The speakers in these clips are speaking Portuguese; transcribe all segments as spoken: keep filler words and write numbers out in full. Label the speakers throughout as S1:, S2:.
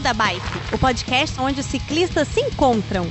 S1: Beco da Bike, o podcast onde os ciclistas se encontram.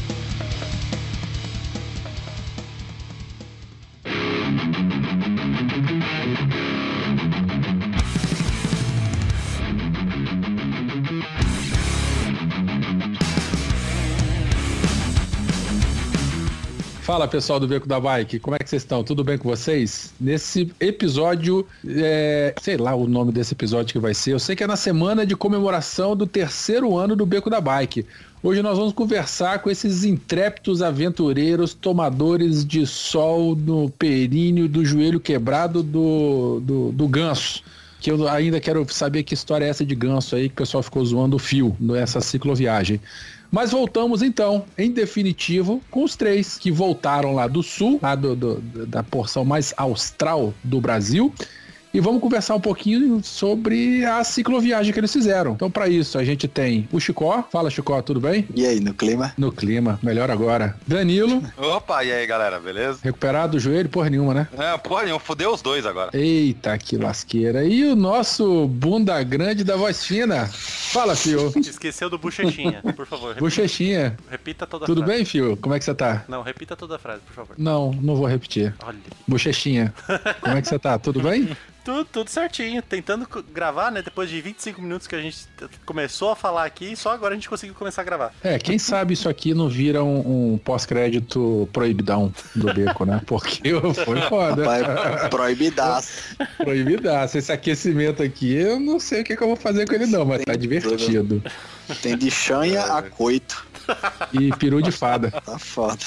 S2: Fala, pessoal do Beco da Bike, como é que vocês estão? Tudo bem com vocês? Nesse episódio, é, sei lá o nome desse episódio que vai ser, eu sei que é na semana de comemoração do terceiro ano do Beco da Bike. Hoje nós vamos conversar com esses intrépidos aventureiros, tomadores de sol no períneo do joelho quebrado do, do, do ganso. Que eu ainda quero saber que história é essa de ganso aí, que o pessoal ficou zoando o fio nessa cicloviagem. Mas voltamos então, em definitivo, com os três que voltaram lá do sul, lá do, do, da porção mais austral do Brasil. E vamos conversar um pouquinho sobre a cicloviagem que eles fizeram. Então, para isso, a gente tem o Chicó. Fala, Chicó, tudo bem?
S3: E aí, no clima?
S2: No clima, melhor agora. Danilo.
S4: Opa, e aí, galera, beleza?
S2: Recuperado do joelho? Porra nenhuma, né?
S4: É, porra nenhuma, fudeu os dois agora.
S2: Eita, que lasqueira. E o nosso bunda grande da voz fina. Fala, Fio.
S5: Esqueceu do bochechinha, por favor. Repita.
S2: Bochechinha.
S5: Repita toda a
S2: Tudo
S5: frase.
S2: bem, Fio? Como é que você tá?
S5: Não, repita toda a frase, por favor.
S2: Não, não vou repetir.
S5: Olha.
S2: Bochechinha. Como é que você tá? Tudo bem?
S5: Tudo, tudo certinho, tentando gravar, né, depois de vinte e cinco minutos que a gente começou a falar aqui, só agora a gente conseguiu começar a gravar.
S2: É, quem sabe isso aqui não vira um, um pós-crédito proibidão do Beco, né? Porque foi foda.
S3: Rapaz, proibidaço.
S2: Proibidaço. Esse aquecimento aqui, eu não sei o que, que eu vou fazer com ele não, mas tá divertido.
S3: Tem de chanha a coito.
S2: E peru de fada.
S3: Tá foda.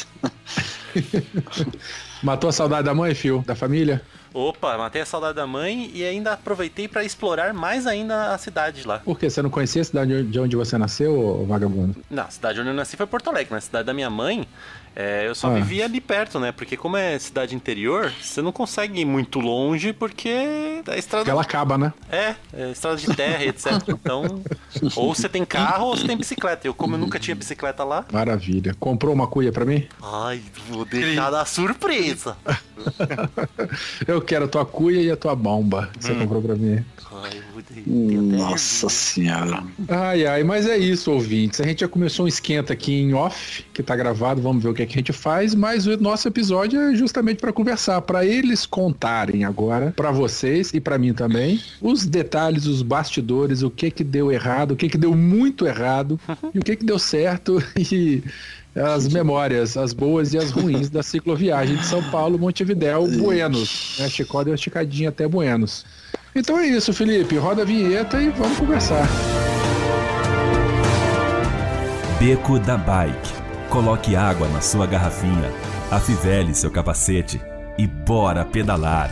S2: Matou a saudade da mãe, Fio? Da família?
S5: Opa, matei a saudade da mãe e ainda aproveitei pra explorar mais ainda a cidade lá.
S2: Por quê? Você não conhecia a cidade de onde você nasceu, ô vagabundo?
S5: Não, a cidade onde eu nasci foi Porto Alegre, mas a cidade da minha mãe, é, eu só
S2: Ah.
S5: vivia ali perto, né? Porque como é cidade interior, você não consegue ir muito longe porque a estrada...
S2: Porque ela acaba, né?
S5: É, é estrada de terra e etcétera. Então, ou você tem carro ou você tem bicicleta. Eu, como eu nunca tinha bicicleta lá...
S2: Maravilha. Comprou uma cuia pra mim?
S5: Ai, vou deixar da surpresa.
S2: Eu quero a tua cuia e a tua bomba que você
S5: Hum.
S2: comprou pra mim.
S5: Ai, vou de...
S3: Nossa senhora.
S2: Ai, ai, mas é isso, ouvintes. A gente já começou um esquenta aqui em off, que tá gravado, vamos ver o que, é que a gente faz, mas o nosso episódio é justamente para conversar, para eles contarem agora, para vocês e para mim também, os detalhes, os bastidores, o que que deu errado, o que que deu muito errado e o que que deu certo e... as memórias, as boas e as ruins da cicloviagem de São Paulo, Montevidéu, Buenos. Né? Chicó deu uma esticadinha até Buenos. Então é isso, Felipe. Roda a vinheta e vamos conversar.
S6: Beco da Bike. Coloque água na sua garrafinha, afivele seu capacete e bora pedalar.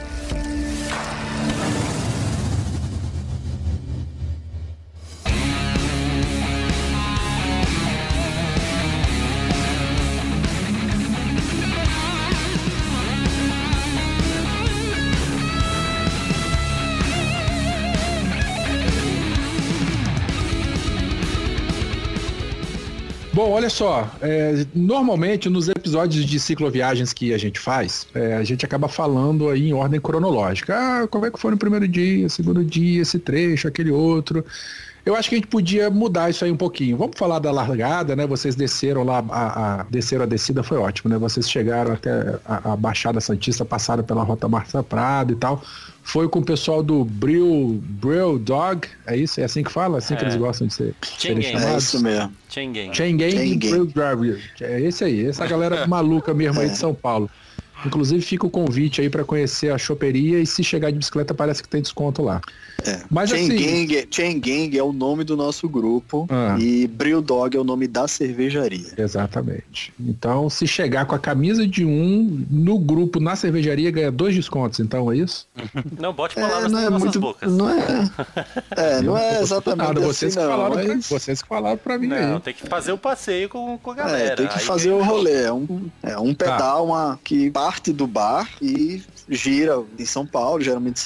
S2: Bom, olha só, é, normalmente nos episódios de cicloviagens que a gente faz, é, a gente acaba falando aí em ordem cronológica. Ah, como é que foi no primeiro dia, segundo dia, esse trecho, aquele outro. Eu acho que a gente podia mudar isso aí um pouquinho. Vamos falar da largada, né? Vocês desceram lá, a, a, desceram a descida, foi ótimo, né? Vocês chegaram até a, a Baixada Santista, passaram pela Rota Marta Prado e tal. Foi com o pessoal do Brill, Brill Dog, é isso? É assim que fala? É assim
S5: É.
S2: que eles gostam de ser, serem
S5: Gang.
S3: É
S2: chamados?
S3: isso mesmo.
S5: Chain Gang.
S2: Chain Gang
S3: Chain
S2: e
S3: Gang.
S2: Brill Dog. É esse aí, essa galera maluca mesmo aí de São Paulo. Inclusive fica o convite aí para conhecer a choperia e se chegar de bicicleta parece que tem desconto lá.
S3: É.
S2: Mas
S3: Chain,
S2: assim-
S3: Gang, Chain Gang é o nome do nosso grupo
S2: Ah.
S3: e Brill Dog é o nome da cervejaria.
S2: Exatamente. Então, se chegar com a camisa de um no grupo, na cervejaria, ganha dois descontos. Então, é isso?
S5: Não bote
S3: É,
S5: palavras
S3: não
S5: nas
S3: é
S5: nossas
S3: muito,
S5: bocas.
S3: não é, é, não é exatamente
S2: Nada,
S3: assim,
S2: vocês, que
S3: não,
S2: falaram pra,
S3: mas-
S2: vocês que falaram pra mim
S5: Não,
S2: aí.
S5: tem que fazer o passeio com, com a galera.
S3: É, tem que
S5: Aí
S3: fazer
S5: vem
S3: o rolê. É um, é um
S2: Tá.
S3: pedal uma, que parte do bar e gira em São Paulo. Geralmente são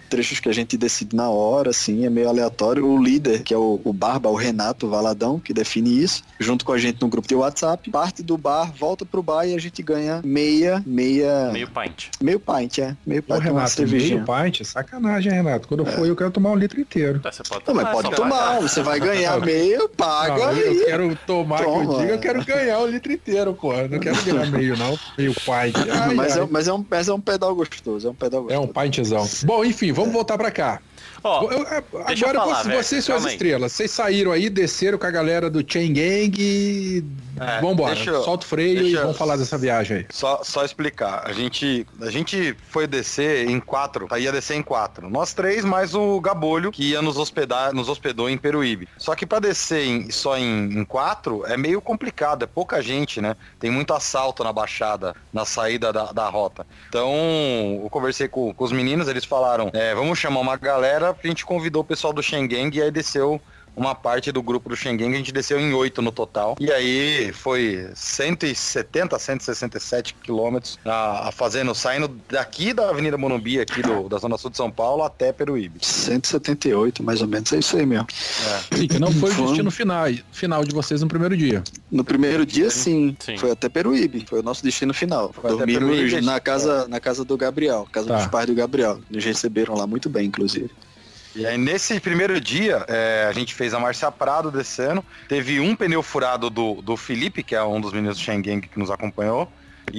S3: trechos que a gente decide na hora, assim, é meio aleatório. O líder, que é o, o Barba, o Renato Valadão, que define isso, junto com a gente no grupo de WhatsApp, parte do bar, volta pro bar e a gente ganha meia, meia...
S5: Meio pint.
S3: Meio pint, é. Meio
S2: Pô,
S3: pint, uma
S2: Renato,
S3: cervejinha.
S2: meio pint? Sacanagem, Renato. Quando eu for, eu quero tomar um litro inteiro.
S5: Tá, você pode
S3: Não,
S5: tomar,
S3: mas pode
S5: só
S3: tomar,
S5: vai-
S3: você vai ganhar meio, paga
S2: Não, eu
S3: e...
S2: quero tomar, que eu
S3: Toma.
S2: digo, eu quero ganhar o litro inteiro, pô. Eu não quero ganhar meio, não. Meio pint. Ai,
S3: Mas,
S2: ai.
S3: é, mas, é um, mas é um pedal gostoso, é um pedal
S2: É
S3: gostoso.
S2: um pintzão. Bom, enfim, vamos voltar pra cá.
S5: Ó,
S2: Eu- eu-
S5: deixa eu
S2: agora
S5: falar,
S2: você-
S5: velho,
S2: vocês são as
S5: calma aí.
S2: estrelas. Vocês saíram aí, desceram com a galera do Chain Gang e
S4: É,
S2: vambora.
S4: deixa eu-
S2: Solta o freio
S4: deixa
S2: e
S4: eu-
S2: vamos falar dessa viagem aí.
S4: Só, só explicar. A gente, a gente foi descer em quatro, ia descer em quatro. Nós três, mais o Gabolho, que ia nos hospedar, nos hospedou em Peruíbe. Só que pra descer em- só em, em quatro é meio complicado, é pouca gente, né? Tem muito assalto na baixada, na saída da, da rota. Então, eu conversei com, com os meninos, eles falaram, é, vamos chamar uma galera, a gente convidou o pessoal do Chain Gang e aí desceu uma parte do grupo do Chain Gang, a gente desceu em oito no total. E aí foi cento e setenta, cento e sessenta e sete quilômetros a, a fazendo, saindo daqui da Avenida Morumbi, aqui do, da Zona Sul de São Paulo, até Peruíbe.
S3: cento e setenta e oito, mais ou menos, é isso aí mesmo.
S2: Sim, que não foi o
S3: Foi.
S2: destino final, final de vocês no primeiro dia.
S3: No primeiro dia, sim.
S5: Sim.
S3: Foi até Peruíbe. Foi o nosso destino final.
S4: Foi até
S3: Dormimos
S4: Peruíbe.
S3: na casa, na casa do Gabriel, casa
S2: Tá.
S3: dos pais do Gabriel. Nos receberam lá muito bem, inclusive.
S4: E aí, nesse primeiro dia, é, a gente fez a Márcia Prado descendo. Teve um pneu furado do, do Felipe, que é um dos meninos do Chain Gang que nos acompanhou.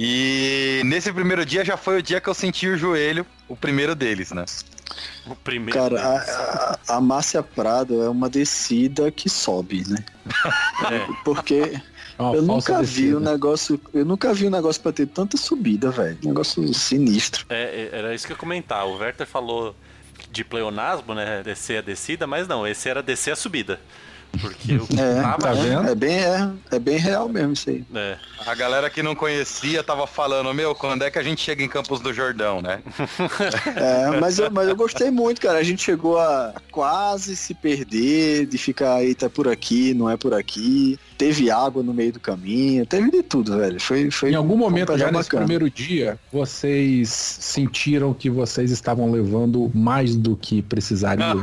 S4: E nesse primeiro dia já foi o dia que eu senti o joelho, o primeiro deles, né?
S5: O primeiro.
S3: Cara, a, a, a Márcia Prado é uma descida que sobe, né?
S5: É.
S3: Porque
S2: É uma
S3: eu
S2: falsa
S3: nunca vi
S2: descida.
S3: um negócio. Eu nunca vi um negócio pra ter tanta subida, velho. Negócio sinistro.
S5: É, é, era isso que eu ia comentar. O Werther falou de pleonasmo, né? Descer a descida, mas não, esse era descer a subida. Porque eu
S3: É,
S5: tava.
S2: tá vendo?
S3: É bem, é, é bem real mesmo isso aí.
S5: É.
S4: A galera que não conhecia tava falando, meu, quando é que a gente chega em Campos do Jordão, né?
S3: É, mas eu, mas eu gostei muito, cara. A gente chegou a quase se perder, de ficar, eita, por aqui, não é por aqui. Teve água no meio do caminho, teve de tudo, velho. Foi, foi
S2: Em algum momento,
S3: foi um
S2: já
S3: pedal
S2: nesse
S3: bacana.
S2: primeiro dia, vocês sentiram que vocês estavam levando mais do que precisariam?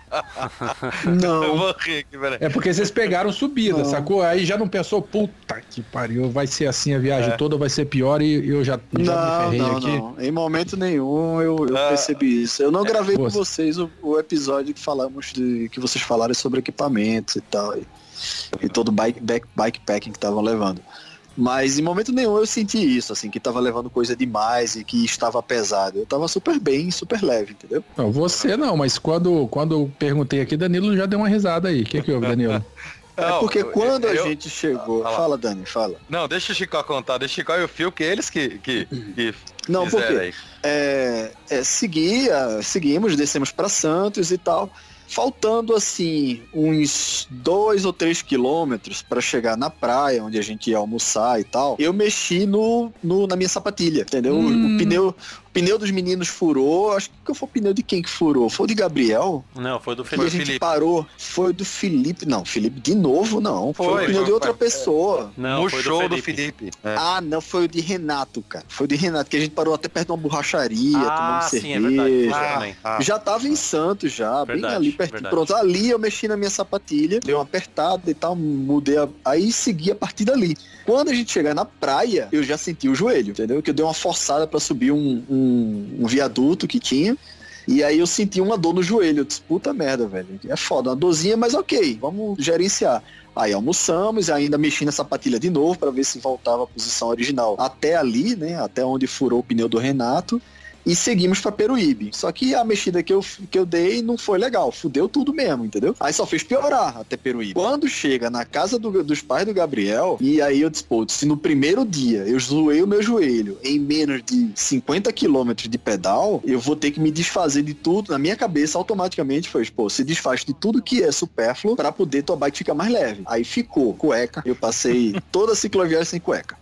S4: Eu
S3: Não,
S4: vou rir aqui, peraí.
S2: É porque vocês pegaram subida,
S3: Não.
S2: sacou? Aí já não pensou, puta que pariu, vai ser assim a viagem
S4: É.
S2: toda, vai ser pior e eu já, já me
S3: não,
S2: ferrei
S3: não,
S2: aqui.
S3: não. Em momento nenhum eu, eu
S4: Ah.
S3: percebi isso. Eu não gravei com
S2: Você-
S3: vocês o, o episódio que falamos de que vocês falaram sobre equipamentos e tal. E, e todo o bike, back, bikepacking que estavam levando. Mas em momento nenhum eu senti isso, assim, que tava levando coisa demais e que estava pesado. Eu tava super bem, super leve, entendeu?
S2: Não, você não, mas quando, quando eu perguntei aqui, Danilo já deu uma risada aí. O que que houve, Danilo?
S3: É
S4: Não,
S3: porque
S4: eu-
S3: quando a
S4: eu-
S3: gente chegou...
S4: Fala.
S3: Fala, Dani, fala.
S4: Não, deixa o Chico contar, deixa o Chico e o Fio, que eles que, que, que
S3: Não,
S4: fizeram
S3: porque
S4: aí.
S3: é, é, seguia, seguimos, descemos para Santos e tal. Faltando assim uns dois ou três quilômetros para chegar na praia, onde a gente ia almoçar e tal, eu mexi no, no- na minha sapatilha, entendeu? O-
S2: Hum.
S3: O pneu, o pneu dos meninos furou. Acho que foi o pneu de quem que furou? Foi o de Gabriel?
S5: Não, foi do
S3: E a
S5: Felipe.
S3: gente
S4: Felipe.
S3: parou. Foi do Felipe? Não, Felipe de novo não. Foi,
S4: Foi,
S3: o pneu
S4: foi,
S3: de outra
S4: foi.
S3: pessoa.
S5: Não,
S4: no
S5: foi
S4: show
S5: do
S4: do
S5: Felipe.
S4: Felipe. É.
S3: Ah, não, foi o de Renato, cara. Foi o de Renato, que a gente parou até perto de uma borracharia,
S5: Ah,
S3: tomando
S5: sim, é verdade. Foi
S3: cerveja.
S4: Ah,
S5: também.
S4: ah.
S3: Já tava em Santos já, bem
S5: Verdade,
S3: ali perto.
S5: verdade.
S3: Pronto, ali eu mexi na minha sapatilha, dei uma apertada e tal, mudei a... aí segui a partir dali. Quando a gente chegar na praia, eu já senti o joelho, entendeu? Que eu dei uma forçada pra subir um, um, um viaduto que tinha. E aí eu senti uma dor no joelho. Eu disse, puta merda, velho. É foda, uma dorzinha, mas ok, vamos gerenciar. Aí almoçamos, ainda mexi na sapatilha de novo pra ver se voltava à posição original. Até ali, né? Até onde furou o pneu do Renato. E seguimos pra Peruíbe. Só que a mexida que eu, que eu dei não foi legal. Fudeu tudo mesmo, entendeu? Aí só fez piorar até Peruíbe. Quando chega na casa do- dos pais do Gabriel, e aí eu disse, pô, se no primeiro dia eu zoei o meu joelho em menos de cinquenta quilômetros de pedal, eu vou ter que me desfazer de tudo. Na minha cabeça, automaticamente foi, pô, se desfaz de tudo que é supérfluo pra poder tua bike ficar mais leve. Aí ficou cueca. Eu passei toda a cicloviagem sem cueca.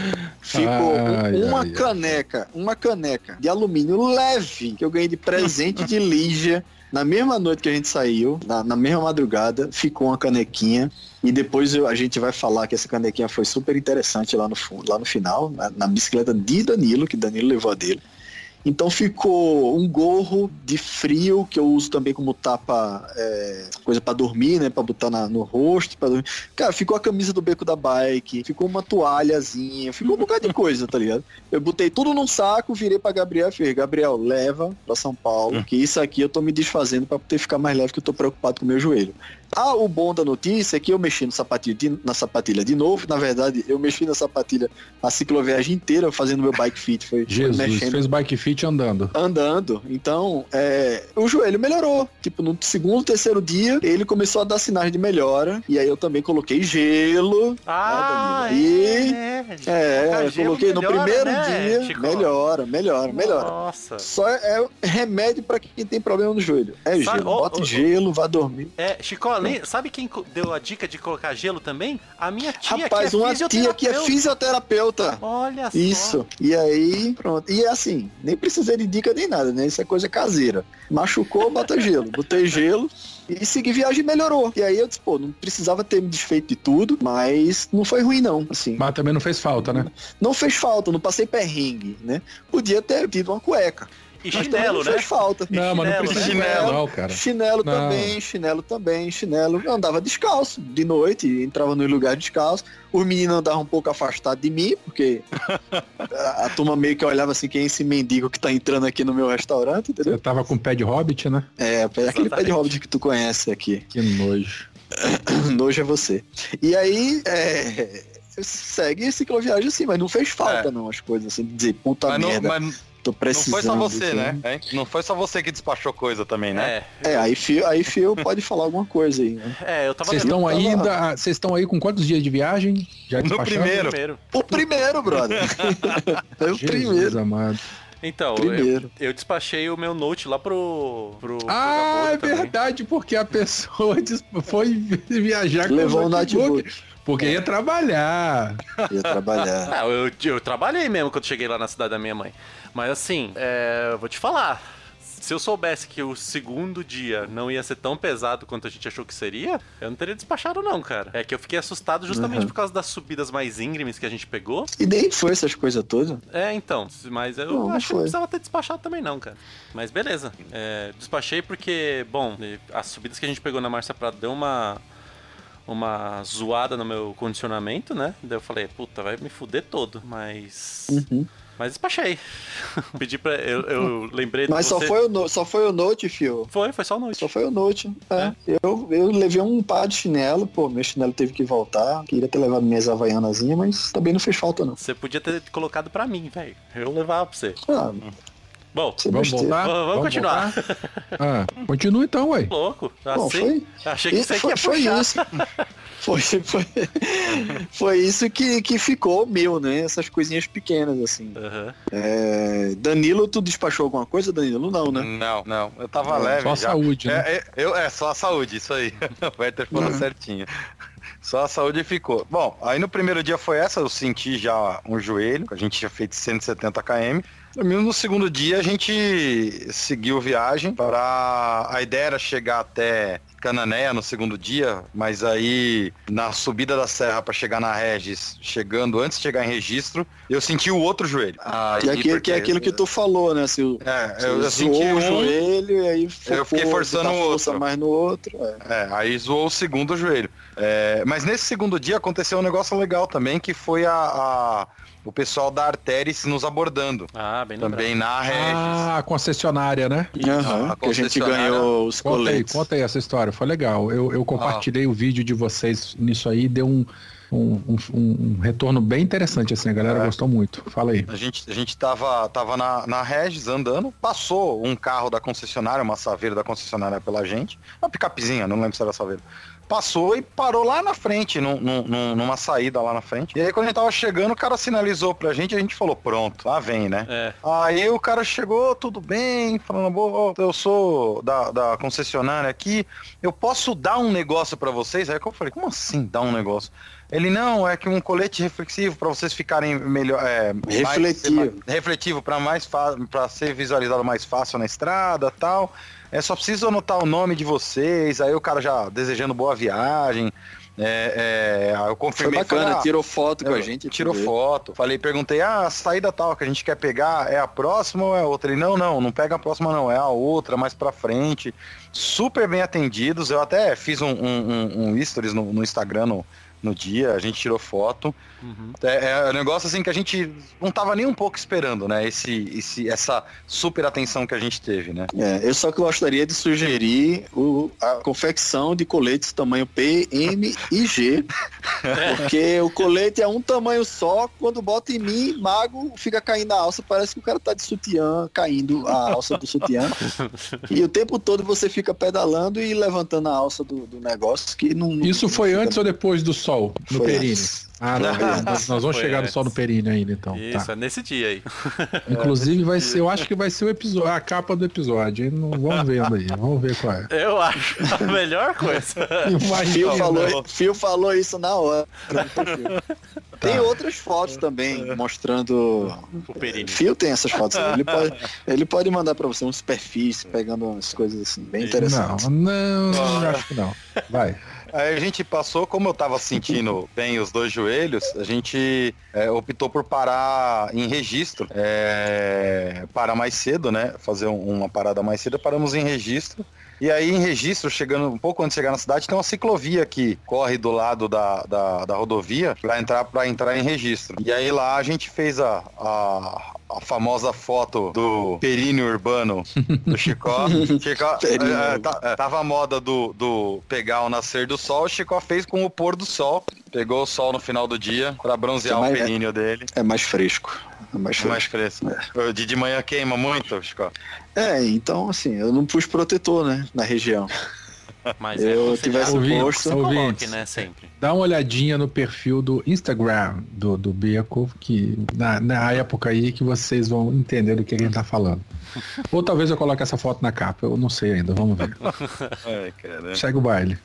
S3: Ficou
S2: Ai,
S3: uma
S2: ai, ai.
S3: caneca, uma caneca de alumínio leve que eu ganhei de presente de Lígia. Na mesma noite que a gente saiu, na, na mesma madrugada, ficou uma canequinha. E depois eu- a gente vai falar que essa canequinha foi super interessante lá no fundo, lá no final, na, na bicicleta de Danilo, que Danilo levou a dele. Então ficou um gorro de frio, que eu uso também como tapa, é, coisa pra dormir, né? Pra botar na, no rosto, pra dormir. Cara, ficou a camisa do Beco da Bike, ficou uma toalhazinha, ficou um bocado de coisa, tá ligado? Eu botei tudo num saco, virei pra Gabriel e falei, Gabriel, leva pra São Paulo, que isso aqui eu tô me desfazendo pra poder ficar mais leve, que eu tô preocupado com o meu joelho. Ah, o bom da notícia é que eu mexi no sapatilho de, na sapatilha de novo. Na verdade, eu mexi na sapatilha a cicloviagem inteira fazendo meu bike fit. Foi,
S2: Jesus,
S3: foi mexendo,
S2: fez bike fit andando.
S3: Andando. Então, é, o joelho melhorou. Tipo, no segundo, terceiro dia, ele começou a dar sinais de melhora. E aí eu também coloquei gelo.
S5: Ah,
S3: né, e,
S5: é,
S3: é, é eu coloquei
S5: melhora,
S3: no primeiro
S5: né,
S3: dia.
S5: Chico?
S3: Melhora, melhora, melhora.
S5: Nossa.
S3: Só é, é remédio pra quem tem problema no joelho. É
S5: Sabe,
S3: gelo.
S5: oh,
S3: Bota
S5: oh,
S3: gelo, vá dormir.
S5: É, Chico, nem, sabe quem co- deu a dica de colocar gelo também? A minha tia,
S3: Rapaz,
S5: que é
S3: uma tia que é fisioterapeuta.
S5: Olha só.
S3: Isso. E aí, pronto. E assim, nem precisei de dica nem nada, né? Isso é coisa caseira. Machucou, bota gelo. Botei gelo. E segui viagem e melhorou. E aí eu disse, pô, não precisava ter me desfeito de tudo, mas não foi ruim não, assim.
S2: Mas também não fez falta, né?
S3: Não fez falta, não passei perrengue, né? Podia ter tido uma cueca.
S5: E
S3: Mas
S5: chinelo,
S3: não
S5: né?
S3: fez falta.
S5: E
S2: Não, mas não
S5: chinelo,
S2: precisa
S5: né?
S2: de chinelo, não, cara.
S3: Chinelo
S2: Não.
S3: também, chinelo também, chinelo. Eu andava descalço de noite, entrava no lugar descalço. Os meninos andavam um pouco afastados de mim, porque a, a turma meio que olhava assim, quem é esse mendigo que tá entrando aqui no meu restaurante, entendeu?
S2: Você tava com pé de hobbit, né?
S3: É, aquele pé de
S5: Exatamente.
S3: hobbit que tu conhece aqui.
S2: Que nojo.
S3: Nojo é você. E aí, é, segue cicloviagem assim, mas não fez falta
S4: É.
S3: não, as coisas assim, de dizer, puta
S4: Mas não,
S3: merda,
S4: mas
S3: tô
S4: não
S3: precisando.
S4: foi só você,
S3: assim.
S4: né? Hein? Não foi só você que despachou coisa também, né?
S5: É,
S3: É, aí Fio, aí Fio pode falar alguma coisa aí, né?
S5: é, eu tava
S2: Vocês
S5: lendo
S2: estão
S3: tava-
S2: ainda. Vocês estão aí com quantos dias de viagem? Já
S4: No
S2: despacharam?
S4: primeiro.
S5: primeiro.
S3: O primeiro, brother. É o
S2: Jesus
S3: primeiro.
S2: amado.
S5: Então, eu,
S3: Primeiro.
S5: eu despachei o meu note lá pro... pro pro
S2: Ah, é
S5: Gabolo também.
S2: verdade, porque a pessoa des- foi viajar com
S3: Levou o
S2: notebook,
S3: notebook.
S2: porque ia trabalhar.
S3: Ia trabalhar.
S5: Ah, eu, eu trabalhei mesmo quando cheguei lá na cidade da minha mãe. Mas assim, é, eu vou te falar. Se eu soubesse que o segundo dia não ia ser tão pesado quanto a gente achou que seria, eu não teria despachado não, cara. É que eu fiquei assustado justamente
S3: Uhum.
S5: por causa das subidas mais íngremes que a gente pegou.
S3: E nem foi essas coisas todas.
S5: É, então, mas eu
S3: Não, não
S5: acho que não
S3: foi.
S5: precisava ter despachado também não, cara. Mas beleza. É, despachei porque, bom, as subidas que a gente pegou na Márcia Prado deu uma... uma zoada no meu condicionamento, né? Daí eu falei, puta, vai me fuder todo. Mas...
S3: Uhum.
S5: Mas despachei. Pedi pra... Eu, eu lembrei de
S3: Mas
S5: você...
S3: só foi, o no, só foi o Note, Fio.
S5: Foi, foi só noite.
S3: Só foi o Note. É. Eu, eu levei um par de chinelo, pô, meu chinelo teve que voltar. Queria ter levado minhas havaianazinhas, mas também não fez falta, não.
S5: Você podia ter colocado pra mim, velho. Eu levava pra você.
S3: Ah,
S5: Bom,
S3: você
S2: Vamos
S3: besteira.
S2: voltar?
S5: vamos, vamos continuar.
S2: voltar? Ah, continua então, ué.
S5: Louco.
S3: Bom,
S5: Assim,
S3: foi-
S5: achei que
S3: E
S5: você
S3: foi,
S5: ia
S3: foi
S5: puxar.
S3: isso. Foi, foi, foi isso que, que ficou meu, né? Essas coisinhas pequenas, assim.
S5: Aham.
S3: É, Danilo, tu despachou alguma coisa, Danilo? Não, né?
S4: Não, não. Eu tava
S3: Não,
S4: leve
S2: só a
S4: já.
S2: saúde, né?
S4: É, é, eu, é, só a saúde, isso aí. O Werther falou
S3: Uhum.
S4: certinho. Só a saúde ficou. Bom, aí no primeiro dia foi essa, eu senti já um joelho, a gente tinha feito cento e setenta quilômetros. No segundo dia a gente seguiu viagem para... A ideia era chegar até Cananéia no segundo dia, mas aí na subida da serra para chegar na Regis, chegando antes de chegar em Registro, eu senti o outro joelho. Aí,
S3: Que é, aquilo, que é
S4: porque-
S3: aquilo que tu falou, né? Se o,
S4: É,
S3: se
S4: eu, eu
S3: zoou
S4: senti
S3: o
S4: um...
S3: joelho e aí
S4: Eu fiquei
S3: focou,
S4: forçando
S3: botar
S4: o
S3: força
S4: outro.
S3: mais no outro. É.
S4: É, aí zoou o segundo joelho. É, mas nesse segundo dia aconteceu um negócio legal também, que foi a, a- o pessoal da Arteris nos abordando.
S5: Ah, bem lembrado.
S4: Também na Regis.
S2: Ah, a concessionária, né?
S3: Aham,
S4: a
S3: que a gente
S4: concessionária-
S3: ganhou os
S2: Conta aí,
S3: coletes.
S2: conta aí essa história, foi legal. Eu, eu compartilhei o vídeo de vocês nisso aí, deu um, um, um, um retorno bem interessante, assim, a galera
S4: É.
S2: gostou muito. Fala aí.
S4: A gente, a gente tava, tava na, na Regis andando, passou um carro da concessionária, uma Saveiro da concessionária pela gente, uma picapezinha, não lembro se era Saveiro. Passou e parou lá na frente, num, num- numa saída lá na frente. E aí quando a gente tava chegando, o cara sinalizou pra gente e a gente falou, pronto, lá vem, né?
S5: É.
S4: Aí o cara chegou, tudo bem, falando, "Boa, eu sou da, da concessionária aqui, eu posso dar um negócio pra vocês?" Aí eu falei, como assim dar um negócio? Ele, não, é que um colete reflexivo pra vocês ficarem melhor... É,
S3: Refletivo.
S4: Mais, refletivo pra mais para ser visualizado mais fácil na estrada e tal. É só preciso anotar o nome de vocês, aí o cara já desejando boa viagem. É, é, eu confirmei.
S3: Foi bacana,
S4: falei, ah,
S3: tirou foto com
S4: eu,
S3: a gente.
S4: Tirou
S3: tudo.
S4: foto. Falei, perguntei, ah, a saída tal que a gente quer pegar é a próxima ou é a outra? Ele, não, não, não pega a próxima não, é a outra, mais pra frente. Super bem atendidos. Eu até fiz um, um, um, um stories no, no Instagram no, no dia, a gente tirou foto. Uhum. É, é um negócio assim que a gente não tava nem um pouco esperando, né? Esse, esse, essa super atenção que a gente teve, né?
S3: É, eu só que gostaria de sugerir o, a confecção de coletes tamanho P, M e G. Porque o colete é um tamanho só, quando bota em mim, mago, fica caindo a alça, parece que o cara tá de sutiã, caindo a alça do sutiã. E o tempo todo você fica pedalando e levantando a alça do, do negócio. Que não,
S2: Isso
S3: não
S2: foi
S3: fica...
S2: antes ou depois do sol, no
S3: Foi
S2: períneo?
S3: antes.
S2: Ah, não, nós, nós vamos
S5: Foi
S2: chegar
S5: antes.
S2: no sol no períneo ainda, então.
S5: Isso,
S2: Tá.
S5: é nesse dia aí.
S2: Inclusive, vai ser, eu acho que vai ser o episódio, a capa do episódio. Hein? Não, vamos vendo aí, vamos ver qual é.
S5: Eu acho a melhor coisa.
S2: Imagina.
S3: Phil falou, Phil falou isso na hora. Tem outras fotos também mostrando.
S5: O períneo.
S3: Phil tem essas fotos. Ele pode, ele pode mandar pra você um superfície, pegando umas coisas assim, bem interessantes.
S2: Não, não, não, acho que não. Vai.
S4: Aí a gente passou, como eu tava sentindo bem os dois joelhos, a gente é, optou por parar em registro, é, parar mais cedo, né? Fazer um, uma parada mais cedo, paramos em registro. E aí em registro, chegando um pouco antes de chegar na cidade, tem uma ciclovia que corre do lado da, da, da rodovia para entrar, para entrar em registro. E aí lá a gente fez a, a, a famosa foto do períneo urbano do Chicó. Chicó é, tá, tava a moda do, do pegar o nascer do sol, o Chicó fez com o pôr do sol. Pegou o sol no final do dia para bronzear
S3: mais,
S4: o períneo dele.
S3: É mais fresco. É mais fresco.
S4: É mais fresco. É. De, de manhã queima muito, Chicó.
S3: É, então assim, eu não pus protetor, né, na região.
S5: Mas
S3: eu
S5: é
S3: tivesse
S2: ouvido,
S3: posto,
S2: ouvido.
S5: coloque, né, sempre.
S2: Dá uma olhadinha no perfil do Instagram do, do Beco, que na, na época aí que vocês vão entender do que a gente tá falando. Ou talvez eu coloque essa foto na capa, eu não sei ainda, vamos ver.
S4: Ai, caramba.
S2: Segue o baile.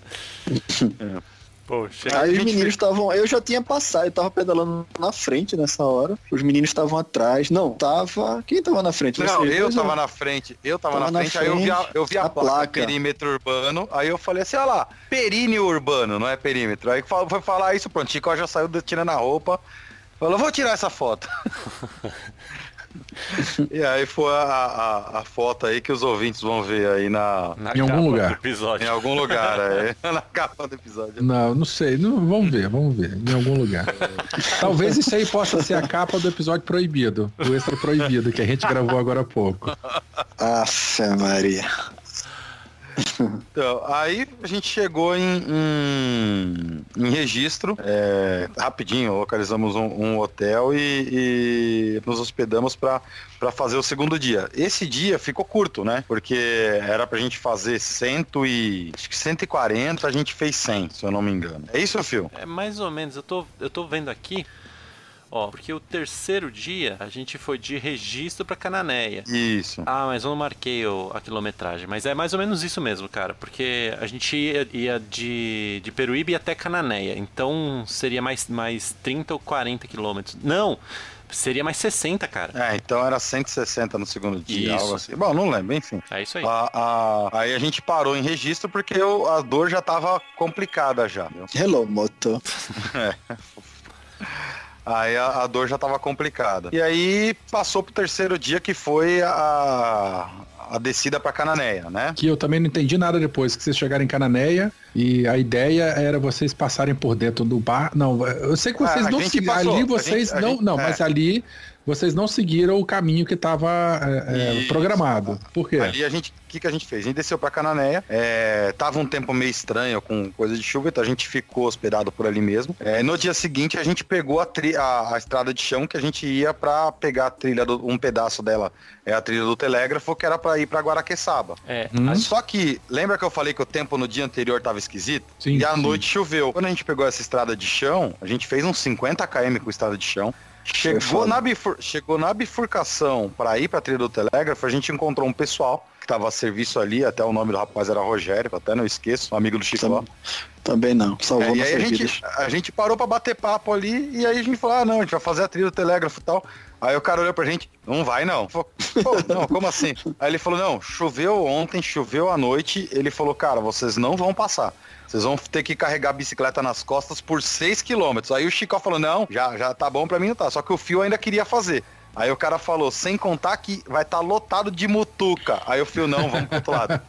S4: É.
S5: Poxa,
S3: aí os meninos estavam. Eu já tinha passado, eu tava pedalando na frente nessa hora. Os meninos estavam atrás. Não, tava. Quem tava na frente?
S4: Não,
S3: Vocês
S4: eu
S3: dois,
S4: tava
S3: ou...
S4: na frente. Eu tava,
S3: Tava
S4: na,
S3: na
S4: frente, aí eu vi a, eu vi a,
S3: a
S4: placa,
S3: placa.
S4: perímetro urbano. Aí eu falei assim, olha lá, períneo urbano, não é perímetro. Aí foi falar isso, pronto, Chico já saiu tirando a roupa. Falou, vou tirar essa foto. E aí foi a, a, a foto aí que os ouvintes vão ver aí na,
S5: na
S2: em algum
S5: capa
S2: lugar.
S5: do episódio.
S4: em algum lugar, é, na capa do episódio.
S2: Não, não sei. Não, vamos ver, vamos ver. Em algum lugar. Talvez isso aí possa ser a capa do episódio proibido. Do extra proibido, que a gente gravou agora há pouco.
S3: Aff, Maria.
S4: Então, aí a gente chegou em, em, em registro, é, rapidinho, localizamos um, um hotel e, e nos hospedamos para fazer o segundo dia. Esse dia ficou curto, né? Porque era pra gente fazer cento e, acho que cento e quarenta, a gente fez cem, se eu não me engano. É isso, Phil?
S5: É mais ou menos, eu tô, eu tô vendo aqui, ó, porque o terceiro dia a gente foi de registro pra Cananéia.
S4: Isso.
S5: Ah, mas eu não marquei o, a quilometragem, mas é mais ou menos isso mesmo, cara, porque a gente ia, ia de, de Peruíbe até Cananéia, então seria mais, mais trinta ou quarenta quilômetros. Não, seria mais sessenta, cara.
S4: É, então era cento e sessenta no segundo dia,
S5: Isso.
S4: algo assim. Bom, não lembro, enfim.
S5: É isso aí.
S4: A, a, aí a gente parou em registro porque eu, a dor já tava complicada já. Viu?
S3: Hello, moto.
S4: É. Aí a, a dor já tava complicada. E aí passou pro terceiro dia, que foi a, a descida pra Cananéia, né?
S2: Que eu também não entendi nada depois, que vocês chegaram em Cananéia e a ideia era vocês passarem por dentro do bar. Não, eu sei que vocês
S4: Ah, a
S2: não
S4: gente
S2: seguiram.
S4: passou.
S2: Ali
S4: A
S2: vocês
S4: gente- a
S2: não,
S4: gente-
S2: não,
S4: é.
S2: mas ali vocês não seguiram o caminho que estava é,
S4: Isso.
S2: programado. Por quê?
S4: Ali a gente, o que, que a gente fez? A gente desceu pra Cananéia, é, tava um tempo meio estranho com coisa de chuva, então a gente ficou hospedado por ali mesmo. É, no dia seguinte a gente pegou a, tri, a, a estrada de chão que a gente ia pra pegar a trilha, do, um pedaço dela é a trilha do Telégrafo, que era pra ir pra Guaraqueçaba.
S5: É,
S2: Hum?
S4: Só que, lembra que eu falei que o tempo no dia anterior tava esquisito?
S2: Sim,
S4: e à
S2: sim.
S4: noite choveu. Quando a gente pegou essa estrada de chão, a gente fez uns cinquenta quilômetros com estrada de chão. Chegou
S3: foda.
S4: na, bifur... Chegou na bifurcação para ir para a trilha do Telégrafo, a gente encontrou um pessoal que estava a serviço ali, até o nome do rapaz era Rogério, até não esqueço, um amigo do Chico.
S3: Tam- Também não. Salvou
S4: É, e aí a
S3: nossas
S4: gente,
S3: vidas.
S4: a gente parou pra bater papo ali, e aí a gente falou, ah, não, a gente vai fazer a trilha do telégrafo e tal. Aí o cara olhou pra gente, não vai não. Falou, pô, não, como assim? Aí ele falou, não, choveu ontem, choveu à noite. Ele falou, cara, vocês não vão passar. Vocês vão ter que carregar a bicicleta nas costas por seis quilômetros. Aí o Chico falou, não, já, já tá bom pra mim, não tá. Só que o Fio ainda queria fazer. Aí o cara falou, sem contar que vai estar tá lotado de mutuca. Aí o Fio, não, vamos pro outro lado.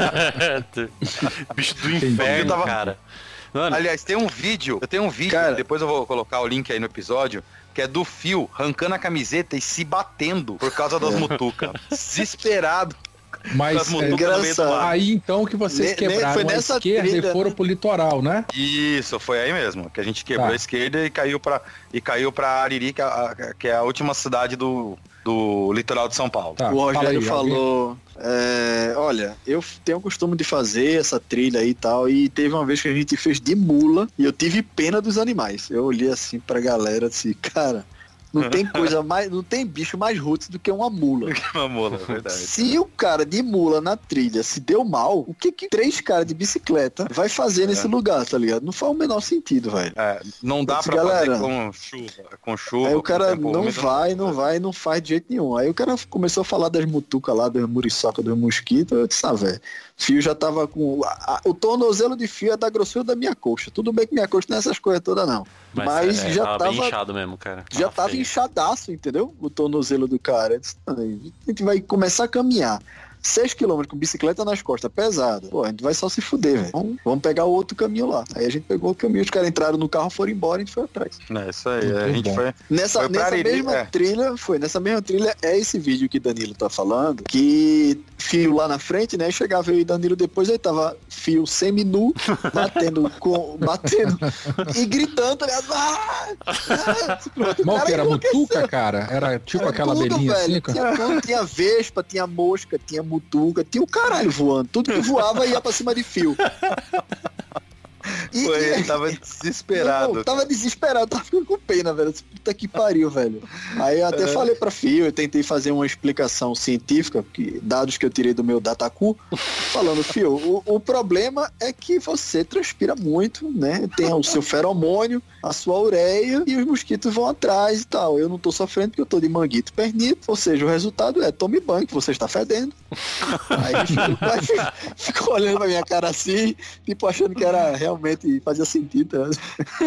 S5: Bicho do inferno,
S4: tava...
S5: cara. Mano.
S4: Aliás, tem um vídeo, eu tenho um vídeo,
S3: Cara,
S4: depois eu vou colocar o link aí no episódio, que é do Fio arrancando a camiseta e se batendo por causa das mutucas. Desesperado.
S2: Mas é,
S3: engraçado.
S2: Aí então que vocês
S3: Ne-
S2: quebraram
S3: foi
S2: a
S3: nessa
S2: esquerda
S3: trilha,
S2: e foram
S3: né?
S2: pro litoral, né?
S4: Isso, foi aí mesmo, que a gente quebrou
S2: Tá.
S4: a esquerda e caiu pra, e caiu pra Ariri, que é a, que é a última cidade do, do litoral de São Paulo.
S2: Tá,
S3: O Rogério
S2: fala aí,
S3: falou, é, olha, eu tenho o costume de fazer essa trilha aí e tal, e teve uma vez que a gente fez de mula, e eu tive pena dos animais. Eu olhei assim pra galera e disse, cara, não tem coisa mais, não tem bicho mais roots do que uma mula.
S4: Uma mula, é verdade.
S3: Se o cara de mula na trilha se deu mal, o que que três caras de bicicleta vai fazer
S4: É.
S3: nesse lugar, tá ligado? Não faz o menor sentido, velho.
S4: É, não dá
S3: Disse,
S4: pra
S3: galera,
S4: fazer com chuva, com chuva.
S3: Aí o
S4: com
S3: cara
S4: tempo
S3: não
S4: úmido.
S3: vai, não vai, não faz de jeito nenhum. Aí o cara começou a falar das mutucas lá, das muriçocas, dos mosquitos. Eu disse, ah, velho, fio já tava com... a- a- o tornozelo de fio é da grossura da minha coxa. Tudo bem que minha coxa não é essas coisas todas, não. Mas,
S5: é,
S3: já
S5: tava,
S3: tava...
S5: bem inchado mesmo, cara.
S3: Já tava
S5: feio.
S3: inchadaço, entendeu? O tornozelo do cara. Eu disse, "Ah, a gente vai começar a caminhar. seis quilômetros com bicicleta nas costas, pesada. Pô, a gente vai só se fuder, velho. Vamos, vamos pegar o outro caminho lá. Aí a gente pegou o caminho, os caras entraram no carro, foram embora e a gente foi atrás.
S4: É isso aí,
S2: Muito
S4: a gente
S2: bom.
S4: foi...
S3: Nessa,
S4: Foi pra
S3: nessa
S4: Ariri,
S3: mesma
S4: é.
S3: trilha, foi, nessa mesma trilha é esse vídeo que Danilo tá falando, que Fio lá na frente, né, chegava eu e Danilo depois, aí tava Fio semi-nu, batendo, com, batendo e gritando, tá ligado? Ah, ah, pronto, o
S2: Mal
S3: cara
S2: que era
S3: enlouqueceu.
S2: mutuca, cara? Era tipo
S3: Era
S2: aquela
S3: tudo,
S2: abelhinha
S3: velho.
S2: assim, cara?
S3: Tinha, tudo, tinha vespa, tinha mosca, tinha mutuca, tinha o caralho voando. Tudo que voava ia pra cima de Fio. E,
S4: Foi,
S3: e-
S4: ele tava desesperado.
S3: Não, tava desesperado, tava ficando com pena, velho. Puta que pariu, velho. Aí eu até
S4: É.
S3: falei pra Fio, eu tentei fazer uma explicação científica, que, dados que eu tirei do meu Dataku, falando, Fio, o, o problema é que você transpira muito, né? Tem o seu feromônio, a sua ureia, e os mosquitos vão atrás e tal. Eu não tô sofrendo porque eu tô de manguito pernito, ou seja, o resultado é tome banho, que você está fedendo. Aí ele ficou, aí ficou olhando pra minha cara assim, tipo, achando que era realmente fazia sentido. Né?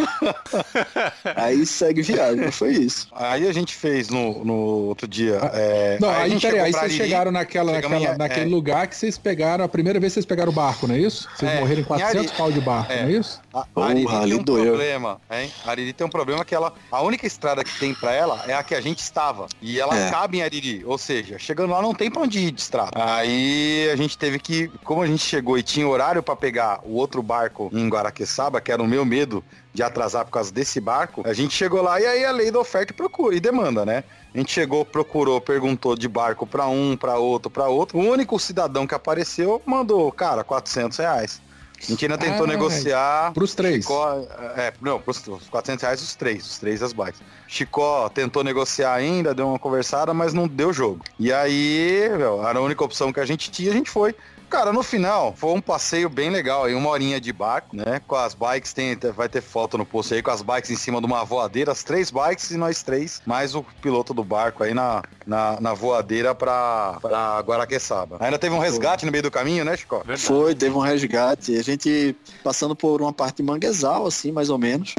S3: Aí segue viagem, mas foi isso.
S4: Aí a gente fez no, no outro dia. É,
S2: Não,
S4: a
S2: aí,
S4: gente
S2: peraí,
S4: chegou
S2: aí
S4: pra
S2: vocês
S4: Ariri,
S2: chegaram naquela,
S4: chegamos
S2: naquela,
S4: em-
S2: naquele
S4: é.
S2: lugar que vocês pegaram, a primeira vez que vocês pegaram o barco, não é isso? Vocês
S4: É,
S2: morreram em
S4: em
S2: quatrocentos
S4: Ari-
S2: pau de barco,
S4: é.
S2: não é isso?
S4: A, a
S3: Porra,
S4: Ariri
S3: ali
S4: tem um
S3: doeu.
S4: problema, hein? A Ariri tem um problema que ela. A única estrada que tem pra ela é a que a gente estava. E ela
S3: É.
S4: cabe em Ariri. Ou seja, chegando lá não tem pra onde ir de estrada. Aí a gente teve que. Como a gente chegou e tinha horário pra pegar o outro barco em Guaraqueçaba, que era o meu medo de atrasar por causa desse barco, a gente chegou lá e aí a lei da oferta e procura e demanda, né? A gente chegou, procurou, perguntou de barco pra um, pra outro, pra outro. O único cidadão que apareceu mandou, cara, quatrocentos reais. A gente ainda tentou
S2: Ah,
S4: negociar.
S2: Pros três.
S4: Chicó, é, não, pros os quatrocentos reais os três, os três das bikes. Chicó tentou negociar ainda, deu uma conversada, mas não deu jogo. E aí, meu, era a única opção que a gente tinha, a gente foi. Cara, no final, foi um passeio bem legal aí, uma horinha de barco, né? Com as bikes, tem, vai ter foto no post aí, com as bikes em cima de uma voadeira, as três bikes e nós três, mais o piloto do barco aí na, na, na voadeira pra, pra Guaraqueçaba. Ainda teve um resgate no meio do caminho, né, Chico?
S3: Foi, teve um resgate. A gente passando por uma parte de manguezal, assim, mais ou menos.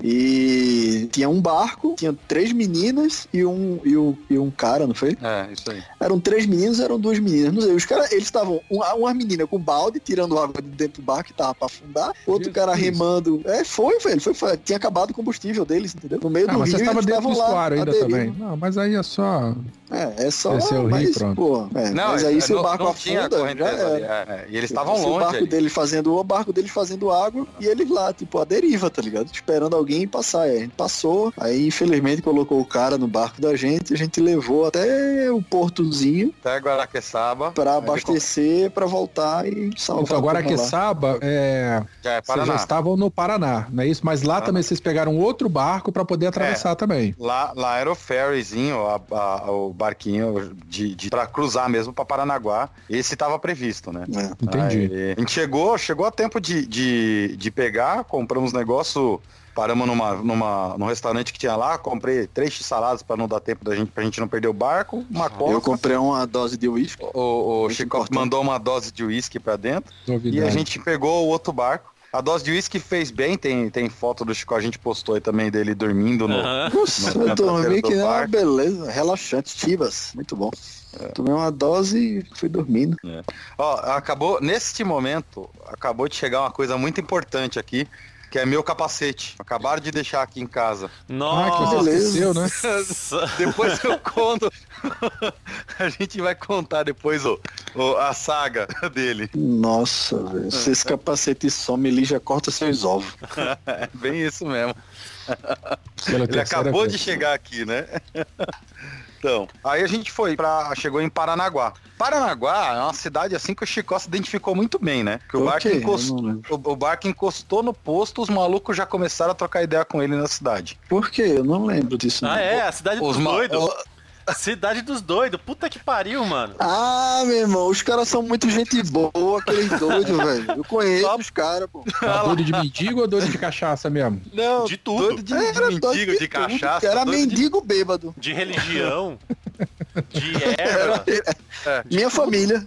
S3: E tinha um barco, tinha três meninas e um, e um, e um cara, não foi?
S4: É, isso aí.
S3: Eram três meninos, eram duas meninas. Não sei, os caras, eles estavam, uma, uma menina com balde, tirando água de dentro do barco que tava pra afundar. Outro
S2: Jesus.
S3: cara remando. É, foi, velho. Foi, foi, tinha acabado o combustível deles, entendeu? No meio
S2: Ah,
S3: do
S2: mas
S3: rio,
S2: vocês estavam
S3: eles
S2: dentro do
S3: estavam lá,
S2: estuário ainda
S3: à deriva.
S2: também. Não, mas aí é só...
S3: É, é só.
S2: Desceu o rio,
S3: mas,
S2: pronto.
S3: pô, é,
S4: Não,
S3: mas aí
S4: é,
S3: se
S4: não,
S3: o barco
S4: não tinha
S3: afunda, já
S4: correnteza ali,
S3: era.
S4: é, é. E eles estavam
S3: Se o
S4: longe
S3: barco
S4: ali.
S3: dele fazendo o barco deles fazendo água e eles lá, tipo, a deriva, tá ligado? Esperando alguém passar. Aí a gente passou, aí infelizmente colocou o cara no barco da gente, a gente levou até o portozinho
S4: Até Guaraqueçaba.
S3: pra
S4: Aí
S3: abastecer, pra voltar e salvar.
S2: Então, agora
S3: a
S2: que Saba, é,
S4: Já é
S2: vocês
S4: Paraná.
S2: já estavam no Paraná, não é isso? Mas lá
S4: Paraná.
S2: também vocês pegaram outro barco para poder atravessar também.
S4: Lá, lá era o ferryzinho, a, a, o barquinho de, de, pra cruzar mesmo pra Paranaguá. Esse tava previsto, né?
S3: É.
S2: Entendi.
S4: Aí, a gente chegou, chegou a tempo de, de, de pegar, compramos negócio, paramos numa, numa, num restaurante que tinha lá, comprei três saladas pra não dar tempo da gente, pra gente não perder o barco, uma coca.
S3: Eu comprei uma dose de uísque.
S4: O, o Chico
S3: importante.
S4: mandou uma dose de uísque pra dentro.
S2: Novidade.
S4: E a gente pegou o outro barco. A dose de uísque fez bem, tem, tem foto do Chico, a gente postou aí também dele dormindo no...
S5: Aham.
S3: Nossa,
S4: no
S3: eu dormi
S4: do
S3: que é uma
S4: barco.
S3: beleza, relaxante, Chivas, muito bom. Tomei uma dose e fui dormindo.
S4: Ó, acabou, neste momento, acabou de chegar uma coisa muito importante aqui, que é meu capacete. Acabaram de deixar aqui em casa.
S2: Ah, que
S5: Nossa.
S2: você esqueceu, né?
S4: Depois eu conto. A gente vai contar depois o, o- a saga dele.
S3: Nossa, velho, se esse capacete some, ele já corta seus ovos.
S4: É bem isso mesmo.
S2: Pela
S4: Ele
S2: terceira
S4: acabou
S2: vez.
S4: de chegar aqui, né? Então, aí a gente foi pra. Chegou em Paranaguá. Paranaguá é uma cidade assim que o Chicó se identificou muito bem, né? Que o
S3: Por
S4: barco,
S3: quê?
S4: encostou,
S3: Eu não lembro.
S4: o, o barco encostou no posto, os malucos já começaram a trocar ideia com ele na cidade.
S3: Por quê? Eu não lembro disso. não.
S5: Ah, é? A cidade dos
S4: Os ma-
S5: doidos.
S4: o-
S5: Cidade dos doidos. Puta que pariu, mano.
S3: Ah, meu irmão, os caras são muito gente boa, aqueles doidos, velho. Eu conheço
S4: Só-
S3: os caras, pô.
S2: Tá doido de mendigo ou doido de cachaça mesmo?
S4: Não,
S5: De tudo.
S4: Doido de, de
S3: Era doido
S4: mendigo, de
S3: tudo,
S4: cachaça.
S3: Era
S4: doido de-
S3: mendigo bêbado.
S5: De religião. De erva.
S4: É.
S3: Minha família.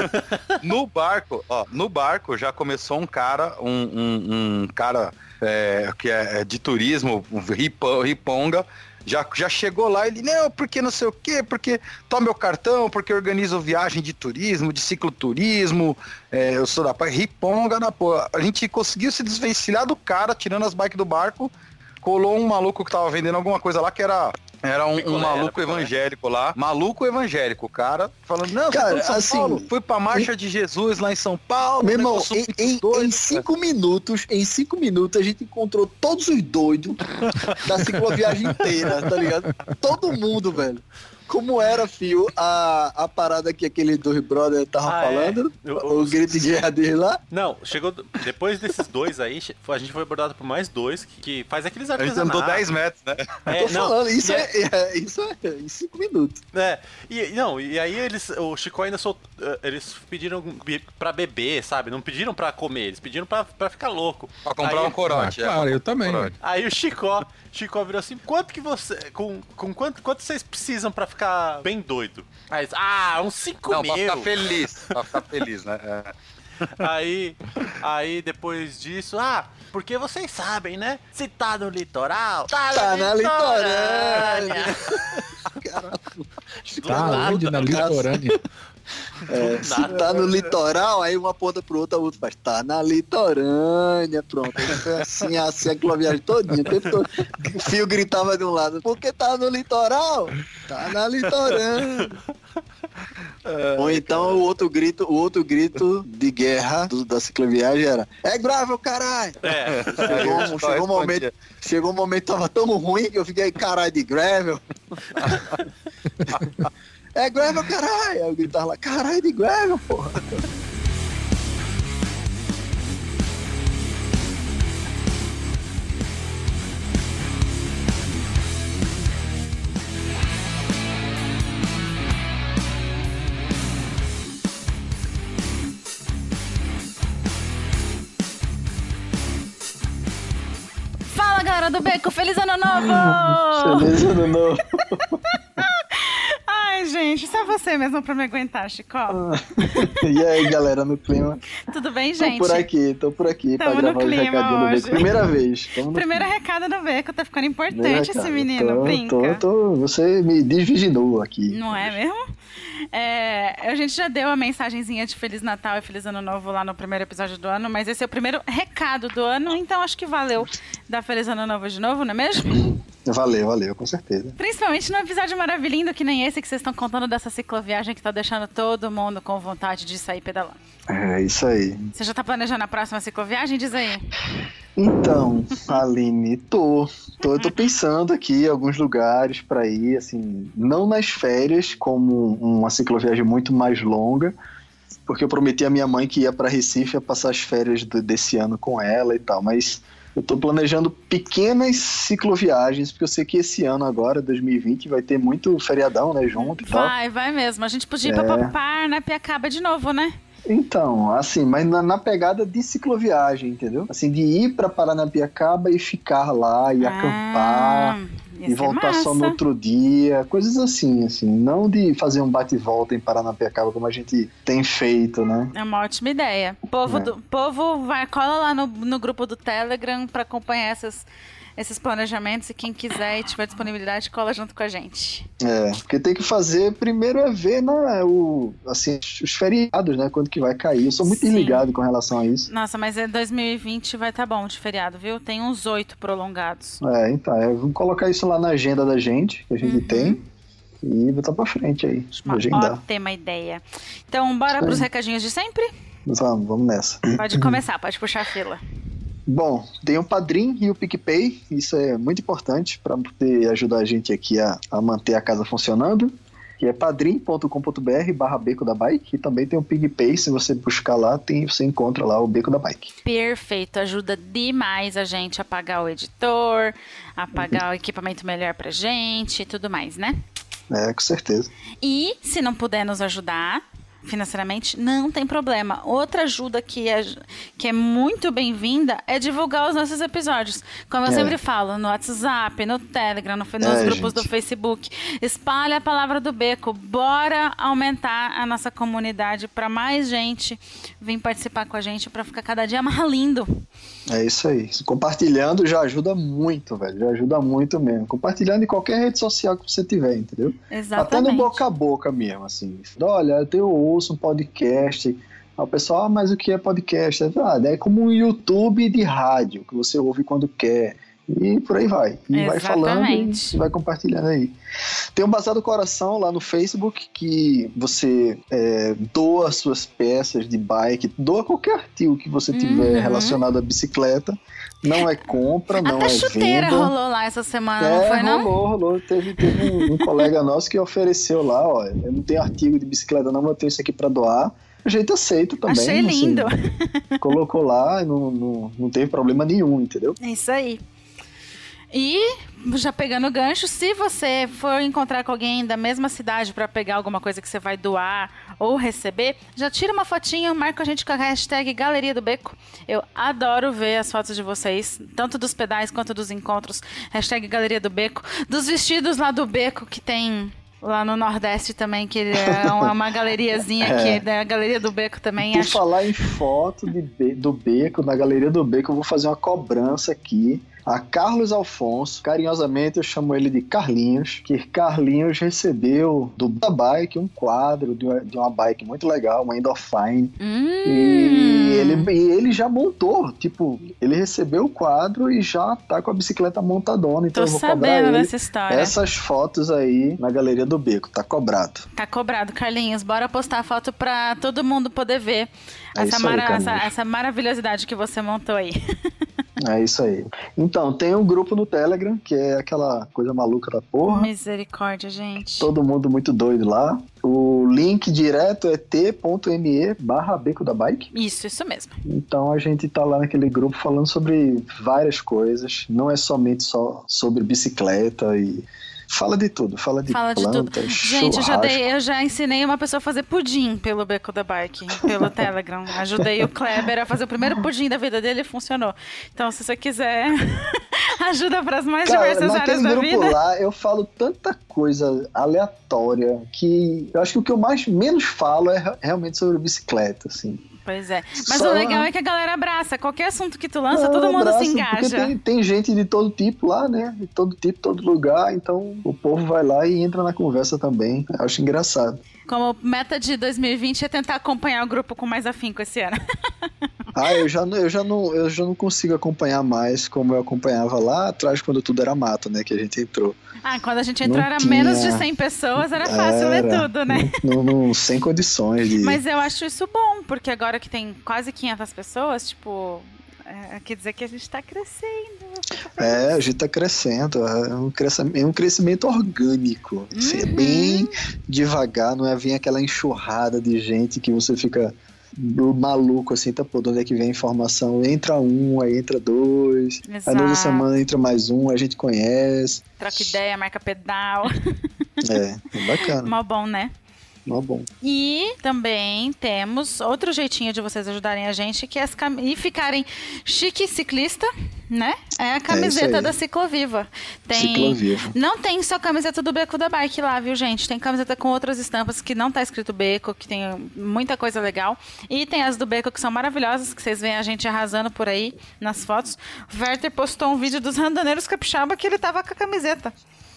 S4: No barco, ó, no barco já começou um cara, um, um, um cara é, que é, é de turismo, um ripa- riponga, já, já chegou lá, ele, não, porque não sei o quê, porque toma meu cartão, porque eu organizo viagem de turismo, de cicloturismo, é, eu sou da pai, riponga na porra. A gente conseguiu se desvencilhar do cara, tirando as bikes do barco, colou um maluco que tava vendendo alguma coisa lá que era... Era um, um
S5: Picolé,
S4: maluco
S5: era picolé.
S4: evangélico lá, maluco evangélico, o cara falando, não,
S3: Cara,
S4: cara, São
S3: assim,
S4: Paulo, fui pra Marcha de Jesus lá em São Paulo,
S3: Meu irmão,
S4: negócio
S3: em,
S4: muito
S3: em-
S4: doido,
S3: em cinco minutos, em cinco minutos a gente encontrou todos os doidos da cicloviagem inteira, tá ligado? Todo mundo, velho. Como era, fio, a, a parada que aqueles dois brothers estavam
S5: Ah, é?
S3: falando,
S5: Eu-
S3: o grito de guerra dele lá.
S5: Não, chegou. Depois desses dois aí, che- a gente foi abordado por mais dois que, que faz aqueles
S4: A gente
S5: artesanatos.
S4: andou dez metros, né?
S5: É,
S3: Tô
S5: não,
S3: falando, isso
S5: e
S3: é, é- isso é em cinco minutos.
S5: É, e não, e aí eles, o Chico ainda soltou, eles pediram be- pra beber, sabe? Não pediram pra comer, eles pediram pra, pra ficar louco.
S4: Pra comprar
S5: Aí-
S4: um corote.
S2: Ah,
S4: é,
S2: claro,
S4: pra
S2: eu
S4: comprar um
S2: também.
S4: corote.
S5: Aí o Chicó, Chicó virou assim, quanto que você, com, com quanto, quanto vocês precisam pra ficar bem doido? Aí eles, ah, uns cinco
S4: Não,
S5: mil.
S4: pra ficar feliz, pra ficar feliz, né? É.
S5: Aí, aí depois disso, ah, porque vocês sabem, né? Se tá no litoral, tá,
S3: Tá na
S5: litorânea. Do
S2: Tá
S5: nada.
S2: onde? Na litorânea.
S3: É, se
S5: nada.
S3: tá no litoral, aí uma ponta pro outro, a outra faz, tá na litorânea, pronto. Aí foi assim, a cicloviagem todinha, o tempo todo. O fio gritava de um lado, porque tá no litoral? Tá na litorânea. Ou então o outro grito, o outro grito de guerra do- da cicloviagem era, é gravel, caralho!
S5: É,
S3: Chegou, um-
S4: Só
S3: chegou um momento,
S4: respondia.
S3: chegou um momento que tava tão ruim que eu fiquei, caralho, de gravel. É gravel, caralho! Aí eu gritava lá, caralho, de gravel, porra!
S1: Fala, galera do Beco, feliz ano novo!
S3: Feliz ano novo!
S1: Ai, gente, só você mesmo pra me aguentar, Chicó.
S3: E aí, galera, no clima?
S1: Tudo bem,
S3: Tô
S1: gente?
S3: por aqui, tô por aqui
S1: Tamo
S3: pra
S1: no
S3: gravar os
S1: clima
S3: recadinhos do
S1: hoje.
S3: Beco. Primeira vez. Tamo no
S1: Primeiro recado do Beco, tá ficando
S3: primeiro
S1: importante esse
S3: recado.
S1: menino,
S3: tô,
S1: brinca.
S3: Tô, tô, você me desviginou aqui.
S1: Não é mesmo? É, a gente já deu a mensagenzinha de Feliz Natal e Feliz Ano Novo lá no primeiro episódio do ano, mas esse é o primeiro recado do ano, então acho que valeu dar Feliz Ano Novo de novo, não é mesmo?
S3: Valeu, valeu, com certeza.
S1: Principalmente no episódio maravilhoso que nem esse que vocês estão contando dessa cicloviagem que tá deixando todo mundo com vontade de sair pedalando.
S3: É isso aí.
S1: Você já tá planejando a próxima cicloviagem? Diz aí.
S3: Então, Aline, tô, tô, eu tô pensando aqui em alguns lugares pra ir, assim, não nas férias, como uma cicloviagem muito mais longa, porque eu prometi à minha mãe que ia pra Recife a passar as férias do- desse ano com ela e tal, mas Eu tô planejando pequenas cicloviagens, porque eu sei que esse ano agora, dois mil e vinte, vai ter muito feriadão, né, junto e tal.
S1: Vai, vai mesmo. A gente podia ir
S3: É.
S1: pra Paranapiacaba de novo, né?
S3: Então, assim, mas na, na pegada de cicloviagem, entendeu? Assim, de ir pra Paranapiacaba e ficar lá, e acampar,
S1: Ah, ia
S3: e
S1: ser
S3: voltar só no
S1: massa.
S3: outro dia, coisas assim, assim. Não de fazer um bate-volta em Paranapiacaba como a gente tem feito, né?
S1: É uma ótima ideia. O povo,
S3: É.
S1: do, povo vai, cola lá no, no grupo do Telegram pra acompanhar essas, esses planejamentos e quem quiser e tiver disponibilidade, cola junto com a gente.
S3: É, porque tem que fazer, primeiro é ver, né, o, assim, os feriados, né, quando que vai cair. Eu sou muito
S1: Sim.
S3: desligado com relação a isso.
S1: Nossa, mas é dois mil e vinte vai tá bom de feriado, viu? Tem uns oito prolongados.
S3: É, então, é, vamos colocar isso lá na agenda da gente, que a gente
S1: Uhum.
S3: tem, e botar pra frente aí,
S1: Uma
S3: agendar.
S1: ótima ideia. Então, bora
S3: Isso
S1: pros
S3: aí.
S1: recadinhos de sempre?
S3: Vamos, vamos nessa.
S1: Pode começar, pode puxar a fila.
S3: Bom, tem o Padrim e o PicPay, isso é muito importante para poder ajudar a gente aqui a, a manter a casa funcionando, que é padrim.com.br barra Beco da Bike, e também tem o PicPay, se você buscar lá, tem, você encontra lá o Beco da Bike.
S1: Perfeito, ajuda demais a gente a pagar o editor, a pagar o equipamento melhor pra gente e tudo mais, né?
S3: É, com certeza.
S1: E se não puder nos ajudar financeiramente, não tem problema. Outra ajuda que é, que é muito bem-vinda é divulgar os nossos episódios. Como eu
S3: É.
S1: sempre falo, no WhatsApp, no Telegram, no, nos
S3: É,
S1: grupos
S3: gente.
S1: do Facebook. Espalha a palavra do Beco. Bora aumentar a nossa comunidade para mais gente vir participar com a gente para ficar cada dia mais lindo.
S3: É isso aí. Compartilhando já ajuda muito, velho. Já ajuda muito mesmo. Compartilhando em qualquer rede social que você tiver, entendeu?
S1: Exatamente.
S3: Até no boca a boca mesmo, assim. Olha, eu tenho, ouço um podcast. Aí o pessoal, ah, mas o que é podcast? Ah, é como um YouTube de rádio, que você ouve quando quer. E por aí vai. E vai falando
S1: Exatamente.
S3: e vai compartilhando aí. Tem o Bazar do Coração lá no Facebook, que você é, doa suas peças de bike, doa qualquer artigo que você tiver
S1: Uhum.
S3: relacionado à bicicleta. Não é compra, não
S1: Até
S3: é
S1: chuteira
S3: venda.
S1: rolou lá essa semana,
S3: É,
S1: não foi não?
S3: rolou, rolou. Teve, teve um, um colega nosso que ofereceu lá, ó, eu não tenho artigo de bicicleta não, mas eu tenho isso aqui pra doar. A gente aceita também.
S1: Achei
S3: assim,
S1: lindo.
S3: colocou lá e não, não, não teve problema nenhum, entendeu?
S1: É isso aí. E, já pegando o gancho, se você for encontrar com alguém da mesma cidade para pegar alguma coisa que você vai doar ou receber, já tira uma fotinha, marca a gente com a hashtag Galeria do Beco. Eu adoro ver as fotos de vocês, tanto dos pedais quanto dos encontros. Hashtag Galeria do Beco. Dos vestidos lá do Beco que tem lá no Nordeste também, que é uma, uma galeriazinha
S3: É.
S1: aqui, da Galeria do Beco também.
S3: Por
S1: Acho...
S3: falar em foto de be- do Beco, na Galeria do Beco, eu vou fazer uma cobrança aqui. A Carlos Alfonso, carinhosamente eu chamo ele de Carlinhos, que Carlinhos recebeu do da Bike um quadro de uma, de uma bike muito legal, uma Endorphine.
S1: Hum.
S3: E ele, e ele já montou, tipo, ele recebeu o quadro e já tá com a bicicleta montadona, então
S1: Tô
S3: eu vou cobrar
S1: sabendo
S3: ele.
S1: dessa história.
S3: Essas fotos aí na Galeria do Beco, tá cobrado.
S1: Tá cobrado, Carlinhos. Bora postar a foto pra todo mundo poder ver
S3: É
S1: essa,
S3: isso aí,
S1: mara-
S3: Carlinhos.
S1: essa, essa maravilhosidade que você montou aí.
S3: É isso aí. Então, tem um grupo no Telegram, que é aquela coisa maluca da porra.
S1: Misericórdia, gente.
S3: Todo mundo muito doido lá. O link direto é t.me barra Beco da Bike.
S1: Isso, isso mesmo.
S3: Então a gente tá lá naquele grupo falando sobre várias coisas. Não é somente só sobre bicicleta e... Fala de tudo, fala de
S1: Fala de tudo.
S3: plantas,
S1: Gente, eu já,
S3: churrasco.
S1: dei, eu já ensinei uma pessoa a fazer pudim pelo Beco da Bike, pelo Telegram. Ajudei o Kleber a fazer o primeiro pudim da vida dele e funcionou. Então, se você quiser, ajuda para as mais
S3: Cara,
S1: diversas áreas
S3: naquele
S1: da
S3: grupo
S1: vida.
S3: lá eu falo tanta coisa aleatória que eu acho que o que eu mais menos falo é realmente sobre bicicleta, assim.
S1: Pois é. Mas
S3: Só-
S1: o legal é que a galera abraça. Qualquer assunto que tu lança,
S3: Não,
S1: todo mundo
S3: abraço,
S1: se
S3: porque
S1: engaja.
S3: Tem, tem gente de todo tipo lá, né? De todo tipo, todo lugar. Então o povo vai lá e entra na conversa também. Eu acho engraçado.
S1: Como meta de dois mil e vinte é tentar acompanhar o grupo com mais afinco esse ano.
S3: Ah, eu já, não- eu, já não, eu já não consigo acompanhar mais como eu acompanhava lá atrás, quando tudo era mato, né? Que a gente entrou.
S1: Ah, quando a gente entrou
S3: Não
S1: era
S3: tinha.
S1: menos de cem pessoas, era fácil ler
S3: Era,
S1: tudo, né?
S3: não- não- não- sem condições de...
S1: Mas eu acho isso bom, porque agora que tem quase quinhentas pessoas, tipo, é, quer dizer que a gente tá crescendo.
S3: É, a gente tá crescendo, é um crescimento, é um crescimento orgânico. Assim, uhum. É bem devagar, não é vir aquela enxurrada de gente que você fica maluco, assim, tá, pô, de onde é que vem a informação? Entra um, aí entra dois,
S1: Exato.
S3: Aí na outra semana entra mais um, a gente conhece.
S1: Troca ideia, marca pedal.
S3: É, é bacana.
S1: Mó bom, né?
S3: Mó bom.
S1: E também temos outro jeitinho de vocês ajudarem a gente, que é as cam... e ficarem chique ciclista, né? É a camiseta é da Cicloviva. Tem...
S3: Cicloviva.
S1: Não tem só camiseta do Beco da Bike lá, viu, gente? Tem camiseta com outras estampas que não tá escrito Beco, que tem muita coisa legal. E tem as do Beco que são maravilhosas, que vocês veem a gente arrasando por aí nas fotos. O Werther postou um vídeo dos randoneiros capixaba que ele tava com a camiseta.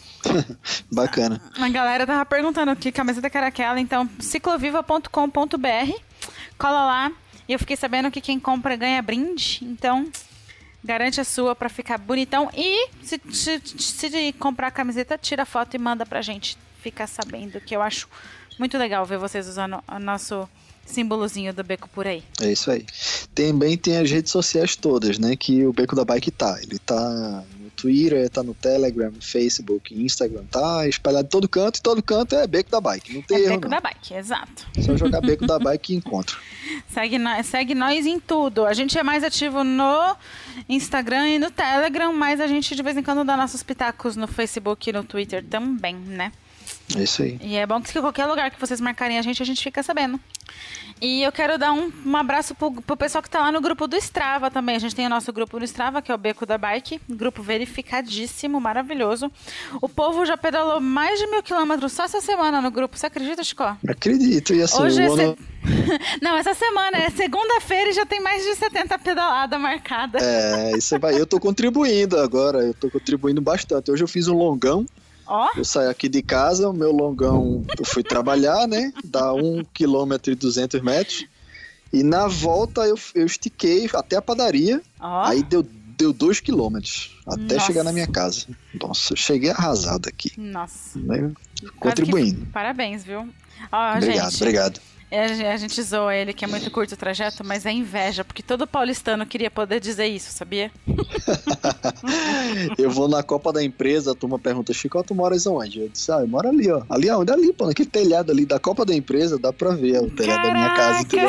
S3: Bacana.
S1: A galera tava perguntando que camiseta que era aquela, então cicloviva ponto com ponto b r, cola lá. E eu fiquei sabendo que quem compra ganha brinde, então garante a sua pra ficar bonitão. E se, se, se comprar a camiseta, tira a foto e manda pra gente ficar sabendo, que eu acho muito legal ver vocês usando o nosso símbolozinho do Beco por aí.
S3: É isso aí. Também tem as redes sociais todas, né, que o Beco da Bike tá. Ele tá no Twitter, tá no Telegram, no Facebook, Instagram, tá espalhado em todo canto, e todo canto é Beco da Bike. Não tem
S1: é
S3: erro,
S1: Beco
S3: não.
S1: da Bike, exato.
S3: Só jogar Beco da Bike e encontra.
S1: Segue, no, segue nós em tudo. A gente é mais ativo no Instagram e no Telegram, mas a gente de vez em quando dá nossos pitacos no Facebook e no Twitter também, né?
S3: É isso aí.
S1: E é bom que qualquer lugar que vocês marcarem a gente, a gente fica sabendo. E eu quero dar um, um abraço pro, pro pessoal que tá lá no grupo do Strava também. A gente tem o nosso grupo no Strava, que é o Beco da Bike. Grupo verificadíssimo, maravilhoso. O povo já pedalou mais de mil quilômetros só essa semana no grupo. Você acredita, Chico?
S3: Acredito. E assim,
S1: Hoje
S3: o
S1: é
S3: ano...
S1: se... Não, essa semana é segunda-feira e já tem mais de setenta pedaladas marcadas.
S3: É, isso vai. Eu tô contribuindo agora. Eu tô contribuindo bastante. Hoje eu fiz um longão.
S1: Ó.
S3: Eu saí aqui de casa, o meu longão, eu fui trabalhar, né? Dá um quilômetro e duzentos metros. E na volta eu, eu estiquei até a padaria.
S1: Ó.
S3: Aí deu, deu dois quilômetros até
S1: Nossa.
S3: chegar na minha casa. Nossa, eu cheguei arrasado aqui.
S1: Nossa.
S3: Né? Contribuindo.
S1: Que... Parabéns, viu? Ó,
S3: obrigado,
S1: gente,
S3: obrigado.
S1: A gente zoa ele que é muito curto o trajeto, mas é inveja, porque todo paulistano queria poder dizer isso, sabia?
S3: Eu vou na Copa da Empresa, a turma pergunta, Chico, tu moras onde? Eu disse, ah, eu moro ali, ó. Ali aonde? Ali, pô, naquele telhado ali da Copa da Empresa, dá pra ver ó, o telhado da minha casa, entendeu?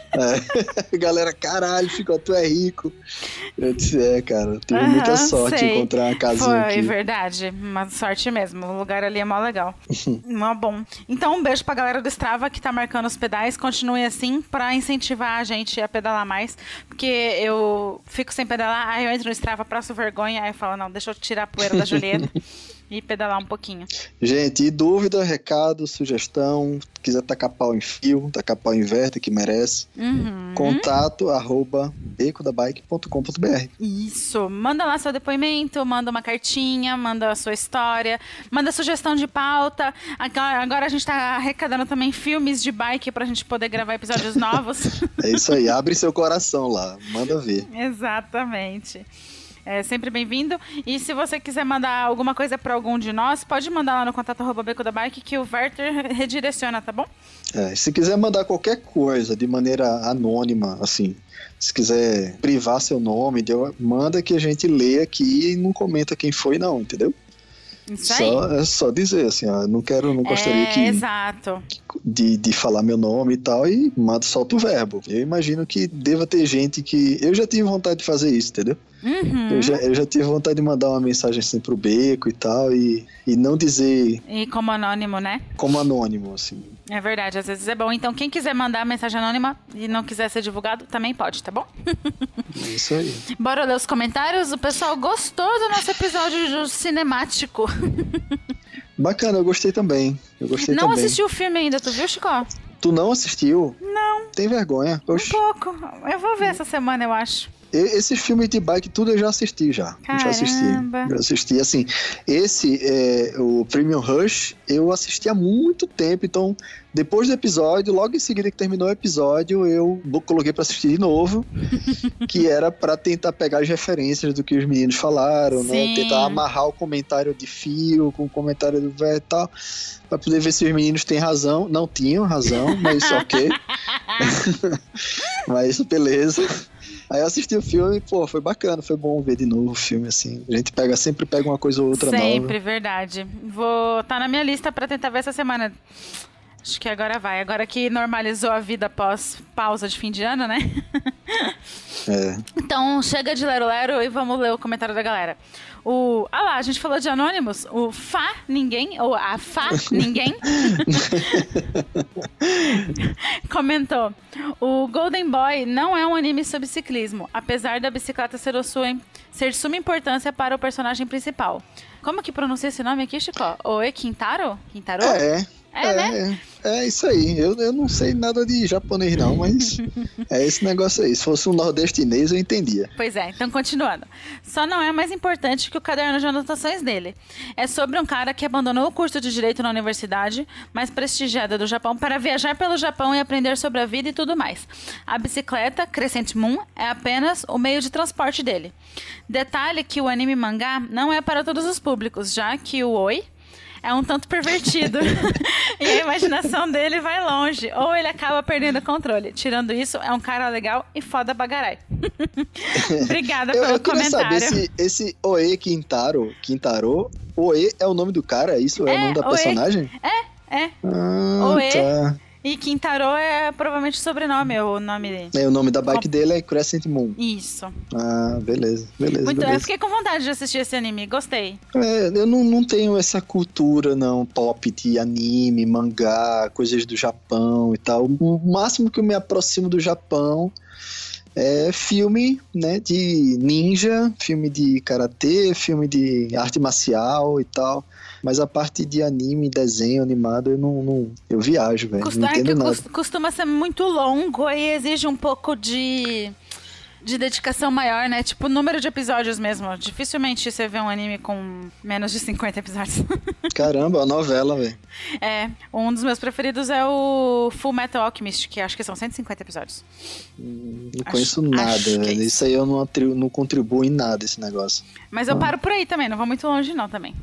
S3: É. Galera, caralho, Chico, tu é rico. Eu disse, é, cara, tive uhum, muita sorte
S1: sei.
S3: de encontrar uma casinha
S1: Foi,
S3: aqui.
S1: Foi, verdade, uma sorte mesmo, o lugar ali é mó legal. Mó bom. Então, um beijo pra galera do Strava que tá marcando os pedais, continue assim pra incentivar a gente a pedalar mais, porque eu fico sem pedalar, aí eu entro no Strava, passo vergonha, aí eu falo, não, deixa eu tirar a poeira da Julieta e pedalar um pouquinho.
S3: Gente, e dúvida, recado, sugestão, quiser tacar pau em fio, tacar pau em verte, que merece,
S1: uhum.
S3: contato arroba beco da bike ponto com ponto b r.
S1: Isso, manda lá seu depoimento, manda uma cartinha, manda a sua história, manda sugestão de pauta. Agora, agora a gente tá arrecadando também filmes de bike pra gente poder gravar episódios novos.
S3: É isso aí, abre seu coração lá, manda ver.
S1: Exatamente. É sempre bem-vindo. E se você quiser mandar alguma coisa para algum de nós, pode mandar lá no contato arroba beco da bike que o Werther redireciona, tá bom?
S3: É, se quiser mandar qualquer coisa de maneira anônima, assim, se quiser privar seu nome, deu, manda que a gente lê aqui e não comenta quem foi não, entendeu?
S1: Isso aí.
S3: Só, é só dizer assim, ó, não quero, não gostaria
S1: é,
S3: que,
S1: exato.
S3: De, de falar meu nome e tal, e manda, solta o verbo. Eu imagino que deva ter gente que... Eu já tive vontade de fazer isso, entendeu?
S1: Uhum.
S3: Eu, já, eu já tive vontade de mandar uma mensagem assim pro Beco e tal, e, e não dizer...
S1: E como anônimo, né?
S3: Como anônimo, assim.
S1: É verdade, às vezes é bom. Então, quem quiser mandar mensagem anônima e não quiser ser divulgado, também pode, tá bom?
S3: É isso aí.
S1: Bora ler os comentários? O pessoal gostou do nosso episódio do cinemático.
S3: Bacana, eu gostei também. Eu gostei
S1: não
S3: também.
S1: assistiu o filme ainda, tu viu, Chico?
S3: Tu não assistiu?
S1: Não.
S3: Tem vergonha.
S1: Oxi. Um pouco. Eu vou ver essa semana, eu acho.
S3: Esse filme de bike, tudo eu já assisti já.
S1: Caramba.
S3: Já assisti. Já assisti, assim, esse, é, o Premium Rush, eu assisti há muito tempo, então, depois do episódio, logo em seguida que terminou o episódio, eu coloquei pra assistir de novo, que era pra tentar pegar as referências do que os meninos falaram,
S1: Sim.
S3: né? Tentar amarrar o comentário de Fio com o comentário do Vé e tal, pra poder ver se os meninos têm razão. Não tinham razão, mas ok. Mas beleza. Aí eu assisti o filme e, pô, foi bacana, foi bom ver de novo o filme, assim. A gente pega, sempre pega uma coisa ou outra
S1: sempre,
S3: nova.
S1: Sempre, verdade. Vou tá na minha lista pra tentar ver essa semana. Acho que agora vai. Agora que normalizou a vida após pausa de fim de ano, né?
S3: É.
S1: Então, chega de Lero Lero e vamos ler o comentário da galera. O... Ah lá, a gente falou de Anonymous. O Fá Ninguém, ou a Fá Ninguém, comentou: o Golden Boy não é um anime sobre ciclismo, apesar da bicicleta ser, o sua, ser de suma importância para o personagem principal. Como que pronuncia esse nome aqui, Chico? Oe Kintaro? Kintaro?
S3: É,
S1: É,
S3: é,
S1: né?
S3: É, é isso aí. Eu, eu não sei nada de japonês, não, mas é esse negócio aí. Se fosse um nordestinês, eu entendia.
S1: Pois é, então continuando. Só não é mais importante que o caderno de anotações dele. É sobre um cara que abandonou o curso de Direito na universidade, mais prestigiada do Japão, para viajar pelo Japão e aprender sobre a vida e tudo mais. A bicicleta, Crescent Moon, é apenas o meio de transporte dele. Detalhe que o anime mangá não é para todos os públicos, já que o Oi é um tanto pervertido e a imaginação dele vai longe, ou ele acaba perdendo o controle. Tirando isso, é um cara legal e foda bagarai. Obrigada
S3: eu,
S1: pelo
S3: eu queria
S1: comentário.
S3: saber se esse Oe Quintaro, Quintaro, Oe é o nome do cara? Isso é,
S1: É,
S3: o nome da
S1: Oe.
S3: personagem?
S1: É, é.
S3: Ah,
S1: Oe.
S3: tá.
S1: E Quintaro é provavelmente o sobrenome, o nome dele.
S3: É, o nome da bike dele é Crescent Moon.
S1: Isso.
S3: Ah, beleza, beleza,
S1: Muito,
S3: beleza.
S1: eu fiquei com vontade de assistir esse anime, gostei.
S3: É, eu não, não tenho essa cultura, não, pop de anime, mangá, coisas do Japão e tal. O máximo que eu me aproximo do Japão é filme, né, de ninja, filme de karatê, filme de arte marcial e tal. Mas a parte de anime, desenho animado, eu não, não eu viajo, velho. Não
S1: É
S3: entendo
S1: que
S3: nada.
S1: costuma ser muito longo e exige um pouco de, de dedicação maior, né? Tipo, número de episódios mesmo. Dificilmente você vê um anime com menos de cinquenta episódios.
S3: Caramba, a novela, velho.
S1: É, um dos meus preferidos é o Full Metal Alchemist, que acho que são cento e cinquenta episódios.
S3: Não
S1: Acho-
S3: conheço nada,
S1: acho que é
S3: velho.
S1: isso.
S3: Isso aí eu não, atri- não contribuo em nada, esse negócio.
S1: Mas eu paro por aí também, não vou muito longe não também.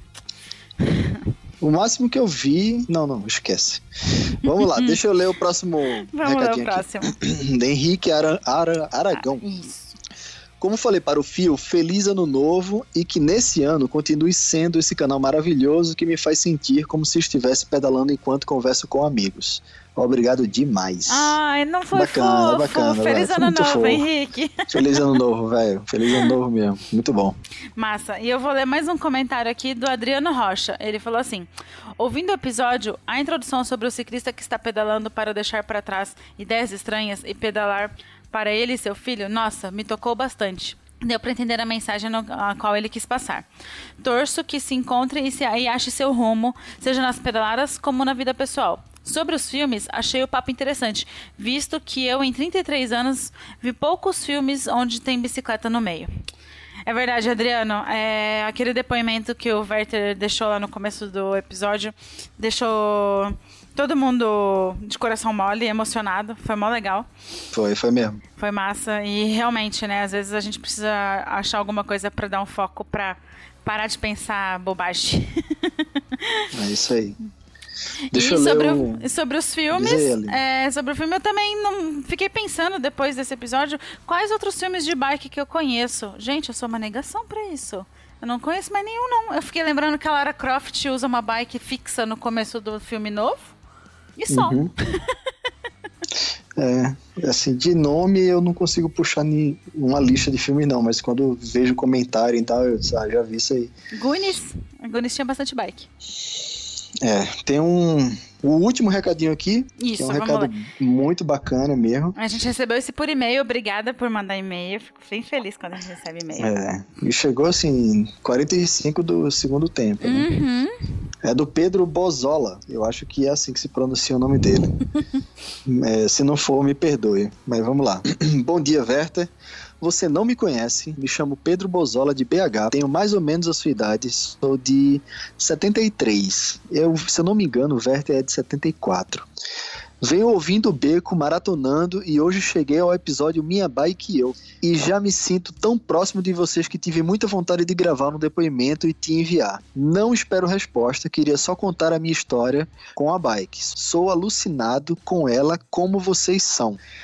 S3: O máximo que eu vi... Não, não, esquece. Vamos lá, deixa eu ler o próximo
S1: Vamos ler o
S3: recadinho
S1: próximo.
S3: aqui. De Henrique Ara, Ara, Aragão.
S1: Isso.
S3: Como falei para o Fio, feliz ano novo e que nesse ano continue sendo esse canal maravilhoso que me faz sentir como se estivesse pedalando enquanto converso com amigos. Obrigado demais.
S1: Ai, não foi
S3: Bacana,
S1: fofo.
S3: bacana,
S1: Feliz
S3: vai.
S1: ano
S3: Muito
S1: novo,
S3: fofo.
S1: Henrique.
S3: Feliz ano novo, velho. Feliz ano novo mesmo. Muito bom.
S1: Massa. E eu vou ler mais um comentário aqui do Adriano Rocha. Ele falou assim: ouvindo o episódio, a introdução sobre o ciclista que está pedalando para deixar para trás ideias estranhas e pedalar para ele e seu filho, nossa, me tocou bastante. Deu para entender a mensagem no, a qual ele quis passar. Torço que se encontre e, se, e ache seu rumo, seja nas pedaladas como na vida pessoal. Sobre os filmes, achei o papo interessante, visto que eu, em trinta e três anos, vi poucos filmes onde tem bicicleta no meio. É verdade, Adriano. É, aquele depoimento que o Werther deixou lá no começo do episódio deixou todo mundo de coração mole, emocionado. Foi mó legal.
S3: Foi, foi mesmo.
S1: Foi massa. E realmente, né, às vezes a gente precisa achar alguma coisa pra dar um foco pra parar de pensar bobagem.
S3: É isso aí. Deixa
S1: e
S3: eu
S1: sobre,
S3: ler
S1: o-
S3: o...
S1: sobre os filmes,
S3: Diz aí, Aline.
S1: é, sobre o filme, eu também não fiquei pensando depois desse episódio quais outros filmes de bike que eu conheço. Gente, eu sou uma negação pra isso. Eu não conheço mais nenhum, não. Eu fiquei lembrando que a Lara Croft usa uma bike fixa no começo do filme novo. E só.
S3: Uhum. É, assim, de nome eu não consigo puxar ni- uma lista de filmes não, mas quando eu vejo comentário e tal, eu ah, já vi isso aí.
S1: Goonies. A Goonies tinha bastante bike.
S3: É, tem um... O último recadinho aqui, que
S1: Isso,
S3: é um
S1: vamos
S3: recado
S1: lá.
S3: muito bacana mesmo.
S1: A gente recebeu esse por e-mail. Obrigada por mandar e-mail. Fico bem feliz quando a gente recebe e-mail.
S3: É, e chegou assim, quarenta e cinco do segundo tempo, né?
S1: Uhum.
S3: É do Pedro Bozola. Eu acho que é assim que se pronuncia o nome dele. É, se não for, me perdoe. Mas vamos lá. Bom dia, Werther. Você não me conhece, me chamo Pedro Bozola de B H, tenho mais ou menos a sua idade, sou de setenta e três. Eu, se eu não me engano, o Werther é de setenta e quatro. Venho ouvindo o Beco, maratonando, e hoje cheguei ao episódio Minha Bike e Eu. E já me sinto tão próximo de vocês que tive muita vontade de gravar um depoimento e te enviar. Não espero resposta, queria só contar a minha história com a bike. Sou alucinado com ela como vocês são.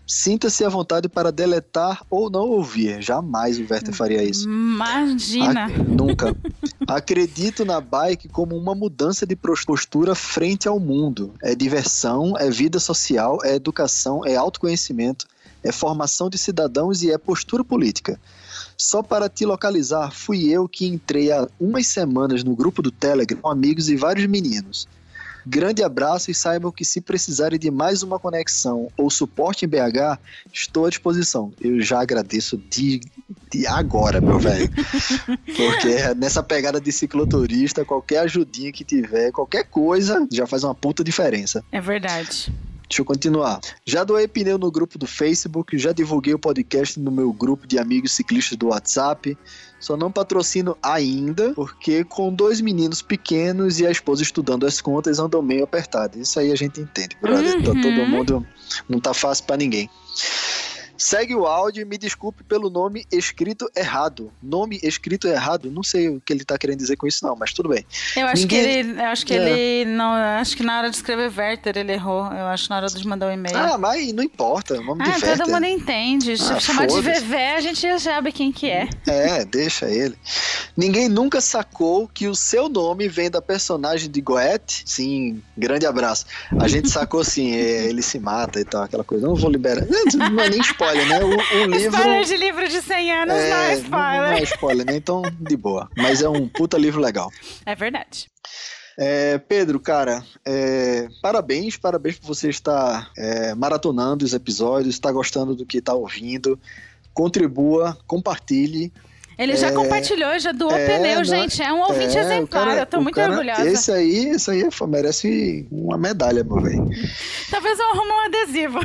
S3: Sinta-se à vontade para deletar ou não ouvir. Jamais o Werther faria isso.
S1: Imagina.
S3: A- nunca. Acredito na bike como uma mudança de postura frente ao mundo. É diversão, é vida social, é educação, é autoconhecimento, é formação de cidadãos e é postura política. Só para te localizar, fui eu que entrei há umas semanas no grupo do Telegram com amigos e vários meninos. Grande abraço e saibam que se precisarem de mais uma conexão ou suporte em B H, estou à disposição. Eu já agradeço de, de agora, meu velho. Porque nessa pegada de cicloturista, qualquer ajudinha que tiver, qualquer coisa, já faz uma puta diferença.
S1: É verdade.
S3: Deixa eu continuar. Já doei pneu no grupo do Facebook, já divulguei o podcast no meu grupo de amigos ciclistas do WhatsApp. Só não patrocino ainda, porque com dois meninos pequenos e a esposa estudando as contas, andam meio apertados. Isso aí a gente entende, brother.
S1: Uhum.
S3: Tá todo mundo... Não tá fácil pra ninguém. Segue o áudio e me desculpe pelo nome escrito errado. Nome escrito errado, não sei o que ele tá querendo dizer com isso não, mas tudo bem.
S1: Eu acho
S3: Ninguém-
S1: que ele, eu acho que
S3: É.
S1: ele não, acho que na hora de escrever Werther ele errou. Eu acho que na hora de mandar o e-mail.
S3: Ah, mas não importa, o nome de
S1: Ah,
S3: Werther.
S1: todo mundo entende. Se
S3: Ah,
S1: chamar de
S3: foda-se.
S1: Vevé, a gente já sabe quem que é.
S3: É, deixa ele. Ninguém nunca sacou que o seu nome vem da personagem de Goethe? Sim, grande abraço. A gente sacou sim, é, ele se mata e tal, aquela coisa. Eu não vou liberar. Não, não é nem spoiler, né? O, o livro.
S1: Spoiler de livro de cem anos não é
S3: não, não é
S1: spoiler.
S3: spoiler, né? Então, de boa. Mas é um puta livro legal.
S1: É verdade.
S3: É, Pedro, cara, é, parabéns, parabéns por você estar é, maratonando os episódios, estar gostando do que está ouvindo. Contribua, compartilhe.
S1: Ele já
S3: É,
S1: compartilhou, já doou
S3: é,
S1: pneu,
S3: não-
S1: gente. É um ouvinte
S3: É, o
S1: exemplar.
S3: cara-
S1: eu tô
S3: o
S1: muito
S3: cara-
S1: orgulhosa.
S3: Esse aí, esse aí pô, merece uma medalha, meu velho.
S1: Talvez eu arrume um adesivo.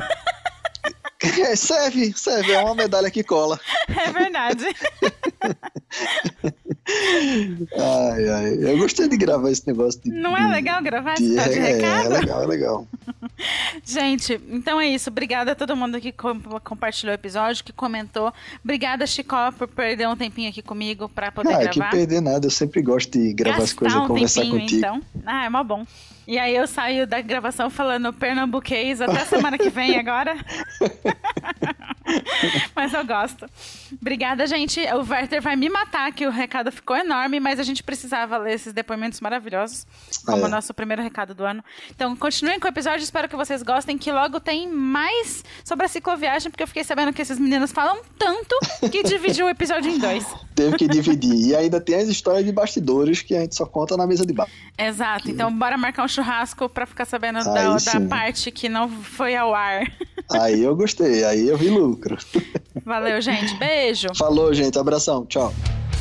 S3: É, serve, serve, é uma medalha que cola.
S1: É verdade.
S3: Ai, ai, eu gostei de gravar esse negócio de...
S1: Não é legal gravar esse
S3: de,
S1: tal de
S3: é,
S1: recado?
S3: é legal, é legal.
S1: Gente, então é isso. Obrigada a todo mundo que com- compartilhou o episódio, que comentou. Obrigada, Chicó, por perder um tempinho aqui comigo pra poder
S3: Ah, que
S1: gravar.
S3: perder nada, eu sempre gosto de gravar as
S1: Gastar
S3: coisas,
S1: um
S3: conversar
S1: tempinho,
S3: contigo.
S1: então. Ah, é mó bom. E aí eu saio da gravação falando pernambuquês até semana que vem agora. Mas eu gosto. Obrigada, gente. O Werther vai me matar, que o recado ficou enorme, mas a gente precisava ler esses depoimentos maravilhosos, como
S3: É.
S1: o nosso primeiro recado do ano. Então, continuem com o episódio, espero que vocês gostem, que logo tem mais sobre a cicloviagem, porque eu fiquei sabendo que esses meninos falam tanto que dividiu o episódio em dois.
S3: Teve que dividir. E ainda tem as histórias de bastidores que a gente só conta na mesa de bar.
S1: Exato. Então, bora marcar um churrasco pra ficar sabendo
S3: Aí
S1: da, da
S3: sim.
S1: parte que não foi ao ar.
S3: Aí eu gostei, aí eu vi lucro.
S1: Valeu, gente. Beijo.
S3: Falou, gente. Abração. Tchau.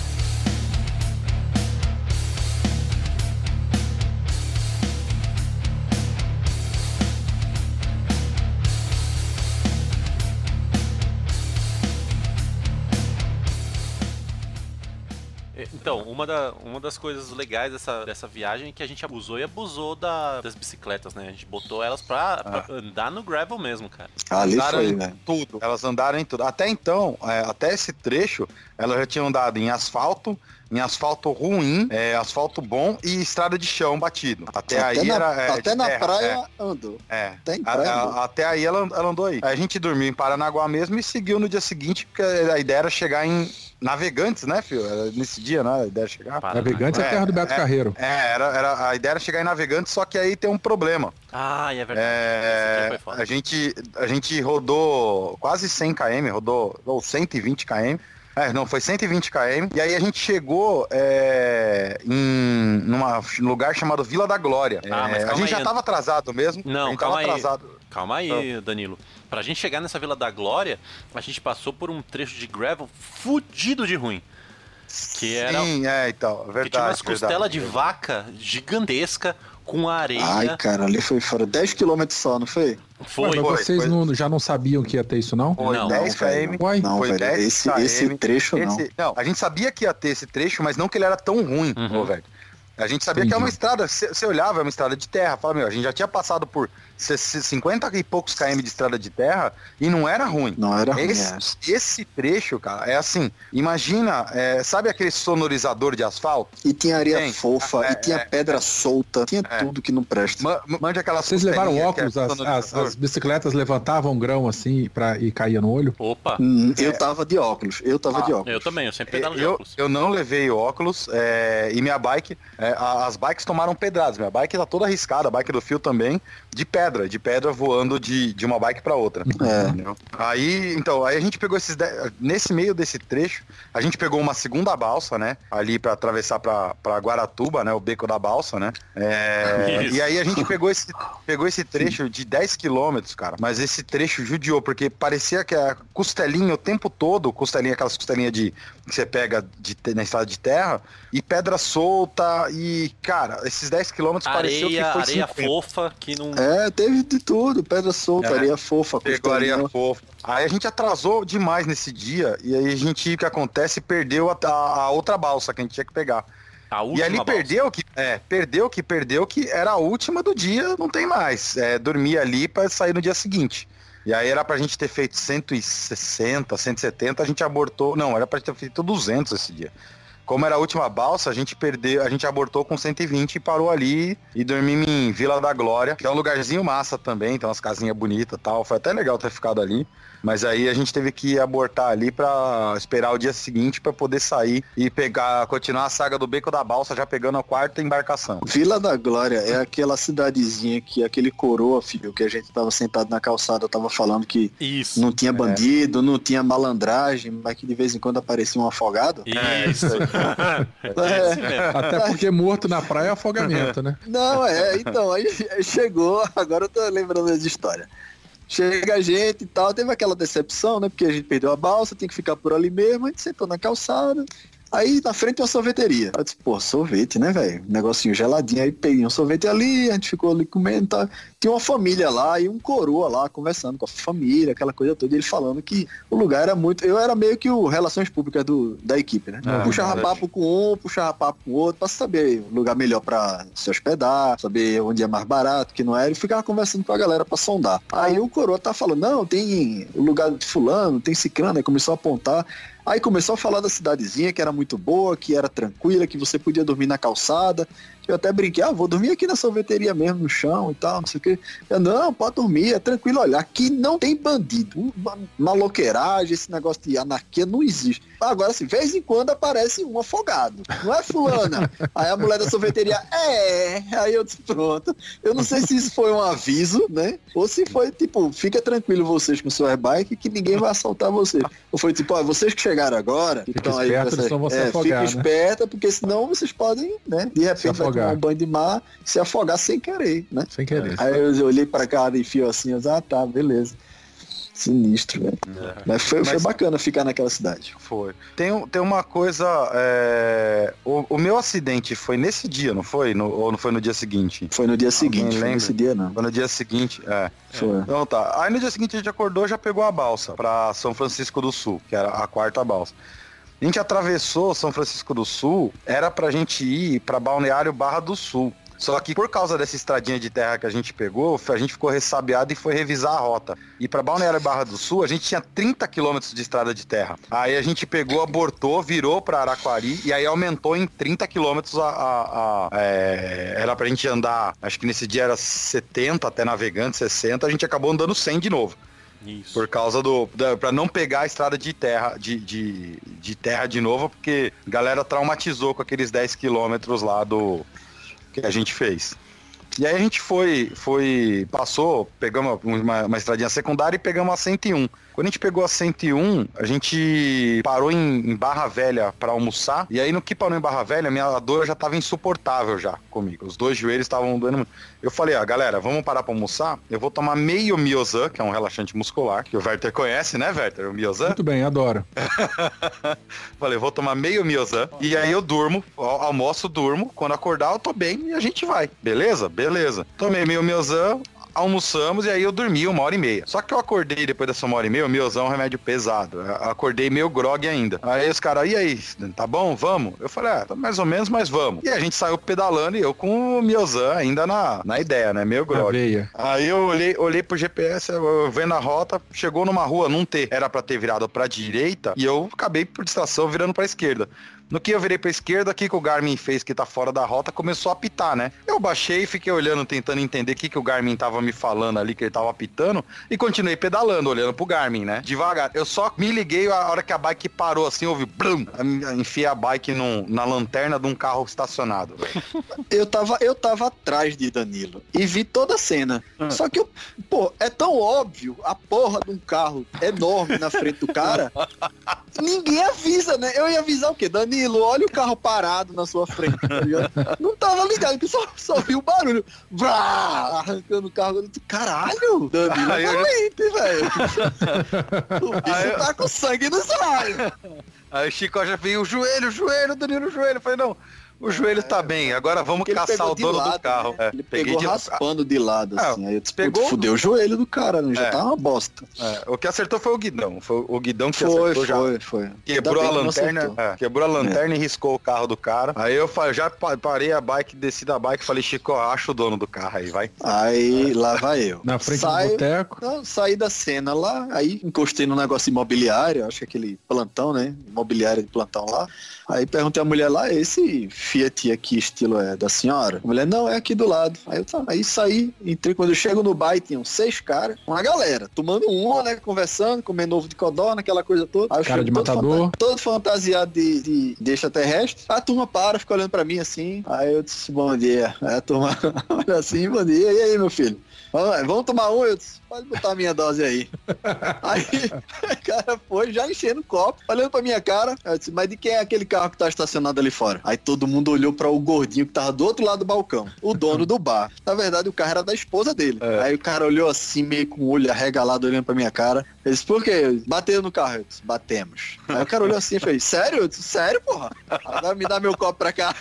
S5: Então, uma, da, uma das coisas legais dessa, dessa viagem é que a gente abusou e abusou da, das bicicletas, né? A gente botou elas pra, pra andar no gravel mesmo, cara.
S3: Ali
S4: Andaram
S3: foi,
S4: em
S3: né?
S4: tudo. Elas andaram em tudo. Até então, é, até esse trecho, elas já tinham andado em asfalto, em asfalto ruim, é, asfalto bom e estrada de chão batido. Até,
S3: Até
S4: aí
S3: na,
S4: era. é,
S3: até
S4: de
S3: na
S4: terra,
S3: praia andou.
S4: É. é.
S3: Até em
S4: A-
S3: praia
S4: a-
S3: andou.
S4: até aí ela, ela andou aí. A gente dormiu em Paranaguá mesmo e seguiu no dia seguinte, porque a ideia era chegar em Navegantes, né, filho? Era nesse dia, né? A ideia era chegar.
S2: Navegantes é a
S4: É,
S2: terra do Beto
S4: é.
S2: Carreiro.
S4: É, era, era, a ideia era chegar em Navegantes, só que aí tem um problema.
S5: Ah, é verdade.
S4: É,
S5: Esse dia foi foda.
S4: a, gente, a gente rodou quase cem quilômetros, rodou ou cento e vinte quilômetros. É, não, foi cento e vinte quilômetros. E aí a gente chegou é, em numa- num lugar chamado Vila da Glória.
S5: Ah, mas
S4: É, a
S5: calma
S4: gente
S5: aí,
S4: já
S5: An-
S4: tava atrasado mesmo. a
S5: Não,
S4: gente
S5: calma
S4: tava
S5: aí.
S4: atrasado.
S5: Calma aí, Danilo. Pra gente chegar nessa Vila da Glória, a gente passou por um trecho de gravel fudido de ruim. Que era.
S4: Sim, é, então, é verdade.
S5: que tinha umas
S4: verdade.
S5: costelas de vaca gigantesca com areia.
S3: Ai, cara, ali foi fora. dez quilômetros só, não foi?
S5: Foi.
S2: Ué, mas
S4: foi,
S2: vocês
S4: foi.
S2: não- já não sabiam que ia ter isso, não?
S4: Foi
S5: Não,
S4: dez
S3: não, velho.
S4: quilômetros.
S2: Uai,
S3: Não,
S4: Foi
S3: velho.
S4: dez
S3: Esse,
S4: km.
S3: esse trecho não.
S4: Esse- não, a gente sabia que ia ter esse trecho, mas não que ele era tão ruim,
S5: Uhum.
S4: ô, velho. A gente sabia
S2: Entendi.
S4: que é uma estrada, você olhava, é uma estrada de terra. Fala, meu, a gente já tinha passado por cinquenta e poucos km de estrada de terra e não era ruim.
S3: Não era ruim,
S4: Esse,
S3: é.
S4: esse trecho, cara, é assim, imagina, é, sabe aquele sonorizador de asfalto?
S3: E tinha areia
S4: Tem.
S3: fofa,
S4: É,
S3: e tinha
S4: é,
S3: pedra solta, tinha
S4: É.
S3: tudo que não presta.
S4: Ma- Mande aquela
S2: Vocês levaram
S4: costelinha
S2: óculos,
S4: que é
S2: as, as,
S4: sonorizador.
S2: as bicicletas levantavam grão assim pra, e caía no olho?
S5: Opa,
S3: Hum, Eu tava de óculos, eu tava
S4: Ah,
S3: de óculos.
S5: eu também, eu sempre pedalo de
S4: Eu,
S5: óculos.
S4: eu não levei óculos é, e minha bike, é, a- as bikes tomaram pedradas. Minha bike tá toda arriscada, a bike do Fio também, de pedra, de pedra voando de, de uma bike pra outra.
S3: É.
S4: Entendeu? Aí, então, aí a gente pegou esses dez, nesse meio desse trecho, a gente pegou uma segunda balsa, né, ali pra atravessar pra, pra Guaratuba, né, o beco da balsa, né, é,
S5: Isso.
S4: e aí a gente pegou esse, pegou esse trecho de dez quilômetros, cara, mas esse trecho judiou, porque parecia que a costelinha o tempo todo, costelinha, aquelas costelinhas de, que você pega de, na estrada de terra, e pedra solta, e, cara, esses dez quilômetros pareceu que
S5: Areia,
S4: foi
S5: areia
S4: cinquenta.
S5: fofa que não.
S3: É, teve de tudo, pedra solta,
S4: É.
S3: areia fofa,
S4: Pegou areia
S3: costelinha.
S4: fofa. Aí a gente atrasou demais nesse dia, e aí a gente, o que acontece, perdeu a, a- a outra balsa que a gente tinha que pegar.
S5: A última
S4: E ali
S5: balsa.
S4: perdeu que, é, perdeu que, perdeu que era a última do dia, não tem mais. É, dormir ali pra sair no dia seguinte. E aí era pra gente ter feito cento e sessenta, cento e setenta, a gente abortou, não, era pra ter feito duzentos esse dia. Como era a última balsa, a gente perdeu, a gente abortou com cento e vinte e parou ali e dormimos em Vila da Glória, que é um lugarzinho massa também, tem umas casinhas bonitas e tal. Foi até legal ter ficado ali. Mas aí a gente teve que abortar ali pra esperar o dia seguinte pra poder sair e pegar, continuar a saga do Beco da Balsa, já pegando a quarta embarcação.
S3: Vila da Glória é aquela cidadezinha que aquele coroa, filho, que a gente tava sentado na calçada, tava falando que
S5: Isso.
S3: não tinha bandido, não tinha malandragem, mas que de vez em quando aparecia um afogado.
S5: Isso.
S3: É.
S5: Esse mesmo.
S2: Até porque morto na praia é afogamento, né?
S3: Não, é, então, aí chegou, agora eu tô lembrando das histórias. Chega a gente e tal, teve aquela decepção, né? Porque a gente perdeu a balsa, tinha que ficar por ali mesmo, a gente sentou na calçada. Aí na frente tem uma sorveteria. Eu disse, pô, sorvete, né, velho? Negocinho geladinho. Aí peguei um sorvete ali, a gente ficou ali comendo e tal. Tinha uma família lá e um coroa lá conversando com a família, aquela coisa toda. E ele falando que o lugar era muito. Eu era meio que o relações públicas do, da equipe, né?
S2: Ah,
S3: puxava
S5: verdade.
S3: papo com um, puxava papo com o outro, pra saber o lugar melhor pra se hospedar, saber onde é mais barato, que não era. E ficava conversando com a galera pra sondar. Aí o coroa tá falando, não, tem o lugar de fulano, tem ciclano. Aí começou a apontar. Aí começou a falar da cidadezinha, que era muito boa, que era tranquila, que você podia dormir na calçada. Eu até brinquei, ah, vou dormir aqui na sorveteria mesmo, no chão e tal, não sei o quê. Eu, não, pode dormir, é tranquilo. Olha, aqui não tem bandido. Ma- Maloqueiragem, esse negócio de anarquia não existe. Agora, assim, de vez em quando aparece um afogado. Não é fulana? Aí a mulher da sorveteria, é. Aí eu disse, pronto. Eu não sei se isso foi um aviso, né? Ou se foi, tipo, fica tranquilo vocês com suas bikes que ninguém vai assaltar vocês. Ou foi tipo, ó, vocês que chegaram agora, que
S2: Fica
S3: estão aí,
S2: esperto,
S3: vocês,
S2: senão vão se
S3: é,
S2: afogar,
S3: fica
S2: né?
S3: esperta, porque senão vocês podem, né, de repente vai
S2: afogar.
S3: tomar um banho de mar, se afogar sem querer, né?
S2: Sem querer.
S3: Aí eu olhei pra cara e fio assim, eu disse, ah, tá, beleza. Sinistro, velho. Mas, foi, foi
S4: Mas-
S3: bacana ficar naquela cidade.
S4: Foi. Tem, um- tem uma coisa. é, O, o meu acidente foi nesse dia, não foi? No- ou não foi no dia seguinte?
S3: Foi no dia seguinte, foi
S4: lembra?
S3: nesse dia não.
S4: Foi no dia seguinte, é.
S3: Foi.
S4: Então tá. Aí no dia seguinte a gente acordou, já pegou a balsa pra São Francisco do Sul, que era a quarta balsa. A gente atravessou São Francisco do Sul, era pra gente ir pra Balneário Barra do Sul. Só que por causa dessa estradinha de terra que a gente pegou, a gente ficou ressabiado e foi revisar a rota. E pra Balneário Barra do Sul, a gente tinha trinta quilômetros de estrada de terra. Aí a gente pegou, abortou, virou pra Araquari e aí aumentou em trinta quilômetros a... a- a- é, era pra gente andar, acho que nesse dia era setenta até Navegante, sessenta, a gente acabou andando cem de novo.
S5: Isso.
S4: Por causa do. Da, pra não pegar a estrada de terra de, de, de terra de novo, porque a galera traumatizou com aqueles dez quilômetros lá do. Que a gente fez. E aí a gente foi, foi passou, pegamos uma, uma estradinha secundária e pegamos a cento e um. Quando a gente pegou a cento e um, a gente parou em, em Barra Velha pra almoçar. E aí no que parou em Barra Velha, minha dor já tava insuportável já comigo. Os dois joelhos estavam doendo muito. Eu falei, ó, galera, vamos parar pra almoçar? Eu vou tomar meio Miozan, que é um relaxante muscular, que o Werther conhece, né, Werther? O Miozan?
S2: Muito bem, adoro.
S4: Falei, vou tomar meio Miozan. E aí eu durmo, al- almoço, durmo. Quando acordar, eu tô bem e a gente vai. Beleza? Beleza. Tomei meio Miozan. almoçamos e aí eu dormi uma hora e meia. Só que eu acordei depois dessa uma hora e meia, o miozão é um remédio pesado. Eu acordei meio grog ainda. Aí os caras, e aí, tá bom? Vamos? Eu falei, ah, tá mais ou menos, mas vamos. E a gente saiu pedalando e eu com o miozão ainda na, na ideia, né? Meio grog.
S2: Aveia.
S4: Aí eu olhei, olhei pro G P S, eu vendo a rota, chegou numa rua, num T. Era pra ter virado pra direita e eu acabei por distração virando pra esquerda. No que eu virei pra esquerda, o que, que o Garmin fez que tá fora da rota, começou a apitar, né? Eu baixei, fiquei olhando, tentando entender o que, que o Garmin tava me falando ali, que ele tava apitando, e continuei pedalando, olhando pro Garmin, né? Devagar. Eu só me liguei a hora que a bike parou, assim, ouvi, blum, enfiei a bike num, na lanterna de um carro estacionado.
S3: Eu tava, eu tava atrás de Danilo e vi toda a cena. Hum. Só que, eu, pô, é tão óbvio a porra de um carro enorme na frente do cara, ninguém avisa, né? Eu ia avisar o quê? Danilo, olha o carro parado na sua frente, tá ligado? Não tava ligado, porque só, só vi o barulho. Vrá, arrancando o carro. Caralho! Danilo é valente, velho. O bicho tá com sangue nos olhos.
S4: Aí o Chico já veio, o joelho, o joelho, Danilo, o joelho. Eu falei, não, o joelho é, tá bem, agora vamos caçar o dono lado, do carro.
S3: Né? Ele é, pegou de... raspando de lado, assim. É, aí eu disse,
S4: pegou...
S3: fudeu o joelho do cara, né? Já é. tá uma bosta.
S4: É, o que acertou foi o guidão. Foi o guidão que
S3: foi,
S4: acertou
S3: foi,
S4: já.
S3: Foi, foi.
S4: Quebrou a lanterna, é, quebrou a lanterna é. e riscou o carro do cara. Aí eu já parei a bike, desci da bike e falei, Chico, acha o dono do carro aí, vai.
S3: Aí é. lá vai eu.
S2: Na frente
S3: Saio,
S2: do boteco.
S3: Não, saí da cena lá, aí encostei no negócio imobiliário, acho que aquele plantão, né? Imobiliário de plantão lá. Aí perguntei à mulher lá, esse Fiat aqui, estilo é da senhora? A mulher, não, é aqui do lado. Aí eu tá, aí saí, entrei, quando eu chego no bar, tinham seis caras, uma galera, tomando uma, né, conversando, comendo ovo de codorna, aquela coisa toda. Aí
S2: cara de
S3: todo
S2: matador.
S3: Fanta- todo fantasiado de, de, de extraterrestre. A turma para, fica olhando pra mim assim. Aí eu disse, bom dia. Aí a turma olha assim, bom dia. E aí, meu filho? Vamos, vamos tomar um? Eu disse, pode botar a minha dose aí. Aí o cara foi já enchendo o copo, olhando pra minha cara. Eu disse, mas de quem é aquele carro que tá estacionado ali fora? Aí todo mundo olhou pra o gordinho que tava do outro lado do balcão, o dono do bar. Na verdade, o carro era da esposa dele. É. Aí o cara olhou assim, meio com o olho arregalado, olhando pra minha cara. Ele disse, por quê? Bateu no carro. Eu disse, batemos. Aí o cara olhou assim e fez, sério? Eu disse, sério, porra? Agora me dá meu copo pra cá.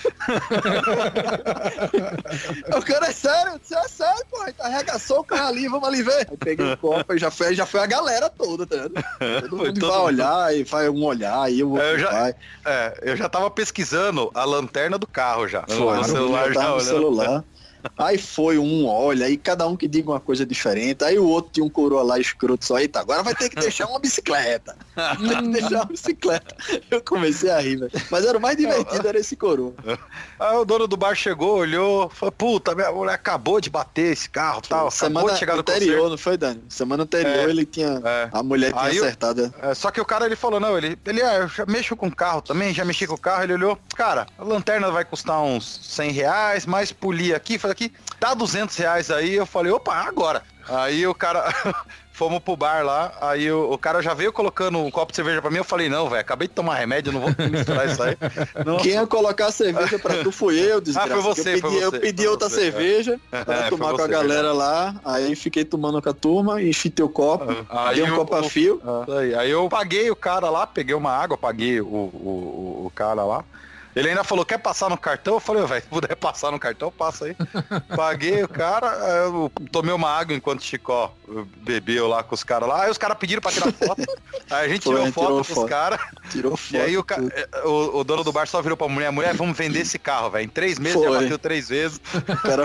S3: O cara, é sério? Eu disse, é sério, porra. Ele arregaçou o carro ali, vamos ali ver. Aí peguei o copo e já foi, já foi a galera toda, tá vendo? Todo mundo todo vai mundo. olhar e vai um olhar, aí eu vou
S4: eu já, vai. É, eu já tava pesquisando a lanterna do carro já.
S3: Foi, no celular já, no celular. Aí foi um, olha, aí cada um que diga uma coisa diferente, aí o outro tinha um coroa lá escroto só, eita, agora vai ter que deixar uma bicicleta. Tem que deixar uma bicicleta. Eu comecei a rir, velho. Mas era o mais divertido, era esse coroa.
S4: Aí o dono do bar chegou, olhou, falou, puta, minha mulher acabou de bater esse carro e tal, acabou
S3: semana
S4: de chegar no
S3: anterior, concerto. Não foi, Dani? Semana anterior é, ele tinha, é. a mulher tinha aí acertado.
S4: Eu, é, só que o cara, ele falou, não, ele, ele é, eu já mexo com o carro também, já mexi com o carro, ele olhou, cara, a lanterna vai custar uns cem reais, mais polir aqui, faz aqui, dá duzentos reais aí, eu falei, opa, agora. Aí o cara, fomos pro bar lá, aí o, o cara já veio colocando um copo de cerveja pra mim, eu falei, não, velho, acabei de tomar remédio, não vou misturar isso aí. Não.
S3: Quem ia colocar a cerveja pra tu fui eu, desgraça.
S4: Ah, foi você,
S3: eu pedi,
S4: foi você,
S3: eu pedi
S4: foi
S3: outra
S4: você,
S3: cerveja é. pra é, tomar com a galera lá, aí fiquei tomando com a turma, enchi teu copo, aí dei um eu, copo a fio.
S4: Aí, aí eu paguei o cara lá, peguei uma água, paguei o, o, o cara lá. Ele ainda falou, quer passar no cartão? Eu falei, velho, se puder passar no cartão, passa aí. Paguei o cara, eu tomei uma água enquanto o Chicó bebeu lá com os caras lá. Aí os caras pediram pra tirar foto. Aí a gente Foi, tirou foto tirou com os caras.
S3: Tirou foto.
S4: E aí o, o, o dono do bar só virou pra mulher, mulher, vamos vender esse carro, velho. Em três meses Foi. já bateu três vezes.
S3: O cara,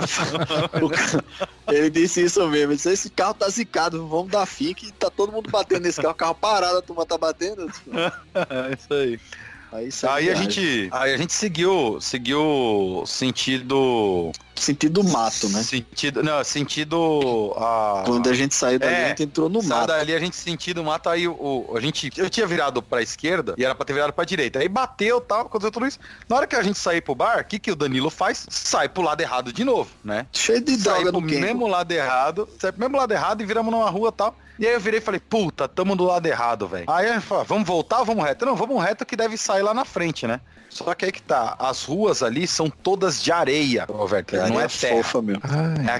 S3: o cara, ele disse isso mesmo, ele disse, esse carro tá zicado, vamos dar fim que tá todo mundo batendo nesse carro, o carro parado, a turma tá batendo.
S4: É isso aí.
S3: Aí,
S4: aí a gente, aí a gente seguiu, seguiu sentido,
S3: sentido mato, né?
S4: Sentido, não, sentido a
S3: quando a gente saiu dali, é, a gente entrou no mato.
S4: Dali a gente sentido mato, aí o, a gente, eu tinha virado pra esquerda e era pra ter virado pra direita. Aí bateu, tal, aconteceu tudo isso. Na hora que a gente sair pro bar, o que que o Danilo faz? Sai pro lado errado de novo, né?
S3: Cheio de
S4: sai
S3: droga
S4: pro
S3: no
S4: mesmo
S3: campo.
S4: lado errado, sai pro mesmo lado errado e viramos numa rua, tal. E aí eu virei e falei, puta, tamo do lado errado, velho. Aí eu falei, vamos voltar ou vamos reto? Não, vamos reto que deve sair lá na frente, né? Só que aí que tá, as ruas ali são todas de areia, Roberto, não é terra.
S3: Fofa, meu.
S4: É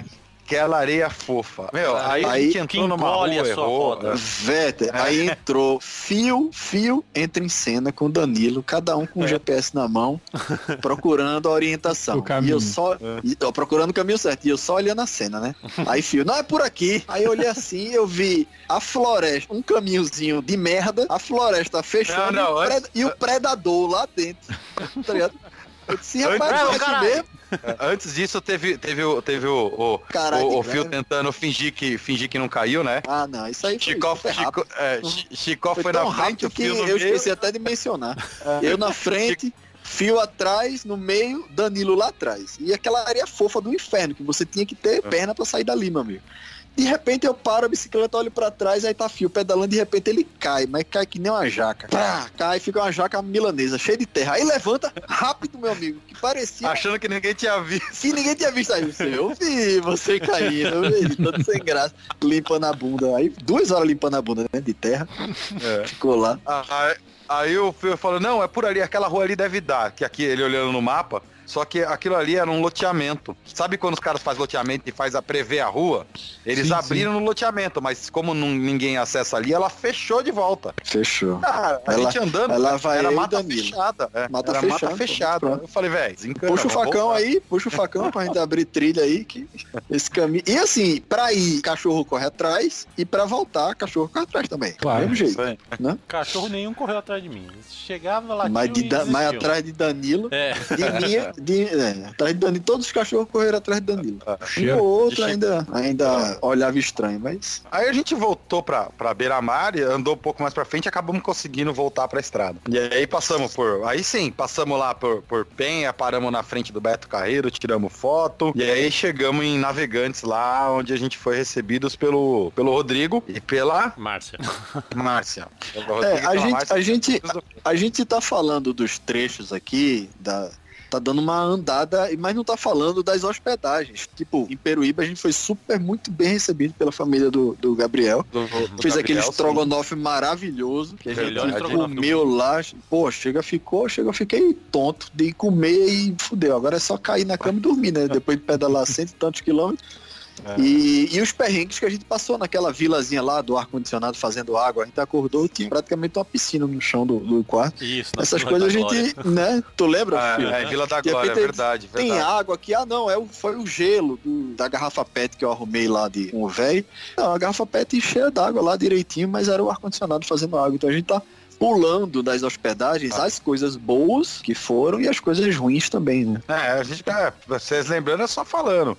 S4: aquela areia fofa. Meu, aí,
S3: Aí
S4: a gente entrou numa rua,
S5: engole a sua
S4: errou.
S5: roda.
S3: Véter, aí entrou Fio, Fio entra em cena com Danilo, cada um com o G P S na mão, procurando a orientação.
S2: O caminho.
S3: E eu só, e, ó, procurando o caminho certo, e eu só olhando a cena, né? Aí Fio, não, é por aqui. Aí eu olhei assim, eu vi a floresta, um caminhozinho de merda, a floresta fechando
S4: Não, não,
S3: e, o
S4: antes-
S3: pred- e o predador lá dentro. Tá ligado? Eu disse, rapaz,
S4: Antes-
S3: é aqui
S5: caralho.
S3: mesmo.
S4: Antes disso, teve, teve, o, teve o, o,
S3: Caralho,
S4: o, o
S3: de
S4: Fio
S3: greve.
S4: tentando fingir que, fingir que não caiu, né?
S3: Ah, não, isso aí foi
S4: Chicó,
S3: super
S4: Chico,
S3: rápido.
S4: é, Chi- Chicó foi,
S3: Foi
S4: na
S3: tão
S4: frente,
S3: rápido
S4: o
S3: que
S4: Fio no
S3: eu
S4: meio.
S3: esqueci até de mencionar. Eu na frente, Fio atrás, no meio, Danilo lá atrás. E aquela areia fofa do inferno, que você tinha que ter perna pra sair dali, meu amigo. De repente eu paro a bicicleta, olho pra trás, aí tá Fio pedalando, de repente ele cai, mas cai que nem uma jaca. Pá, cai, fica uma jaca milanesa, cheia de terra. Aí levanta rápido, meu amigo, que parecia
S4: Achando que ninguém tinha visto.
S3: que ninguém tinha visto. Aí você, eu vi você caindo, eu vi, todo sem graça, limpando a bunda. Aí duas horas limpando a bunda, né, de terra,
S4: É.
S3: ficou lá.
S4: Aí, aí o Fio falou, não, é por ali, aquela rua ali deve dar. Que aqui, ele olhando no mapa, só que aquilo ali era um loteamento. Sabe quando os caras fazem loteamento e faz a prever a rua? Eles
S2: Sim,
S4: abriram no loteamento, mas como não- ninguém acessa ali, ela fechou de volta.
S3: Fechou.
S4: Cara, a
S3: Ela-
S4: gente andando,
S3: ela vai
S4: era
S3: eu e
S4: mata
S3: Danilo.
S4: fechada. é,
S3: Mata
S4: era
S3: fechada,
S4: mata fechada.
S3: pronto.
S4: Eu falei, velho, desencana.
S3: Puxa o
S4: vamos
S3: facão
S4: voltar.
S3: aí, puxa o facão pra gente abrir trilha aí, que esse caminho. E assim, pra ir, cachorro corre atrás, e pra voltar, cachorro corre atrás também.
S2: Claro.
S3: Mesmo jeito.
S4: Isso aí.
S5: Cachorro nenhum correu atrás de mim. Chegava lá
S3: Mas, de Da- mas atrás de Danilo,
S5: É.
S3: de mim, de, é, atrás de Danilo, todos os cachorros correram atrás de Danilo. Um
S2: Cheiro.
S3: ou outro
S4: De
S3: ainda, ainda olhava estranho, mas.
S4: Aí a gente voltou pra, pra beira-mar e andou um pouco mais pra frente e acabamos conseguindo voltar pra estrada. E aí passamos por... Aí sim, passamos lá por, por Penha, paramos na frente do Beto Carreiro, tiramos foto. E aí chegamos em Navegantes lá, onde a gente foi recebidos pelo, pelo Rodrigo e pela
S5: Márcia.
S4: Márcia. Pelo
S3: É,
S4: Rodrigo e
S3: a
S4: pela
S3: gente,
S4: Márcia.
S3: a, gente, a gente tá falando dos trechos aqui, da, tá dando uma andada, mas não tá falando das hospedagens. Tipo, em Peruíbe a gente foi super, muito bem recebido pela família do, do Gabriel.
S4: Do- do
S3: Fez
S4: Gabriel,
S3: aquele
S4: sim.
S3: estrogonofe maravilhoso que a gente
S5: Melhor estrogonofe do
S3: comeu lá. Pô, chega, ficou, chega, eu fiquei tonto de comer e fudeu. Agora é só cair na cama e dormir, né? Depois de pedalar cento e tantos quilômetros.
S4: É.
S3: E, e os perrengues que a gente passou naquela vilazinha lá do ar-condicionado fazendo água. A gente acordou, tinha praticamente uma piscina no chão do, do quarto.
S5: Isso. na
S3: Essas
S5: Vila
S3: coisas a
S5: da
S3: gente,
S5: Glória.
S3: né? Tu lembra,
S4: Ah,
S3: filho?
S4: é, Vila da
S3: De
S4: Glória, é
S3: repente,
S4: verdade,
S3: Tem
S4: verdade.
S3: água aqui, ah não, é o, foi o gelo do- da garrafa pet que eu arrumei lá de um velho. Não, a garrafa pet cheia d'água lá direitinho, mas era o ar-condicionado fazendo água. Então a gente tá pulando das hospedagens
S4: Ah.
S3: as coisas boas que foram e as coisas ruins também, né?
S4: É, a gente, é, vocês lembrando, é só falando.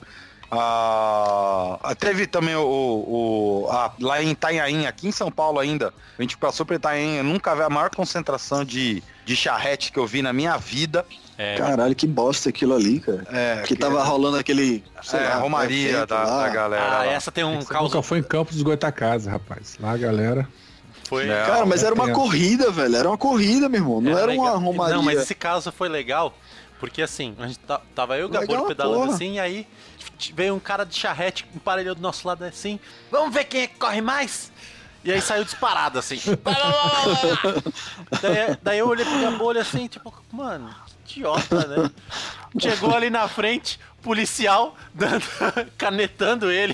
S4: Ah, teve também o, o a- lá em Itanhaém, aqui em São Paulo ainda, a gente passou por Itanhaém, eu nunca vi a maior concentração de, de charrete que eu vi na minha vida.
S5: É,
S3: Caralho, que bosta aquilo ali, cara.
S4: É,
S3: Que tava rolando aquele, sei
S4: é,
S3: lá,
S4: a Romaria
S3: evento
S4: da,
S3: lá.
S4: da galera.
S5: ah,
S4: lá.
S5: essa tem um
S2: Você
S5: caos.
S2: nunca foi em Campos dos Goitacazes, rapaz. Lá a galera...
S5: Foi.
S4: É.
S3: Cara, mas era uma
S2: Tem-
S3: corrida, velho. Era uma corrida, meu irmão. Não era, uma
S5: legal.
S3: romaria.
S5: Não, mas esse caso foi legal, porque assim, a gente tá- tava eu e o
S3: Legal,
S5: Gabor pedalando
S3: porra.
S5: assim, e aí t- veio um cara de charrete, emparelhou do nosso lado assim, vamos ver quem é que corre mais? E aí saiu disparado assim. daí, daí eu olhei pro Gabor assim, tipo, mano, que idiota, né? Chegou ali na frente, policial, dando, canetando ele.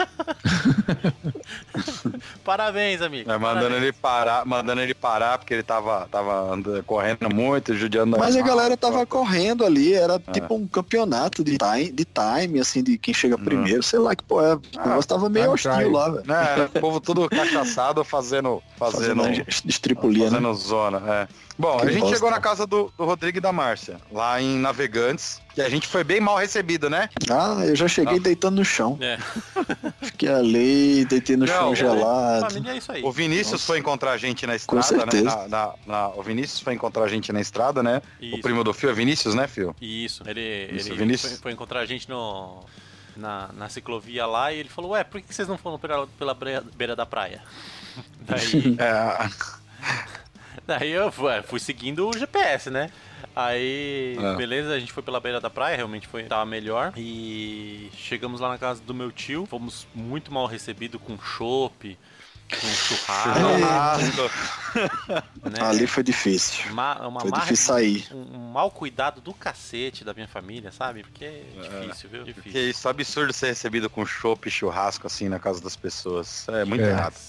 S5: Parabéns, amigo.
S4: É, mandando
S5: Parabéns.
S4: ele parar, mandando ele parar, porque ele tava, tava andando, correndo muito, judiando.
S3: Mas a
S4: normal.
S3: galera tava correndo ali, era tipo um campeonato de time, de time, assim, de quem chega primeiro, sei lá que pô, é. O negócio tava meio
S2: time
S3: hostil
S2: trial.
S3: lá, velho.
S4: Né, o povo tudo cachaçado fazendo, fazendo,
S3: Fazendo estripulia, né?
S4: fazendo zona, é. Bom,
S3: Que
S4: a gente
S3: bosta.
S4: chegou na casa do, do Rodrigo e da Márcia, lá em Navegantes, que a gente foi bem mal recebido, né?
S3: Ah, eu já cheguei
S4: Ah.
S3: deitando no chão.
S5: É.
S3: Fiquei ali, deitei no
S4: Não,
S3: chão
S4: o-
S3: gelado.
S5: Família é isso aí.
S4: O Vinícius
S3: Nossa.
S4: foi encontrar a gente na
S3: Com
S4: estrada, né?
S3: certeza.
S4: Na, na- na- o Vinícius foi encontrar a gente na estrada, né?
S5: Isso.
S4: O primo do Fio é Vinícius, né, Fio?
S5: Isso, ele,
S4: Isso,
S5: ele
S4: Vinícius.
S5: foi, foi encontrar a gente no, na, na ciclovia lá e ele falou, ué, por que vocês não foram pela, pela beira, beira da praia? Daí,
S4: É,
S5: daí eu fui, fui seguindo o G P S, né? Aí,
S4: É.
S5: beleza, a gente foi pela beira da praia, realmente foi, tava melhor. E chegamos lá na casa do meu tio, fomos muito mal recebidos com chopp, com churrasco. Né?
S3: Ali foi difícil.
S5: Uma, uma
S3: foi
S5: marra,
S3: difícil sair.
S5: Um, um mau cuidado do cacete da minha família, sabe? Porque é difícil, viu? Difícil.
S4: Que isso, absurdo ser recebido com chopp e churrasco assim na casa das pessoas. É muito
S2: É.
S4: errado.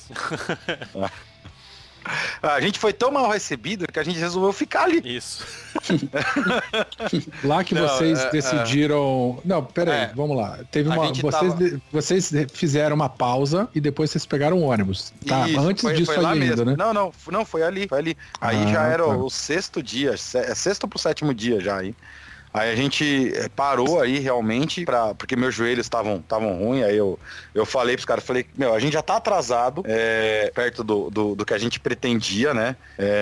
S4: A gente foi tão mal recebido que a gente resolveu ficar ali.
S5: Isso.
S2: Lá que
S4: Não,
S2: vocês
S4: é,
S2: decidiram. Não, pera aí,
S4: É.
S2: vamos lá. Teve
S4: A
S2: uma.
S4: gente
S2: Vocês,
S4: tava-
S2: de- vocês fizeram uma pausa e depois vocês pegaram um ônibus. Tá,
S4: Isso,
S2: antes
S4: foi-
S2: disso
S4: foi lá
S2: aí ainda,
S4: mesmo.
S2: né?
S4: Não, não, f- não, foi ali, foi ali. Aí
S2: Ah,
S4: já era
S2: tá.
S4: o sexto dia, se- é sexto pro sétimo dia já aí. Aí a gente eh, parou aí realmente, pra, porque meus joelhos estavam estavam ruins, aí eu, eu falei pros caras, falei, meu, a gente já tá atrasado, é, perto do, do, do que a gente pretendia, né?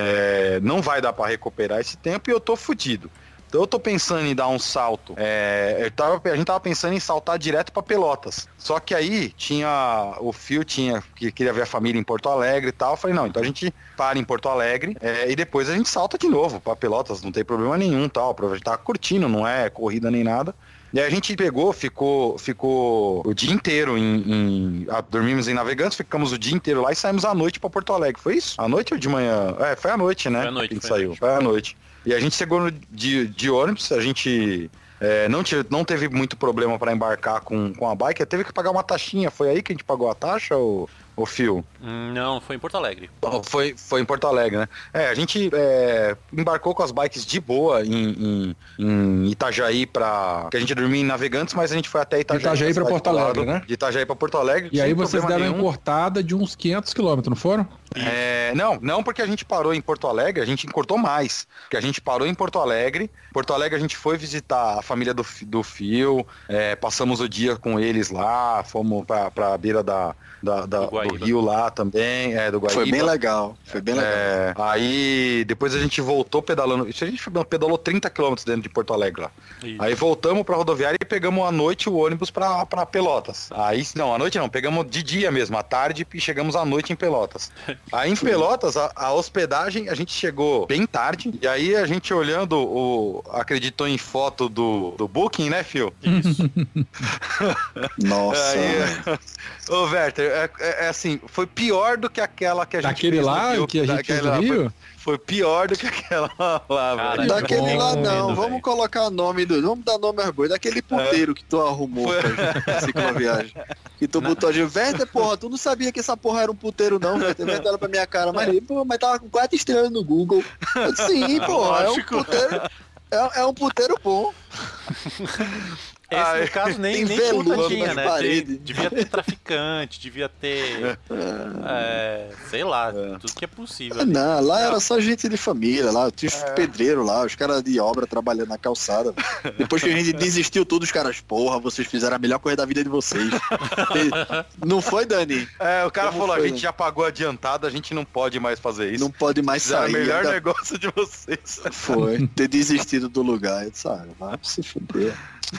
S4: É, não vai dar pra recuperar esse tempo e eu tô fudido. Então eu tô pensando em dar um salto. É, eu tava, a gente tava pensando em saltar direto pra Pelotas. Só que aí tinha. O Fio tinha que queria ver a família em Porto Alegre e tal. Eu falei, não, então a gente para em Porto Alegre é, e depois a gente salta de novo pra Pelotas, não tem problema nenhum tal. A gente tava curtindo, não é corrida nem nada. E aí a gente pegou, ficou, ficou o dia inteiro em, em ah, dormimos em Navegantes, ficamos o dia inteiro lá e saímos à noite pra Porto Alegre. Foi isso? À noite ou de manhã? É, foi à noite, né?
S5: Foi à noite,
S4: que a gente
S5: foi à
S4: saiu.
S5: noite.
S4: Foi à noite. E a gente chegou no, de, de ônibus, a gente é, não, tive, não teve muito problema para embarcar com, com a bike, teve que pagar uma taxinha. Foi aí que a gente pagou a taxa, ou, ou Fio?
S5: Não, foi em Porto Alegre.
S4: Foi, foi em Porto Alegre, né? É, a gente é, embarcou com as bikes de boa em, em, em Itajaí pra... que a gente dormia em Navegantes, mas a gente foi até Itajaí.
S2: Itajaí pra
S4: cidade
S2: Porto
S4: do lado,
S2: Alegre, né?
S4: De Itajaí pra Porto Alegre.
S2: E aí
S4: sem
S2: vocês
S4: problema
S2: deram a
S4: nenhum.
S2: encurtada de uns quinhentos quilômetros, não foram?
S4: É, não, não porque a gente parou em Porto Alegre, a gente encurtou mais. Porque a gente parou em Porto Alegre. Porto Alegre a gente foi visitar a família do, Fi- do Fio, é, passamos o dia com eles lá, fomos pra, pra beira da, da, da-
S5: Do
S4: do,
S5: Guaíba.
S4: rio lá também, é, do Guaíba.
S3: Foi bem legal. Foi bem legal.
S4: É, aí depois a gente voltou pedalando. Isso a gente pedalou trinta quilômetros dentro de Porto Alegre lá.
S5: Isso.
S4: Aí voltamos pra rodoviária e pegamos à noite o ônibus pra, pra Pelotas. Aí, não, à noite não, pegamos de dia mesmo, à tarde e chegamos à noite em Pelotas. Aí em Pelotas, a, a hospedagem, a gente chegou bem tarde. E aí a gente olhando, o, acreditou em foto do, do Booking, né, Fio?
S5: Isso.
S3: Nossa.
S4: Aí, ô, Werther, é, é- é assim, foi pior do que aquela que a gente
S2: Daquele
S4: fez no
S2: lá
S4: Rio,
S2: que a gente fez
S4: daquela-
S2: no Rio?
S4: Foi, foi pior do que aquela lá,
S5: Cara,
S4: velho.
S3: Daquele
S2: bom,
S3: lá não,
S5: velho.
S3: vamos colocar nome do. Vamos dar nome às boas. Daquele puteiro que tu arrumou
S4: Foi.
S3: pra cicloviagem. Que tu botou de Werther, porra, tu não sabia que essa porra era um puteiro, não, Werther. Werther olha pra minha cara, mas, pô, mas tava com quatro estrelas no Google. Eu disse, sim, porra, é um
S5: Lógico.
S3: puteiro. É, é um puteiro bom.
S5: Esse,
S4: Ai,
S5: no caso, nem,
S3: tem
S5: nem
S3: veludo
S5: conta tinha,
S3: nas
S5: né?
S3: paredes.
S5: Tem- devia ter traficante, devia ter. é, sei lá, tudo que é possível. ali.
S3: Não, lá era só gente de família, lá tinha os pedreiros lá, os caras de obra trabalhando na calçada. Depois que a gente desistiu tudo, os caras, porra, vocês fizeram a melhor coisa da vida de vocês. E- não foi, Dani?
S4: É, o cara
S3: Como
S4: falou,
S3: foi,
S4: a gente
S3: né?
S4: já pagou adiantado, a gente não pode mais fazer isso.
S3: Não pode mais
S4: Fizeram
S3: sair.
S4: o melhor
S3: ainda
S4: negócio de vocês.
S3: Foi, ter desistido do lugar. Eu disse, ah, vai se fuder.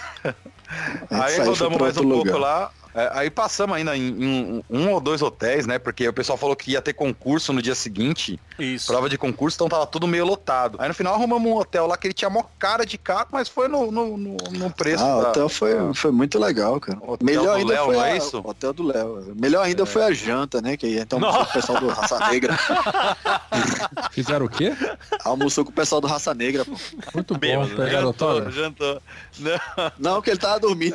S4: Aí
S3: saiu, foi
S4: rodamos
S3: pra
S4: mais um
S3: outro
S4: pouco
S3: lugar.
S4: lá. É, aí passamos ainda em, em um ou dois hotéis, né? Porque o pessoal falou que ia ter concurso no dia seguinte,
S5: Isso.
S4: prova de concurso, então tava tudo meio lotado. Aí no final arrumamos um hotel lá que ele tinha mó cara de carro, mas foi no, no, no, no preço.
S3: Ah, o
S4: da-
S3: hotel foi, foi muito legal, cara.
S4: Hotel
S3: Melhor
S4: do
S3: ainda
S4: Léo,
S3: foi
S4: não
S3: a,
S4: é isso?
S3: Hotel do Léo. Melhor ainda foi a janta, né? Que então almoçou com o pessoal do Raça Negra.
S2: Fizeram o quê?
S3: Almoçou com o pessoal do Raça Negra, pô.
S2: Muito bom,
S5: Bêbado, né?
S2: pegaram
S4: Jantou,
S2: autógrafo.
S4: jantou. Não,
S3: Não, que ele tava dormindo.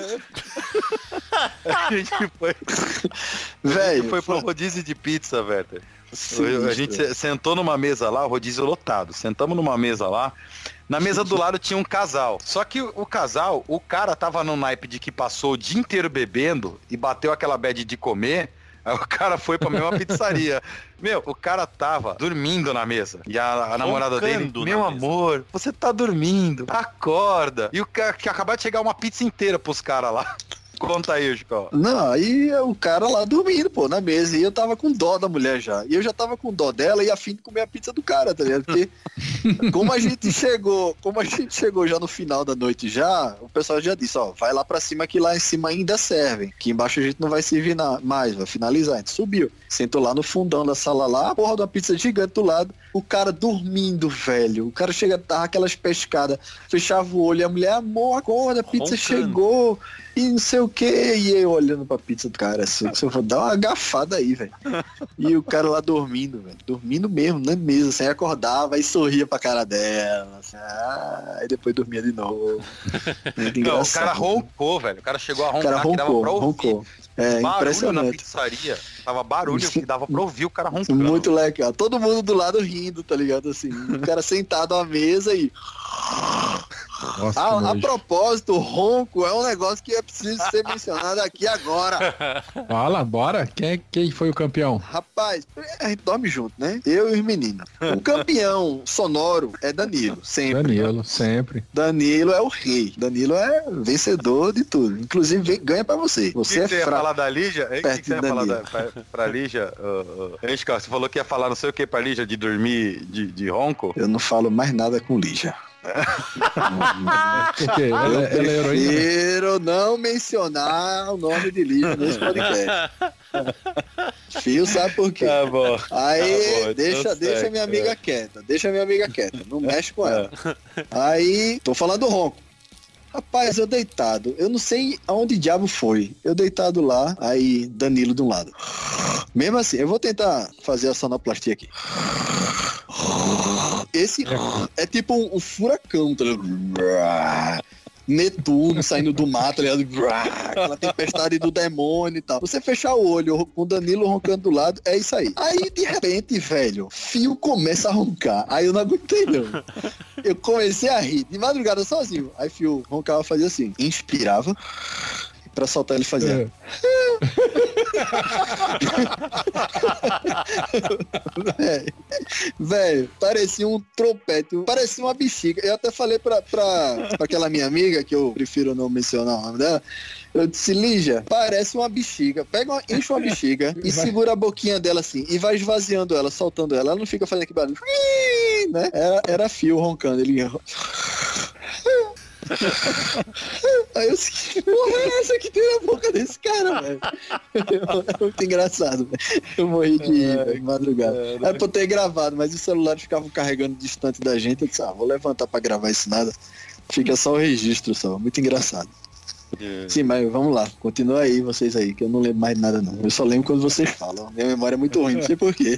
S4: a gente foi,
S3: Velho,
S4: foi pro rodízio de pizza, Werther.
S3: sinistro.
S4: A gente se- sentou numa mesa lá, o rodízio lotado. Sentamos numa mesa lá. Na mesa do lado tinha um casal. Só que o, o casal, o cara tava no naipe de que passou o dia inteiro bebendo e bateu aquela bad de comer. Aí o cara foi pra mesma pizzaria. Meu, o cara tava dormindo na mesa. E a, a namorada dele,
S5: Roncando na
S4: meu
S5: mesa.
S4: amor, você tá dormindo. Acorda. E o cara que acabou de chegar uma pizza inteira pros caras lá. Conta aí, Chico.
S3: Não, aí o cara lá dormindo, pô, na mesa. E eu tava com dó da mulher já. E eu já tava com dó dela e a fim de comer a pizza do cara, tá ligado? Porque como a gente chegou, como a gente chegou já no final da noite já, o pessoal já disse, ó, vai lá pra cima que lá em cima ainda servem. Aqui embaixo a gente não vai servir na, mais, vai finalizar. A gente subiu. Sentou lá no fundão da sala lá, a porra de uma pizza gigante do lado. O cara dormindo, velho. O cara chega, tava aquelas pescadas, fechava o olho e a mulher, amor, acorda, a pizza
S5: Roncando.
S3: chegou. E não sei o quê? E eu olhando pra pizza do cara, assim, eu vou dar uma agafada aí, velho. E o cara lá dormindo, velho. Dormindo mesmo, na mesa, sem acordar, vai e sorria pra cara dela. Assim, ah, aí depois dormia de novo.
S4: Não, o cara roncou, velho. O cara chegou a roncar,
S3: o cara roncou,
S4: que dava pra ouvir.
S3: Roncou. É,
S4: barulho
S3: impressionante.
S4: na pizzaria. Tava barulho que dava pra ouvir o cara roncando.
S3: Muito legal. Todo mundo do lado rindo, tá ligado? Assim, o cara sentado à mesa e...
S2: Nossa,
S3: a, a propósito, o ronco é um negócio que é preciso ser mencionado aqui agora.
S2: Fala, bora. Quem, quem foi o campeão?
S3: Rapaz, a gente dorme junto, né? Eu e os meninos. O campeão sonoro é Danilo, sempre.
S2: Danilo, sempre.
S3: Danilo é o rei. Danilo é vencedor de tudo. Inclusive, vem, ganha pra você. Você
S4: que
S3: é
S4: que você ia
S3: fraco.
S4: falar da Lígia? O que, que você ia falar da, pra, pra Lígia? Uh, uh, você falou que ia falar não sei o que pra Lígia de dormir de, de ronco?
S3: Eu não falo mais nada com Lígia.
S2: Por quê? Ela,
S3: Eu
S2: ela é heroína?
S3: prefiro não mencionar o nome de Lígia nesse podcast. Fio sabe por quê?
S4: Tá bom.
S3: Aí,
S4: tá bom,
S3: deixa,
S4: tá
S3: deixa
S4: certo,
S3: minha amiga
S4: é.
S3: quieta. Deixa minha amiga quieta. Não mexe com ela. Aí, tô falando do ronco. Rapaz, eu deitado. Eu não sei aonde diabo foi. Eu deitado lá, aí Danilo de um lado. Mesmo assim, eu vou tentar fazer a sonoplastia aqui. Esse é tipo um, um furacão, tá ligado? Netuno saindo do mato, tá ligado? Aquela tempestade do demônio e tal. Você fechar o olho com o Danilo roncando do lado, é isso aí. Aí, de repente, velho, Fio começa a roncar. Aí eu não aguentei, não. Eu comecei a rir, de madrugada sozinho. Aí Fio roncava, fazia assim, inspirava, pra soltar ele fazia. Velho, velho, parecia um trompete, parecia uma bexiga. Eu até falei pra, pra, pra aquela minha amiga, que eu prefiro não mencionar o nome dela, eu disse, Lígia, parece uma bexiga. Pega uma, enche uma bexiga e segura a boquinha dela assim, e vai esvaziando ela, soltando ela. Ela não fica fazendo aquele barulho, né? Era, era Fio roncando, ele... Aí eu disse, que porra é essa que tem na boca desse cara, velho? É muito engraçado, velho. Eu morri de rir, velho, de madrugada. Era pra eu ter gravado, mas os celulares ficavam carregando distante da gente. Eu disse, ah, vou levantar pra gravar isso nada. Fica só o registro, só. Muito engraçado. É. Sim, mas vamos lá. Continua aí, vocês aí, que eu não lembro mais de nada, não. Eu só lembro quando vocês falam. Minha memória é muito ruim, não sei porquê.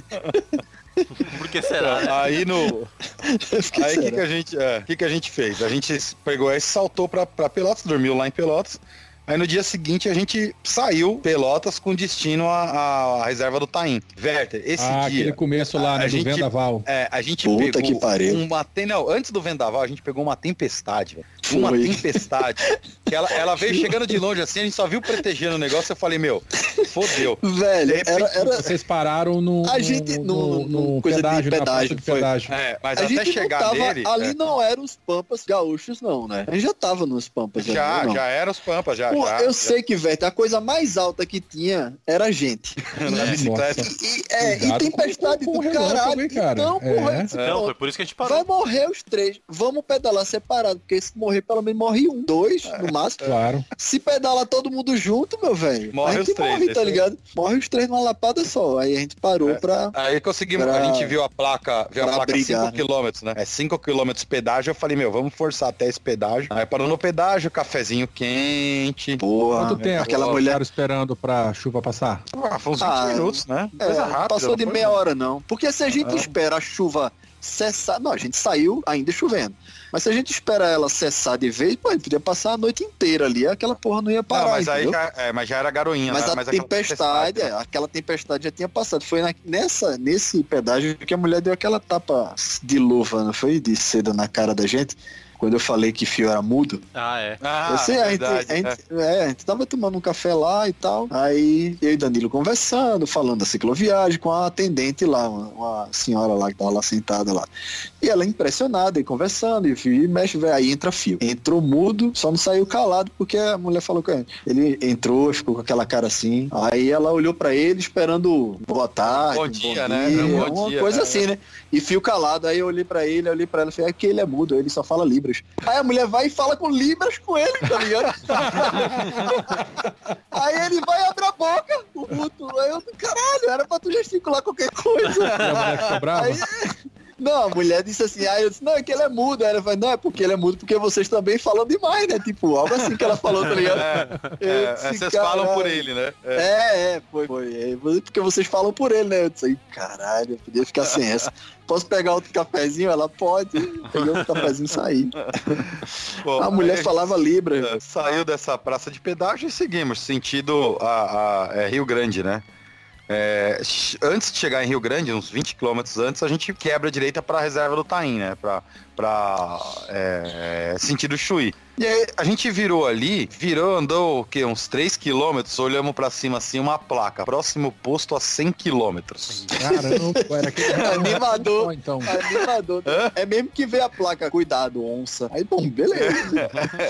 S5: Por que será? Né?
S4: Aí no. Aí o que, que a gente. É, que, que a gente fez? A gente pegou esse, saltou pra, pra Pelotas, dormiu lá em Pelotas. Aí no dia seguinte a gente saiu Pelotas com destino à, à reserva do Taim. Werther, esse
S2: ah,
S4: dia...
S2: aquele começo lá,
S4: a,
S2: né,
S4: a
S2: do
S4: gente,
S2: vendaval.
S4: É, a gente
S3: Puta
S4: pegou
S3: que pariu.
S4: uma... Não, antes do vendaval a gente pegou uma tempestade, velho. Uma
S3: Foi.
S4: tempestade. Que ela, ela veio chegando de longe assim, a gente só viu protegendo o negócio, eu falei, meu, fodeu.
S3: Velho,
S4: De repente,
S3: era, era...
S2: Vocês pararam no,
S3: A gente-
S2: no,
S3: no-
S2: no,
S3: no coisa de
S2: pedágio, na
S3: pedágio,
S2: praça de
S3: foi.
S2: pedágio.
S4: É, mas
S3: a
S4: até
S3: gente
S4: chegar
S3: não tava,
S4: nele...
S3: ali
S4: é,
S3: não eram os Pampas gaúchos, não, né? A gente já tava nos Pampas.
S4: já,
S3: ali, não.
S4: já era os Pampas, já.
S3: Pô,
S4: já
S3: eu
S4: já.
S3: sei que, velho, a coisa mais alta que tinha era a gente.
S4: Na bicicleta.
S2: Nossa.
S3: E, é, e
S2: Cuidado
S3: tempestade
S2: com- com
S3: do
S2: o relógio
S3: caralho.
S2: também, cara.
S3: Então, porra,
S2: É.
S3: esse
S5: Não,
S3: pronto.
S5: foi por isso que a gente parou.
S3: Vai morrer os três. Vamos pedalar separado, porque se morrer, pelo menos morre um, dois, no máximo.
S2: Claro.
S3: Se pedala todo mundo junto, meu velho,
S4: Morre
S3: a gente
S4: os três,
S3: morre, tá
S4: esse aí.
S3: ligado? Morre os três numa lapada só. Aí a gente parou
S4: É.
S3: pra...
S4: Aí conseguimos,
S3: Pra-
S4: a gente viu a placa, viu a
S3: pra
S4: placa
S3: brigar,
S4: cinco
S3: né?
S4: quilômetros, né? É cinco quilômetros pedágio, eu falei, meu, vamos forçar até esse pedágio. Aí parou no pedágio, cafezinho quente.
S3: Porra,
S2: Quanto tempo
S3: aquela
S2: vocês
S3: mulher...
S2: ficaram esperando pra chuva passar?
S4: Ah, foi uns vinte
S3: Ah,
S4: minutos, né?
S3: É,
S4: Coisa rápida.
S3: passou
S4: não
S3: de
S4: foi?
S3: meia hora não. Porque se a gente
S4: Ah.
S3: espera a chuva cessar... Não, a gente saiu ainda chovendo. Mas se a gente espera ela cessar de vez, pô, a gente podia passar a noite inteira ali, aquela porra não ia parar,
S4: Não, mas aí
S3: entendeu?
S4: já, é, mas já era garoinha,
S3: Mas
S4: né?
S3: a
S4: Mas aquela
S3: tempestade, é, aquela tempestade já tinha passado. Foi na- nessa, nesse pedágio que a mulher deu aquela tapa de luva, não foi? De seda na cara da gente. Quando eu falei que Fio era mudo.
S5: Ah, é.
S4: Ah,
S3: eu sei, a gente,
S4: verdade,
S3: a, gente,
S4: é.
S3: é, a gente tava tomando um café lá e tal. Aí eu e Danilo conversando, falando da cicloviagem com a atendente lá, uma, uma senhora lá que tava lá sentada lá. E ela impressionada e conversando, e Fio e mexe, velho, aí entra Fio. Entrou mudo, só não saiu calado porque a mulher falou com ele. Ele entrou, ficou com aquela cara assim. Aí ela olhou pra ele esperando boa tarde,
S4: Bom
S3: um
S4: dia,
S3: bom
S4: né?
S3: dia,
S4: Um bom
S3: uma
S4: dia,
S3: coisa
S4: é.
S3: assim, né? E Fio calado, aí eu olhei pra ele, eu olhei pra ela e falei, é que ele é mudo, ele só fala Libras. Aí a mulher vai e fala com Libras com ele, tá ligado? Aí ele vai e abre a boca, o puto. Aí eu, caralho, era pra tu gesticular qualquer coisa.
S2: E a mulher ficou brava?
S3: Aí, Não, a mulher disse assim, aí eu disse, não, é que ele é mudo. Aí ela falou, não, é porque ele é mudo, porque vocês também falam demais, né? Tipo, algo assim que ela falou, tá ligado?
S4: É, é, disse, vocês falam por ele, né?
S3: É, é, é foi, foi. É, porque vocês falam por ele, né? Eu disse, caralho, eu podia ficar sem essa. Posso pegar outro cafezinho? Ela pode. Peguei outro cafezinho e saí. Bom, a mulher falava Libra.
S4: Saiu dessa praça de pedágio e seguimos, sentido a, a, é, Rio Grande, né? É, antes de chegar em Rio Grande, uns vinte quilômetros antes, a gente quebra a direita para a reserva do Taim, né? Pra, pra é, sentido Chuí. E aí a gente virou ali, virou, andou o quê? Uns três quilômetros, olhamos pra cima assim, uma placa. Próximo posto a cem quilômetros.
S2: Caramba, era aquele
S3: animador.
S2: Então.
S3: Animador. Hã? É mesmo que vê a placa, cuidado, onça. Aí, bom, beleza.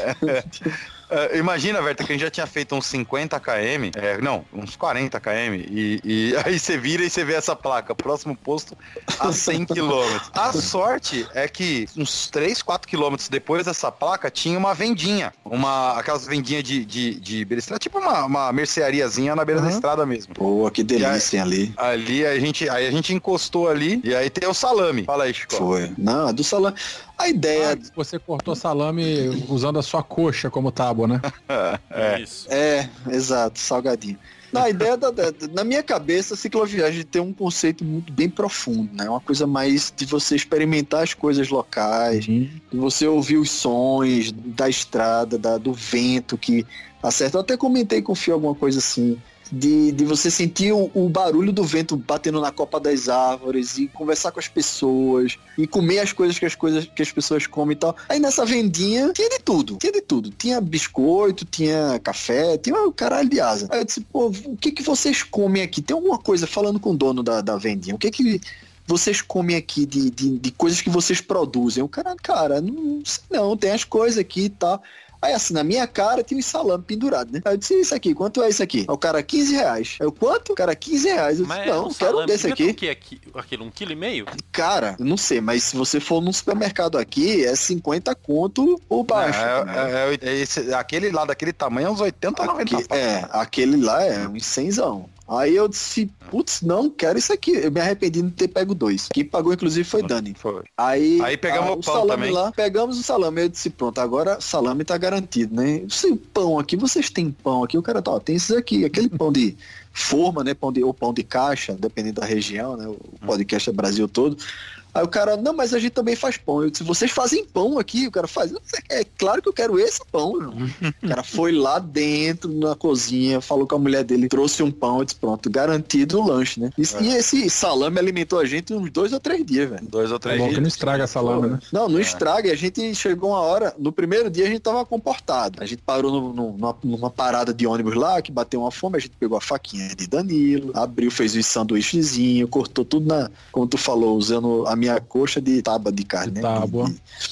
S4: Uh, imagina, Verta, que a gente já tinha feito uns cinquenta quilômetros, é, não, uns quarenta quilômetros, e, e aí você vira e você vê essa placa, próximo posto a cem quilômetros. A sorte é que uns três, quatro quilômetros depois dessa placa tinha uma vendinha, uma, aquelas vendinhas de, de, de beira estrada, tipo uma, uma merceariazinha na beira uhum. da estrada mesmo.
S3: Pô, que delícia
S4: aí,
S3: ali.
S4: Ali a gente, aí a gente encostou ali, e aí tem o salame. Fala aí, Chico.
S3: Foi. Não, do salame. A ideia...
S2: Ah, você cortou salame usando a sua coxa como tábua, né?
S4: é.
S5: Isso.
S3: É, exato, salgadinho. Na ideia da, da, na minha cabeça, a cicloviagem tem um conceito muito bem profundo, né? Uma coisa mais de você experimentar as coisas locais, uhum. de você ouvir os sons da estrada, da, do vento que acerta. Eu até comentei com o Fio alguma coisa assim. De, de você sentir o, o barulho do vento batendo na copa das árvores e conversar com as pessoas e comer as coisas que as coisas que as pessoas comem e tal. Aí nessa vendinha tinha de tudo, tinha de tudo. Tinha biscoito, tinha café, tinha um caralho de asa. Aí eu disse, pô, o que que vocês comem aqui? Tem alguma coisa, falando com o dono da, da vendinha, o que que vocês comem aqui de, de, de coisas que vocês produzem? O cara, cara, não sei não, tem as coisas aqui e tal. Aí assim, na minha cara tinha um salame pendurado, né? Aí eu disse, isso aqui, quanto é isso aqui? Aí o cara, quinze reais. Aí eu, quanto? O cara, quinze reais. Eu disse,
S5: mas
S3: não,
S5: um
S3: quero um desse aqui.
S5: O que é aquilo? Um quilo e meio?
S3: Cara, não sei, mas se você for num supermercado aqui, é cinquenta conto ou baixo.
S4: É, é, é, é esse, aquele lá daquele tamanho é uns oitenta, noventa.
S3: É, aquele lá é uns cenzão. Aí eu disse, putz, não, quero isso aqui. Eu me arrependi de não ter pego dois. Quem pagou, inclusive, foi Dani.
S4: Foi.
S3: Aí,
S4: Aí pegamos
S3: a,
S4: o
S3: o
S4: pão
S3: salame
S4: também.
S3: lá, pegamos o salame. Eu disse, pronto, agora salame tá garantido, né? Se o pão aqui, vocês têm pão aqui? O cara tá, ó, tem esses aqui. Aquele pão de forma, né? Pão de, ou pão de caixa, dependendo da região, né? O podcast é Brasil todo. Aí o cara, não, mas a gente também faz pão. Eu disse, vocês fazem pão aqui? O cara faz. É claro que eu quero esse pão. O cara foi lá dentro, na cozinha, falou com a mulher dele, trouxe um pão, eu disse, pronto, garantido o lanche, né? E, é. e esse salame alimentou a gente uns dois ou três dias, velho.
S4: Dois ou três
S2: é bom
S4: dias.
S2: Que não estraga salame, né?
S3: Não, não
S4: é.
S3: estraga. E a gente chegou uma hora, no primeiro dia a gente tava comportado. A gente parou no, no, numa, numa parada de ônibus lá, que bateu uma fome, a gente pegou a faquinha de Danilo, abriu, fez os sanduíchezinhos, cortou tudo na, como tu falou, usando a minha coxa de tábua de carne,
S2: de
S3: né?
S2: Tábua.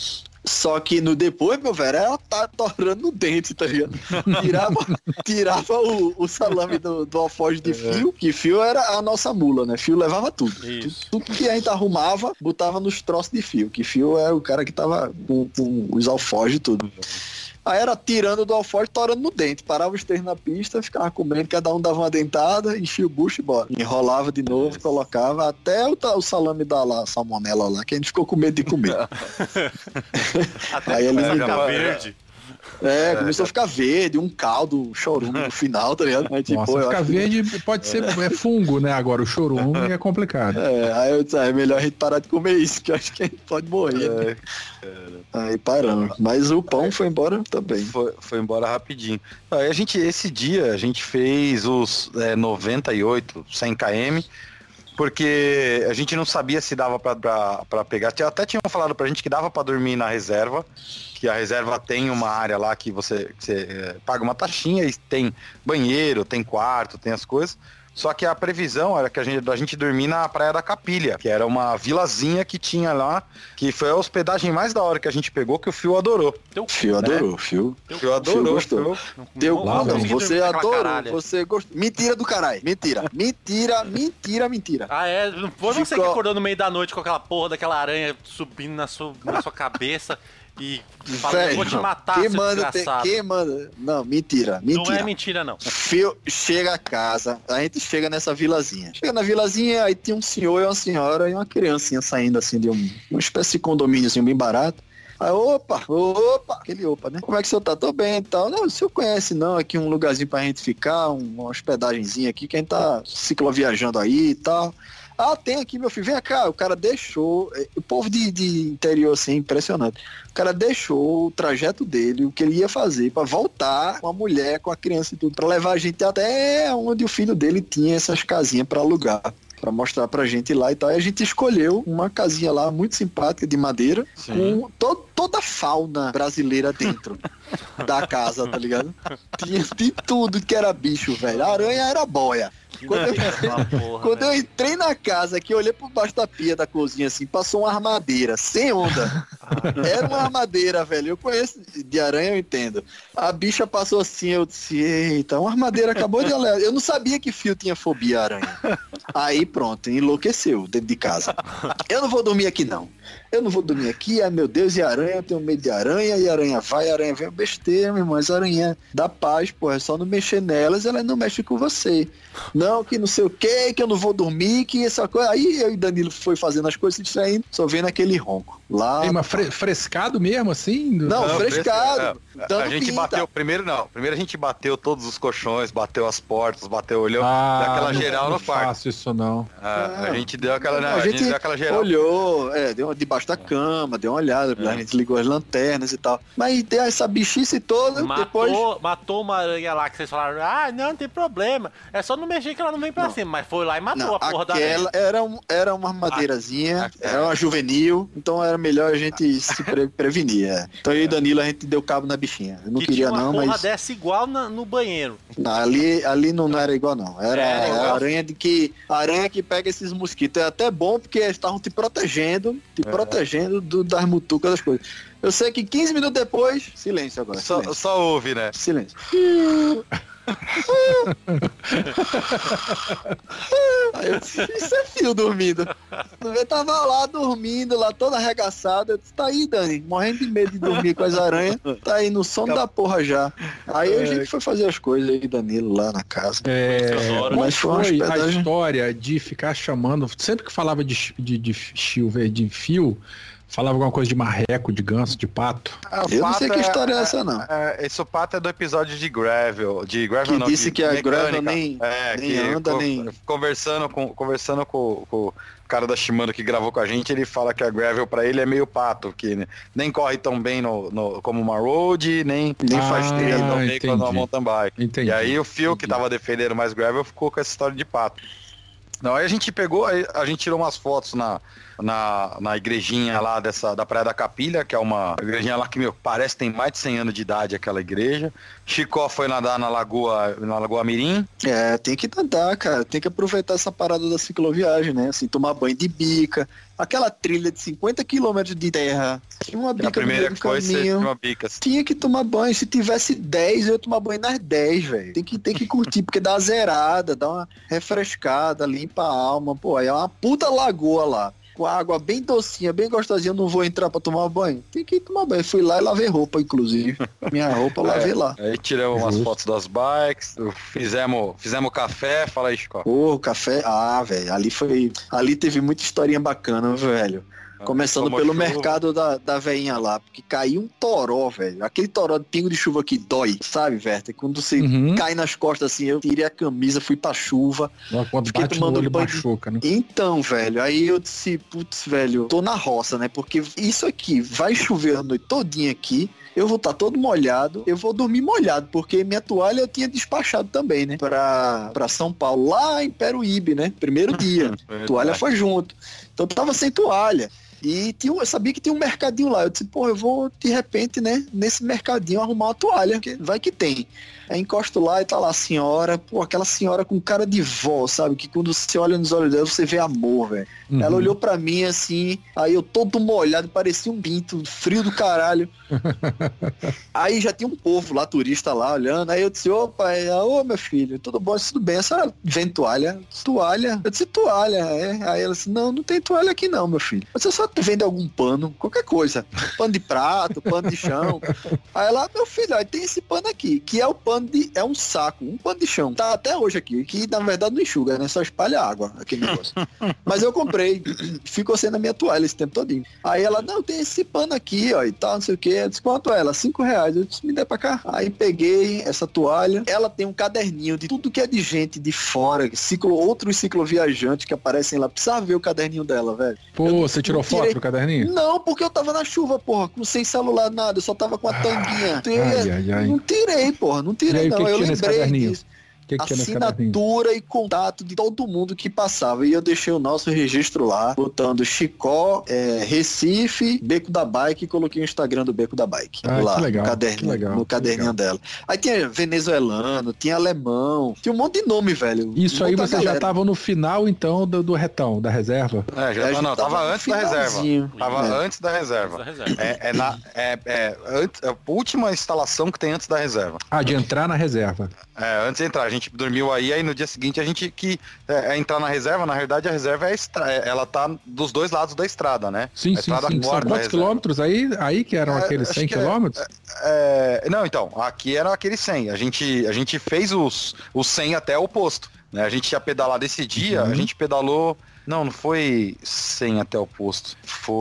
S3: Só que no depois, meu velho, ela tá torrando no dente, tá ligado? Tirava, tirava o, o salame do, do alforje de Fio, que Fio era a nossa mula, né? Fio levava tudo. tudo. Tudo que a gente arrumava, botava nos troços de Fio, que Fio é o cara que tava com, com os alforjes e tudo. Aí era tirando do alforje, torando no dente. Parava os três na pista, ficava comendo, cada um dava uma dentada, enchia o bucho e bora. Enrolava de novo, colocava até o, o salame da lá, salmonela lá, que a gente ficou com medo de comer.
S5: Até
S3: aí ele
S5: ficar verde.
S3: É, é, começou a ficar verde, um caldo, um chorume no final, tá ligado? Aí, tipo,
S2: Nossa,
S3: pô,
S2: ficar
S3: acho
S2: verde
S3: que...
S2: pode ser é fungo, né? Agora o chorume é complicado.
S3: É, aí eu disse, ah, é melhor a gente parar de comer isso, que eu acho que a gente pode morrer. É, aí paramos. Mas o pão foi embora também.
S4: Foi, foi embora rapidinho. Aí a gente, esse dia, a gente fez os é, noventa e oito, cem quilômetros, porque a gente não sabia se dava pra, pra, pra pegar. Até tinham falado pra gente que dava pra dormir na reserva, que a reserva tem uma área lá que você, que você é, paga uma taxinha e tem banheiro, tem quarto, tem as coisas. Só que a previsão era que a gente, a gente dormir na Praia da Capilha, que era uma vilazinha que tinha lá, que foi a hospedagem mais da hora que a gente pegou, que o Fio adorou.
S3: O Fio adorou, o Fio.
S4: O Fio adorou,
S3: gostou. Teu, não, não, você adorou, você gostou. Mentira do caralho, mentira, mentira, mentira, mentira.
S5: Ah, é? Não foi você
S3: Ficou...
S5: que acordou no meio da noite com aquela porra daquela aranha subindo na sua, na sua cabeça e fala, eu vou te matar,
S3: quem
S5: seu
S3: manda
S5: desgraçado.
S3: Ter, quem manda... Não, mentira, mentira.
S5: Não é mentira, não.
S3: Fio, chega a casa, a gente chega nessa vilazinha. Chega na vilazinha, aí tinha um senhor e uma senhora e uma criancinha saindo assim de um, uma espécie de condomíniozinho bem barato. Aí, opa, opa, aquele opa, né? Como é que o senhor tá? Tô bem e tal. Não, o senhor conhece não, aqui um lugarzinho pra gente ficar, uma hospedagemzinha aqui, que a gente tá cicloviajando aí e tal. Ah, tem aqui, meu filho, vem cá. O cara deixou, o povo de, de interior, assim, impressionante. O cara deixou o trajeto dele, o que ele ia fazer, pra voltar com a mulher, com a criança e tudo, pra levar a gente até onde o filho dele tinha essas casinhas pra alugar. Pra mostrar pra gente lá e tal. E a gente escolheu uma casinha lá muito simpática de madeira, Sim. com to toda a fauna brasileira dentro da casa, tá ligado? Tinha de tudo que era bicho, velho. A aranha era boia. Quando, eu, porra, quando eu entrei na casa aqui, eu olhei por baixo da pia da cozinha assim, passou uma armadeira, sem onda. Era uma armadeira, velho. Eu conheço de aranha, eu entendo. A bicha passou assim, eu disse, eita, uma armadeira acabou de olhar. Eu não sabia que fio tinha fobia à aranha. Aí pronto, enlouqueceu dentro de casa. Eu não vou dormir aqui não. Eu não vou dormir aqui, ai meu Deus, e aranha, eu tenho medo de aranha, e aranha vai, aranha vem, besteira, meu irmão, as aranhas dá paz, pô, é só não mexer nelas, elas não mexem com você. Não, que não sei o que, que eu não vou dormir, que essa coisa. Aí eu e Danilo foi fazendo as coisas, se distraindo, só vendo aquele ronco. Lá.
S2: Ei, mas fre frescado mesmo, assim?
S3: Não, não frescado.
S4: É, a gente pinta. bateu, primeiro não, primeiro a gente bateu todos os colchões, bateu as portas, bateu, olhou,
S2: ah,
S4: deu aquela geral
S2: não
S4: no quarto.
S2: Não faço isso não.
S4: Ah, é. A gente deu aquela,
S3: não,
S4: a,
S3: a,
S4: a
S3: gente,
S4: gente deu aquela geral.
S3: Olhou, é, deu debaixo da cama, deu uma olhada, é. A gente ligou as lanternas e tal. Mas deu essa bichice toda,
S5: matou,
S3: depois...
S5: Matou uma aranha lá que vocês falaram, ah, não, não tem problema, é só não mexer que ela não vem pra não. cima, mas foi lá e matou
S3: não,
S5: a porra da
S3: aranha. Era, um, era uma armadeirazinha, a, era uma juvenil, então era melhor a gente se pre prevenir. É. Então eu e Danilo, a gente deu cabo na bichinha. Eu não
S5: que
S3: queria
S5: tinha uma
S3: não,
S5: porra
S3: mas...
S5: dessa igual na, no banheiro.
S3: Não, ali, ali não, não era igual não. Era
S5: é,
S3: a aranha de que a aranha que pega esses mosquitos. É até bom porque eles estavam te protegendo, te é. protegendo do, das mutucas das coisas. Eu sei que quinze minutos depois, silêncio agora.
S4: Só,
S3: silêncio.
S4: só ouve, né?
S3: Silêncio. Aí eu disse, isso é fio dormindo. Eu tava lá dormindo, lá todo arregaçado. Eu disse, tá aí, Dani, morrendo de medo de dormir com as aranhas. Tá aí no sono da porra já. Aí é. a gente foi fazer as coisas aí, Danilo, lá na casa.
S2: É,
S3: mas foi,
S2: foi a história de ficar chamando, sempre que falava de, de, de, de, de fio, falava alguma coisa de marreco, de ganso, de pato.
S3: Ah, eu não sei que história é, é essa, não.
S4: É, é, esse o pato é do episódio de Gravel. De Gravel
S3: que
S4: não,
S3: disse
S4: de,
S3: que a Gravel nem, é, nem anda, co nem...
S4: Conversando com, conversando com, com o cara da Shimano que gravou com a gente, ele fala que a Gravel pra ele é meio pato, que né, nem corre tão bem no, no, como uma road, nem, nem ah, faz trilha tão bem quanto uma mountain bike. Entendi, e aí o Phil, entendi. que tava defendendo mais Gravel, ficou com essa história de pato. Não, aí a gente pegou, a gente tirou umas fotos na, na, na igrejinha lá dessa, da Praia da Capilha, que é uma igrejinha lá que, meu, parece que tem mais de cem anos de idade aquela igreja. Chicó foi nadar na Lagoa, na Lagoa Mirim.
S3: É, tem que nadar, cara, tem que aproveitar essa parada da cicloviagem, né, assim, tomar banho de bica, aquela trilha de cinquenta quilômetros de terra, tinha uma bica
S4: a primeira no coisa
S3: caminho,
S4: uma bica.
S3: Tinha que tomar banho, se tivesse dez, eu ia tomar banho nas dez, velho. Tem que, tem que curtir, porque dá uma zerada, dá uma refrescada, limpa a alma, pô, aí é uma puta lagoa lá. Com a água bem docinha, bem gostosinha, eu não vou entrar pra tomar banho. Tem que ir tomar banho. Fui lá e lavei roupa, inclusive. Minha roupa eu lavei
S4: é,
S3: lá.
S4: Aí tiramos umas fotos das bikes, fizemos, fizemos café, fala aí, Chico.
S3: Pô, café, ah, velho, ali foi, ali teve muita historinha bacana, velho. Começando pelo chuva. mercado da, da veinha lá, porque caiu um toró, velho. Aquele toró de pingo de chuva que dói, sabe, Werther? Quando você uhum. cai nas costas assim, eu tirei a camisa, fui pra chuva.
S2: Quando fiquei bate tomando no olho, banho. Machuca, né?
S3: Então, velho, aí eu disse, putz, velho, tô na roça, né? Porque isso aqui vai chover a noite todinha aqui. Eu vou estar todo molhado, eu vou dormir molhado, porque minha toalha eu tinha despachado também, né? Pra, pra São Paulo, lá em Peruíbe, né? Primeiro dia. A toalha foi junto. Então eu tava sem toalha. E tinha, eu sabia que tinha um mercadinho lá. Eu disse, pô, eu vou, de repente, né, nesse mercadinho arrumar uma toalha, que vai que tem. Aí encosto lá e tá lá a senhora, pô, aquela senhora com cara de vó, sabe? Que quando você olha nos olhos dela, você vê amor, velho. Uhum. Ela olhou pra mim assim, aí eu todo molhado, parecia um pinto, frio do caralho. Aí já tinha um povo lá, turista lá, olhando. Aí eu disse, opa, ô meu filho, tudo bom? Tudo bem, a senhora vem toalha? Toalha? Eu disse, toalha, é. Aí ela disse, não, não tem toalha aqui não, meu filho. Eu disse, só vende algum pano, qualquer coisa. Pano de prato, pano de chão. Aí ela, meu filho, aí tem esse pano aqui, que é o pano de... É um saco, um pano de chão. Tá até hoje aqui, que na verdade não enxuga, né? Só espalha água, aquele negócio. Mas eu comprei, ficou sendo a minha toalha esse tempo todinho. Aí ela, não, tem esse pano aqui, ó, e tal, não sei o que. Eu disse, quanto é ela? Cinco reais. Eu disse, me dê pra cá. Aí peguei essa toalha. Ela tem um caderninho de tudo que é de gente de fora, ciclo, outros cicloviajantes que aparecem lá. Precisava ver o caderninho dela, velho.
S2: Pô,
S3: eu,
S2: você tirou
S3: tirei...
S2: foto do caderninho?
S3: Não, porque eu tava na chuva, porra, com sem celular, nada. Eu só tava com a tanguinha.
S2: Ai, ai, ai.
S3: Não tirei, porra, não tirei,
S2: aí,
S3: não.
S2: que que
S3: eu lembrei disso.
S2: Que que
S3: Assinatura e contato de todo mundo que passava. E eu deixei o nosso registro lá, botando Chicó, é, Recife, Beco da Bike, e coloquei o Instagram do Beco da Bike.
S2: Ah,
S3: lá,
S2: que legal,
S3: no caderninho,
S2: que legal,
S3: no caderninho
S2: legal.
S3: dela. Aí tinha venezuelano, tinha alemão, tinha um monte de nome, velho.
S2: Isso
S3: um
S2: aí
S3: monte
S2: você
S3: da
S2: já
S3: galera.
S2: tava no final, então, do, do retão, da reserva?
S4: É, já,
S3: É,
S4: não, não,
S3: tava
S4: tava
S3: no
S4: antes da reserva.
S3: finalzinho.
S4: Tava
S3: É.
S4: antes da reserva.
S5: Da reserva.
S4: É, é, na, é, é, antes, é a última instalação que tem antes da reserva.
S2: Ah, de entrar na reserva.
S4: É, antes de entrar, a gente dormiu aí, aí no dia seguinte a gente que é, é entrar na reserva, na verdade a reserva é a estra... é, ela tá dos dois lados da estrada, né?
S2: Sim,
S4: a
S2: sim,
S4: estrada
S2: sim. São
S4: corta a
S2: quantos
S4: reserva.
S2: quilômetros aí, aí que eram
S4: É,
S2: aqueles
S4: acho
S2: cem
S4: que é-
S2: quilômetros?
S4: É, não, então, aqui eram aqueles cem. A gente, a gente fez os, os cem até o posto. Né? A gente ia pedalar desse dia,
S2: Uhum.
S4: a gente pedalou. Não, não foi cem até o posto.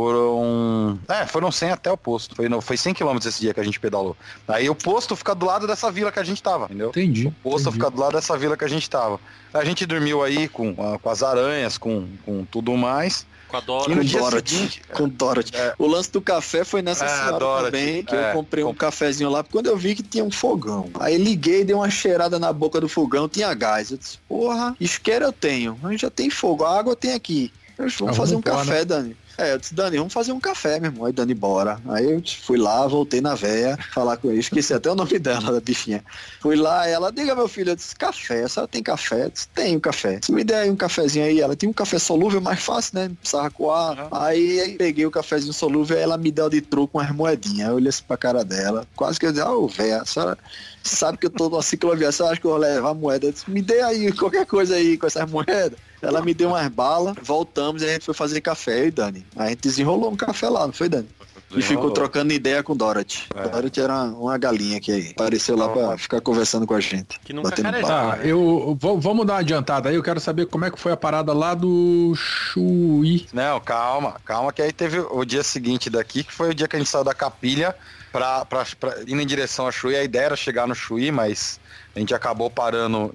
S4: Foram. É, foram cem até o posto. Foi, não, foi cem quilômetros esse dia que a gente pedalou. Aí o posto fica do lado dessa vila que a gente tava, entendeu?
S2: Entendi.
S4: O posto
S2: entendi.
S4: fica do lado dessa vila que a gente tava. A gente dormiu aí com, ah, com as aranhas, com, com tudo mais.
S5: Com a
S4: E
S5: Dora.
S4: no
S3: Com
S4: dia
S3: Dorothy.
S4: seguinte-
S3: Com Dorothy.
S4: É.
S3: O lance do café foi nessa
S4: É,
S3: senhora
S4: Dorothy.
S3: também, que
S4: É.
S3: eu comprei um
S4: Com-
S3: cafezinho lá, quando eu vi que tinha um fogão. Aí liguei, dei uma cheirada na boca do fogão, tinha gás. Eu disse, porra, isqueiro eu tenho, a gente já tem fogo, a água tem aqui. Eu disse, vamos
S2: Ah,
S3: fazer um
S2: vamos pôr,
S3: café, Dani. É, eu disse, Dani, vamos fazer um café, meu irmão. Aí Dani, bora. Aí eu fui lá, voltei na véia, falar com ele, esqueci até o nome dela, da bichinha. Fui lá, ela, diga meu filho, eu disse, café, a senhora tem café? Eu disse, tenho café. Se me der aí um cafezinho aí, ela tinha um café solúvel mais fácil, né? Não precisava coar.
S4: Uhum.
S3: Aí, aí peguei o cafezinho solúvel, aí ela me deu de troco umas moedinhas. Aí eu olhei assim pra cara dela, quase que eu disse, ah, ô véia, a senhora sabe que eu tô numa ciclovia, você acha que eu vou levar moeda? Eu disse, me dê aí qualquer coisa aí com essas moedas. Ela me deu umas balas, voltamos e a gente foi fazer café, eu e Dani. A gente desenrolou um café lá, não foi, Dani? E ficou trocando ideia com Dorothy.
S4: É.
S3: Dorothy era uma galinha que apareceu lá pra ficar conversando com a gente.
S5: Que nunca
S3: batendo
S5: careja.
S3: papo.
S2: Tá, eu vou- vamos dar uma adiantada aí, eu quero saber como é que foi a parada lá do Chuí.
S4: Não, calma, calma, que aí teve o dia seguinte daqui, que foi o dia que a gente saiu da capilha pra, pra, pra ir em direção a Chuí. A ideia era chegar no Chuí, mas a gente acabou parando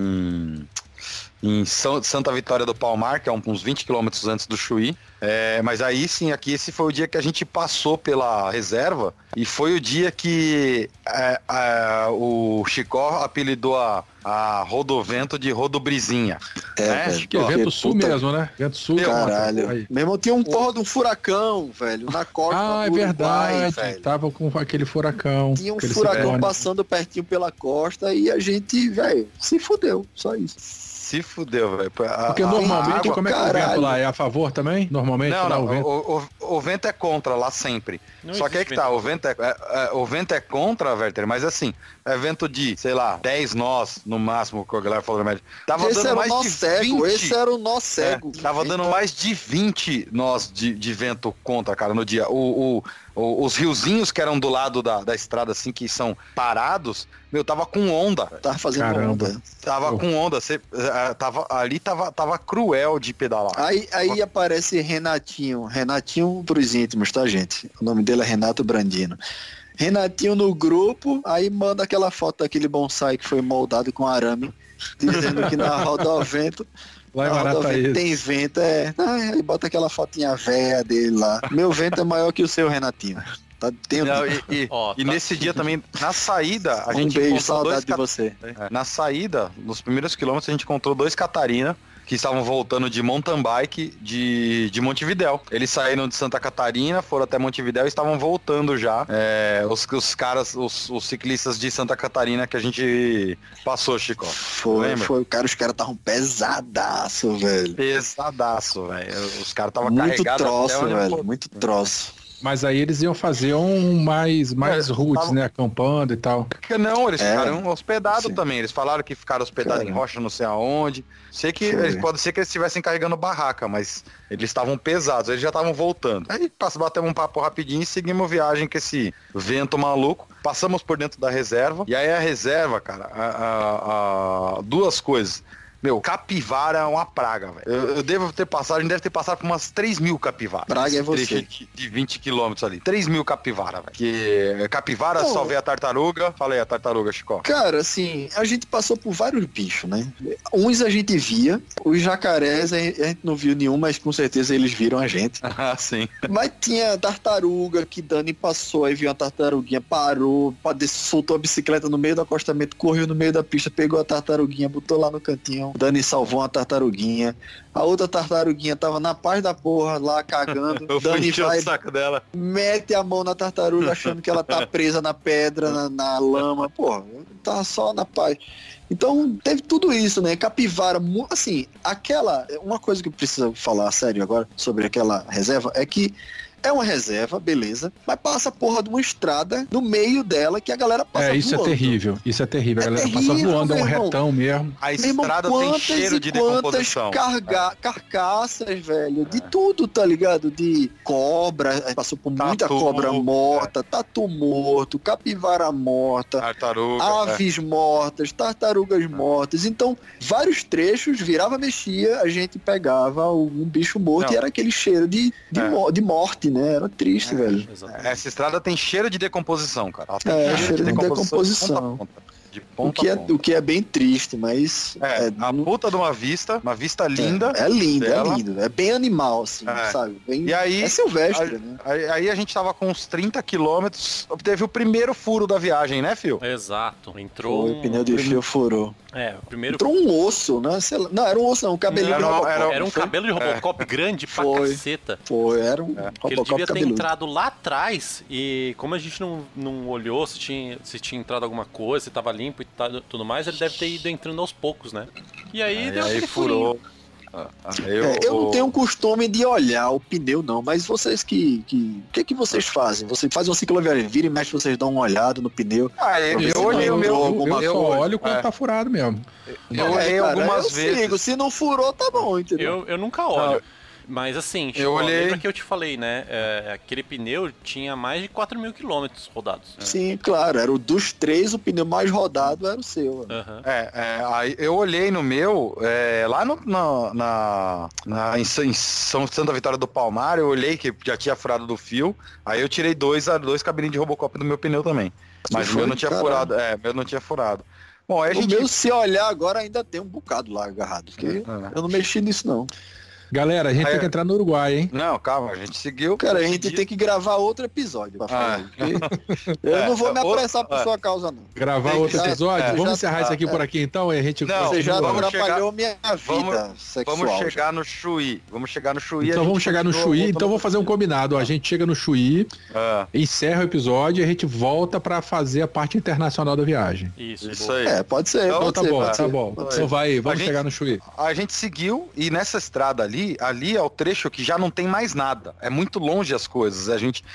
S4: em, em São- Santa Vitória do Palmar, que é uns vinte quilômetros antes do Chuí. É, mas aí sim, aqui esse foi o dia que a gente passou pela reserva e foi o dia que é, é, o Chicó apelidou a, a Rodovento de Rodobrizinha.
S3: É,
S4: É,
S3: velho.
S2: Que é vento
S3: Porque,
S2: sul
S3: puta,
S2: mesmo, né? Vento sul.
S3: Caralho.
S2: Aí.
S3: Meu irmão tinha um porra de um furacão, velho, na costa
S2: Ah, é
S3: do Uruguai,
S2: verdade.
S3: velho.
S2: Tava com aquele furacão.
S3: Tinha um
S2: aquele
S3: furacão
S2: ciclone.
S3: passando pertinho pela costa e a gente, velho, se fudeu, só isso.
S4: Se fudeu, velho. A-
S2: Porque
S4: a-
S2: normalmente,
S4: a água-
S2: como é que é o vento
S3: caralho.
S2: lá? É a favor também? Normalmente
S4: Não,
S2: lá
S4: não,
S2: o vento.
S4: o, o, o vento é contra lá sempre.
S5: Não
S4: Só que aí
S5: existe
S4: que tá, o vento é, é- é- o vento é contra, Werther, mas assim, é vento de, sei lá, dez nós no máximo, que a galera falou na média. Tava
S3: Esse
S4: dando
S3: era o
S4: mais
S3: nó
S4: de
S3: cego,
S4: vinte.
S3: esse era o nó
S4: É,
S3: cego.
S4: tava dando mais de vinte nós de, de vento contra, cara, no dia. O, o- o- os riozinhos que eram do lado da, da estrada, assim, que são parados, meu, tava com onda.
S3: Tava fazendo
S2: Caramba.
S3: onda.
S4: Tava
S2: Oh.
S4: com onda. Você, eh, tava, ali tava, tava cruel de pedalar.
S3: Aí, aí aparece Renatinho, Renatinho pros íntimos, tá, gente? O nome dele é Renato Brandino. Renatinho no grupo, aí manda aquela foto daquele bonsai que foi moldado com arame, dizendo que na rodovento,
S2: Lá em
S3: na rodovento
S2: Marataízes.
S3: tem vento, é. Aí bota aquela fotinha véia dele lá. Meu vento é maior que o seu, Renatinho. Tá, tem
S4: Não, e e-
S5: Ó,
S4: e
S5: tá-
S4: nesse dia também, na saída, a
S3: um
S4: gente
S3: beijo,
S4: encontrou dois
S3: saudade de
S4: cat-
S3: você.
S4: É, na saída, nos primeiros quilômetros, a gente encontrou dois Catarina que estavam voltando de mountain bike de, de Montevidéu. Eles saíram de Santa Catarina, foram até Montevidéu e estavam voltando já. É, os, os caras, os, os ciclistas de Santa Catarina que a gente passou, Chico.
S3: Foi,
S4: Lembra?
S3: foi, cara, os caras estavam pesadaço, velho.
S4: Pesadaço, velho. Os caras estavam
S3: Muito
S4: carregados.
S3: troço,
S4: até onde
S3: velho,
S4: for-
S3: muito troço.
S2: Mas aí eles iam fazer um mais, mais
S4: É,
S2: roots,
S4: tava-
S2: né? Acampando e tal.
S4: Porque não, eles
S3: É.
S4: ficaram hospedados
S3: Sim.
S4: também. Eles falaram que ficaram hospedados
S3: Cara.
S4: em rocha, não sei aonde. Sei que
S3: Foi.
S4: eles, pode ser que eles estivessem carregando barraca, mas eles estavam pesados, eles já estavam voltando. Aí passa- batemos um papo rapidinho e seguimos viagem com esse vento maluco. Passamos por dentro da reserva. E aí a reserva, cara, a- a- a- duas coisas. Meu, capivara é uma praga, velho. Eu, eu devo ter passado, a gente deve ter passado por umas três mil capivaras.
S3: Praga é
S4: Esse
S3: você.
S4: trecho De, de vinte quilômetros ali. três mil capivara, velho. Que capivara,
S3: Pô.
S4: só vê a tartaruga. Falei a tartaruga, Chico.
S3: Cara, assim, a gente passou por vários bichos, né? Uns a gente via, os jacarés a gente não viu nenhum, mas com certeza eles viram a gente.
S4: Ah, sim.
S3: Mas tinha tartaruga que Dani passou, aí viu uma tartaruguinha, parou, pode- soltou a bicicleta no meio do acostamento, correu no meio da pista, pegou a tartaruguinha, botou lá no cantinho. Dani salvou uma tartaruguinha. A outra tartaruguinha tava na paz da porra, lá cagando.
S4: Eu fui
S3: Dani
S4: encher
S3: vai,
S4: o saco dela.
S3: mete a mão na tartaruga achando que ela tá presa na pedra, na, na lama. Porra, tá só na paz. Então, teve tudo isso, né? Capivara, mu- assim, aquela... Uma coisa que eu preciso falar sério agora sobre aquela reserva é que é uma reserva, beleza, mas passa a porra de uma estrada no meio dela que a galera passa
S2: É, isso
S3: voando.
S2: é terrível. Isso é terrível.
S3: É
S2: a galera
S3: terrível,
S2: passa voando, é um
S3: meu irmão.
S2: retão mesmo.
S4: A
S3: Meu irmão,
S4: estrada tem
S3: quantas
S4: cheiro
S3: e
S4: de
S3: quantas
S4: decomposição.
S3: carga- carcaças, velho, de tudo, tá ligado? De cobra, passou por muita
S4: Tatu,
S3: cobra morta, tatu morto, capivara morta,
S4: Tartaruga.
S3: aves mortas, tartarugas mortas. Então, vários trechos, virava, mexia, a gente pegava um bicho morto
S4: Não.
S3: e era aquele cheiro de, de,
S4: É.
S3: mo- de morte, né? Era triste, velho.
S5: Exatamente.
S4: É, essa estrada tem cheiro de decomposição, cara. Ela tem
S3: É, cheiro de decomposição.
S4: De ponta a ponta. De
S3: O
S4: ponta
S3: que,
S4: a
S3: é,
S4: ponta.
S3: o que é bem triste, mas...
S4: É, a
S3: não-
S4: puta de uma vista, uma vista linda.
S3: É, é lindo,
S4: dela.
S3: é lindo. É bem animal, assim,
S4: É.
S3: sabe? Bem,
S4: E aí,
S3: é silvestre,
S4: a-
S3: né?
S4: aí, aí a gente tava com uns trinta quilômetros, teve o primeiro furo da viagem, né, Fio?
S5: Exato. Entrou
S3: Foi,
S5: um...
S3: o pneu de fio furou.
S5: É, o primeiro...
S3: Entrou um osso, né? Sei lá. Não, era um osso não, um cabelinho
S4: Era
S3: de
S4: um-
S3: Robocop.
S4: era-
S5: Era um
S3: Foi?
S5: cabelo de Robocop grande pra
S3: Foi.
S5: caceta.
S3: Foi, era um
S5: Que ele
S3: Robocop
S5: devia ter
S3: cabeludo.
S5: entrado lá atrás e como a gente não, não olhou se tinha, se tinha entrado alguma coisa, se tava limpo e tá- tudo mais, ele deve ter ido entrando aos poucos, né? E aí
S4: Aí,
S5: deu
S4: aí
S5: aquele
S4: furou.
S5: furinho.
S4: Ah, aí
S3: É, eu não
S4: o-
S3: tenho o costume de olhar o pneu, não, mas vocês que. que o que, que vocês fazem? Vocês fazem uma cicloviagem, vira e mexe, vocês dão uma olhada no pneu.
S4: Ah, eu,
S3: Eu
S4: eu olhei o
S3: não
S4: meu.
S3: entrou
S2: Eu,
S3: alguma
S2: eu só
S3: coisa.
S2: olho quando
S4: É.
S2: tá furado mesmo.
S4: Eu olhei
S3: É, cara,
S4: algumas
S3: eu
S4: vezes.
S3: sigo, se não furou, tá bom, entendeu?
S5: Eu, eu nunca olho. Mas assim, Chico,
S4: Eu olhei-
S5: lembra que eu te falei, né? É, aquele pneu tinha mais de quatro mil quilômetros rodados.
S3: Sim, claro, era o dos três, o pneu mais rodado era o seu. né?
S5: Aham.
S4: É, é, aí eu olhei no meu, é, lá no, na, na, na- em, São- em São Santa Vitória do Palmar, eu olhei que já tinha furado do fio, aí eu tirei dois, dois cabelinhos de Robocop do meu pneu também. Mas o
S3: Foi?
S4: meu não tinha
S3: Caralho.
S4: furado, é, o meu não tinha furado. Bom, aí a
S3: O
S4: gente...
S3: meu, se olhar agora, ainda tem um bocado lá agarrado, porque
S4: É.
S3: eu não mexi nisso, não.
S2: Galera, a gente
S4: Aí-
S2: tem que entrar no Uruguai, hein?
S4: Não, calma, a gente seguiu.
S3: Cara, a gente
S4: Segui-
S3: tem que gravar outro episódio pra falar.
S4: Ah.
S3: porque eu não vou me
S4: É, outro-
S3: apressar por
S4: é.
S3: sua causa, não.
S2: Gravar
S4: Tem que-
S2: outro
S3: é,
S2: episódio?
S3: é,
S2: Vamos
S3: já-
S2: encerrar isso aqui
S3: é.
S2: por aqui então e a gente
S4: Não,
S3: Você já
S2: continua.
S4: vamos
S3: atrapalhou minha vida
S4: Vamos-
S3: sexual.
S4: Vamos
S3: já.
S4: chegar no Chuí. Vamos chegar no Chuí. a
S2: Então
S4: gente
S2: vamos chegar no
S4: continua
S2: Chuí,
S4: voltando
S2: então vamos
S4: pro-
S2: fazer um combinado. ó. A gente chega no Chuí,
S4: Ah,
S2: encerra o episódio e a gente volta pra fazer a parte internacional da viagem.
S5: Isso,
S4: isso
S5: boa.
S4: aí.
S3: É, pode ser,
S4: Então
S2: Então
S3: pode
S2: tá
S3: ser.
S2: bom,
S3: pode
S2: tá
S3: ser,
S2: bom.
S3: pode
S2: Então
S3: ser.
S2: vai, vamos
S4: A
S2: chegar
S4: gente-
S2: no Chuí.
S4: A gente seguiu e nessa estrada ali, ali é o trecho que já não tem mais nada. É muito longe as coisas. A gente,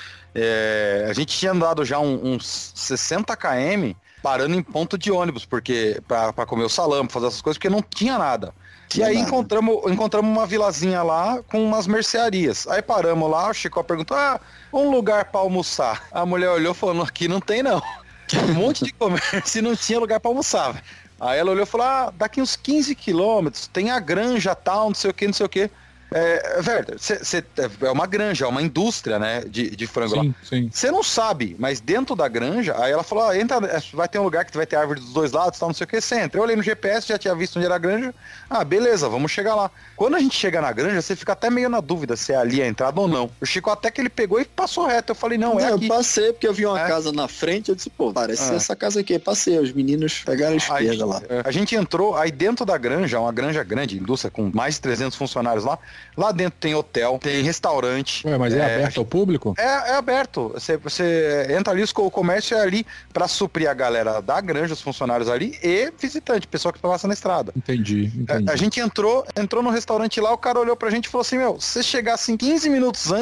S4: é, a gente tinha andado já um- uns sessenta quilômetros parando em ponto de ônibus, porque pra, pra comer o salame, pra fazer essas coisas, porque não tinha nada. E
S3: Tinha
S4: aí
S3: nada.
S4: encontramos, encontramos uma vilazinha lá com umas mercearias. Aí paramos lá, o Chico perguntou, ah, um lugar pra almoçar. A mulher olhou e falou, aqui não tem não. Um monte de comércio e não tinha lugar pra almoçar, velho. Aí ela olhou e falou, ah, daqui uns quinze quilômetros tem a granja tal, não sei o que, não sei o que. É, velho, cê, cê- é uma granja, é uma indústria, né, de, de frango lá.
S2: Sim, sim.
S4: Você não sabe, mas dentro da granja, aí ela falou, ó, entra, vai ter um lugar que vai ter árvore dos dois lados, tal, não sei o que, você entra. Eu olhei no G P S, já tinha visto onde era a granja. Ah, beleza, vamos chegar lá. Quando a gente chega na granja, você fica até meio na dúvida se é ali a entrada ou não. O Chico até que ele pegou e passou reto. Eu falei, não, é
S3: Não,
S4: aqui.
S3: eu passei porque eu vi uma
S4: É.
S3: casa na frente, eu disse, pô, parece
S4: É.
S3: ser essa casa aqui. Passei, os meninos pegaram a
S4: Aí,
S3: esquerda lá.
S4: a gente entrou, aí dentro da granja, uma granja grande, indústria com mais de trezentos funcionários lá. Lá dentro tem hotel, tem restaurante.
S2: Ué, mas é,
S4: É,
S2: aberto ao público?
S4: É, é aberto. Você, você entra ali, o comércio é ali pra suprir a galera da granja, os funcionários ali e visitante, pessoa que passa na estrada.
S2: Entendi, entendi.
S4: A, a gente entrou, entrou no restaurante lá, o cara olhou pra gente e falou assim, meu, se você chegasse em quinze minutos antes,